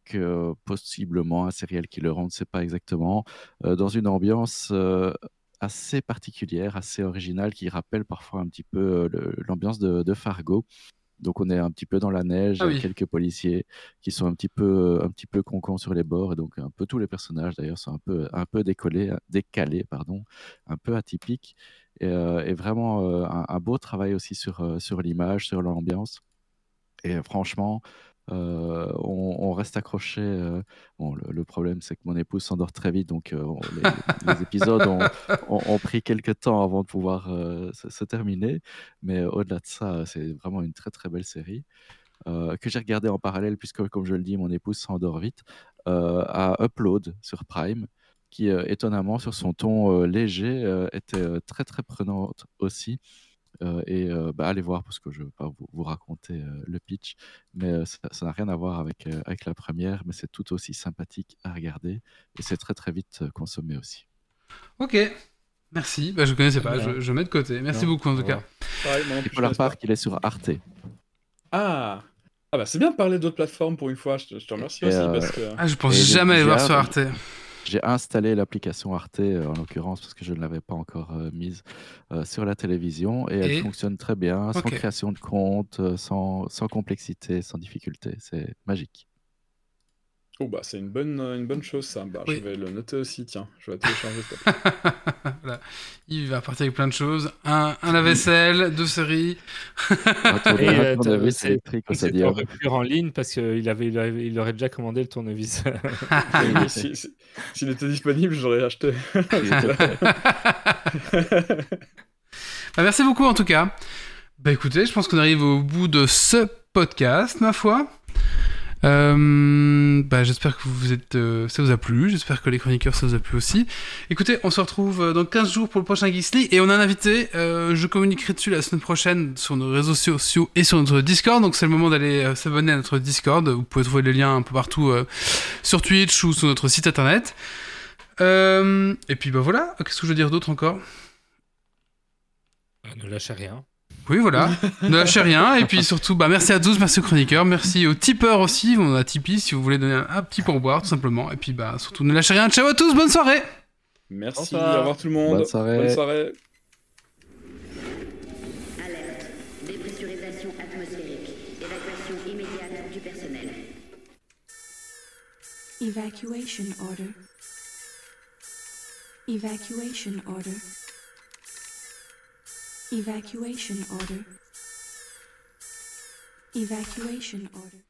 avec euh, possiblement un serial killer, on ne sait pas exactement, euh, dans une ambiance euh, assez particulière, assez originale, qui rappelle parfois un petit peu euh, le- l'ambiance de, de Fargo. Donc on est un petit peu dans la neige, Ah il y a oui. quelques policiers qui sont un petit peu, un petit peu concons sur les bords, et donc un peu tous les personnages d'ailleurs sont un peu, un peu décollés, décalés, pardon, un peu atypiques, et, euh, et vraiment euh, un, un beau travail aussi sur, euh, sur l'image, sur l'ambiance. Et euh, franchement, euh, on, on reste accroché. euh, bon, le, le problème, c'est que mon épouse s'endort très vite, donc euh, on- les, les épisodes ont, ont- ont pris quelques temps avant de pouvoir euh, se, se terminer. Mais euh, au-delà de ça, euh, c'est vraiment une très très belle série euh, que j'ai regardée en parallèle, puisque, comme je le dis, mon épouse s'endort vite, euh, à Upload sur Prime, qui euh, étonnamment, sur son ton euh, léger, euh, était euh, très très prenante aussi. Euh, et euh, bah, allez voir parce que je ne vais pas vous, vous raconter euh, le pitch, mais euh, ça ça n'a rien à voir avec, euh, avec la première, mais c'est tout aussi sympathique à regarder et c'est très très vite euh, consommé aussi. Ok, merci. Bah, je connaissais Très pas, bien. je, je mets de côté. Merci Non, beaucoup en au tout cas. revoir. Pareil, moi non Et plus, pour je la connais pas. part qu'il est sur Arte. Ah, ah bah c'est bien de parler d'autres plateformes pour une fois. Je te, je te remercie Et, aussi euh, parce que. Ah, je pense Et j'ai- jamais aller j'ai voir un- sur Arte. J'ai installé l'application Arte, euh, en l'occurrence, parce que je ne l'avais pas encore euh, mise euh, sur la télévision, et elle Et fonctionne très bien, sans Ok. création de compte, euh, sans, sans complexité, sans difficulté. C'est magique. Oh bah c'est une bonne, une bonne chose ça. Bah je Oui. vais le noter aussi. Tiens, je vais télécharger cette appli. Voilà. Il va partir avec plein de choses. Un, un lave-vaisselle, deux séries. Un, tourne- Et un euh, t'as- tournevis c'est électrique au c'est en sodium. rupture en ligne parce qu'il avait, il avait- il aurait déjà commandé le tournevis. Oui, oui, si- si- s'il était disponible, j'aurais acheté. Il était prêt. Bah, merci beaucoup en tout cas. Bah écoutez, je pense qu'on arrive au bout de ce podcast, ma foi. Euh, bah, j'espère que vous êtes, euh, ça vous a plu, j'espère que les chroniqueurs ça vous a plu aussi. Écoutez, on se retrouve euh, dans quinze jours pour le prochain Geeks League et on a un invité, euh, je communiquerai dessus la semaine prochaine sur nos réseaux sociaux et sur notre Discord, donc c'est le moment d'aller euh, s'abonner à notre Discord, vous pouvez trouver les liens un peu partout euh, sur Twitch ou sur notre site internet. Euh, et puis bah voilà, qu'est-ce que je veux dire d'autre encore? Ne lâchez rien. Oui, voilà. Ne lâchez rien. Et puis surtout, bah, merci à tous, merci aux chroniqueurs, merci aux tipeurs aussi. On a Tipeee si vous voulez donner un, un petit pourboire, tout simplement. Et puis, bah, surtout, ne lâchez rien. Ciao à tous, bonne soirée. Merci, Bonsoir. au revoir tout le monde. Bonne soirée. Bonne soirée. Alerte. Dépressurisation atmosphérique. Évacuation immédiate du personnel. Evacuation order. Evacuation order. Evacuation order. Evacuation order.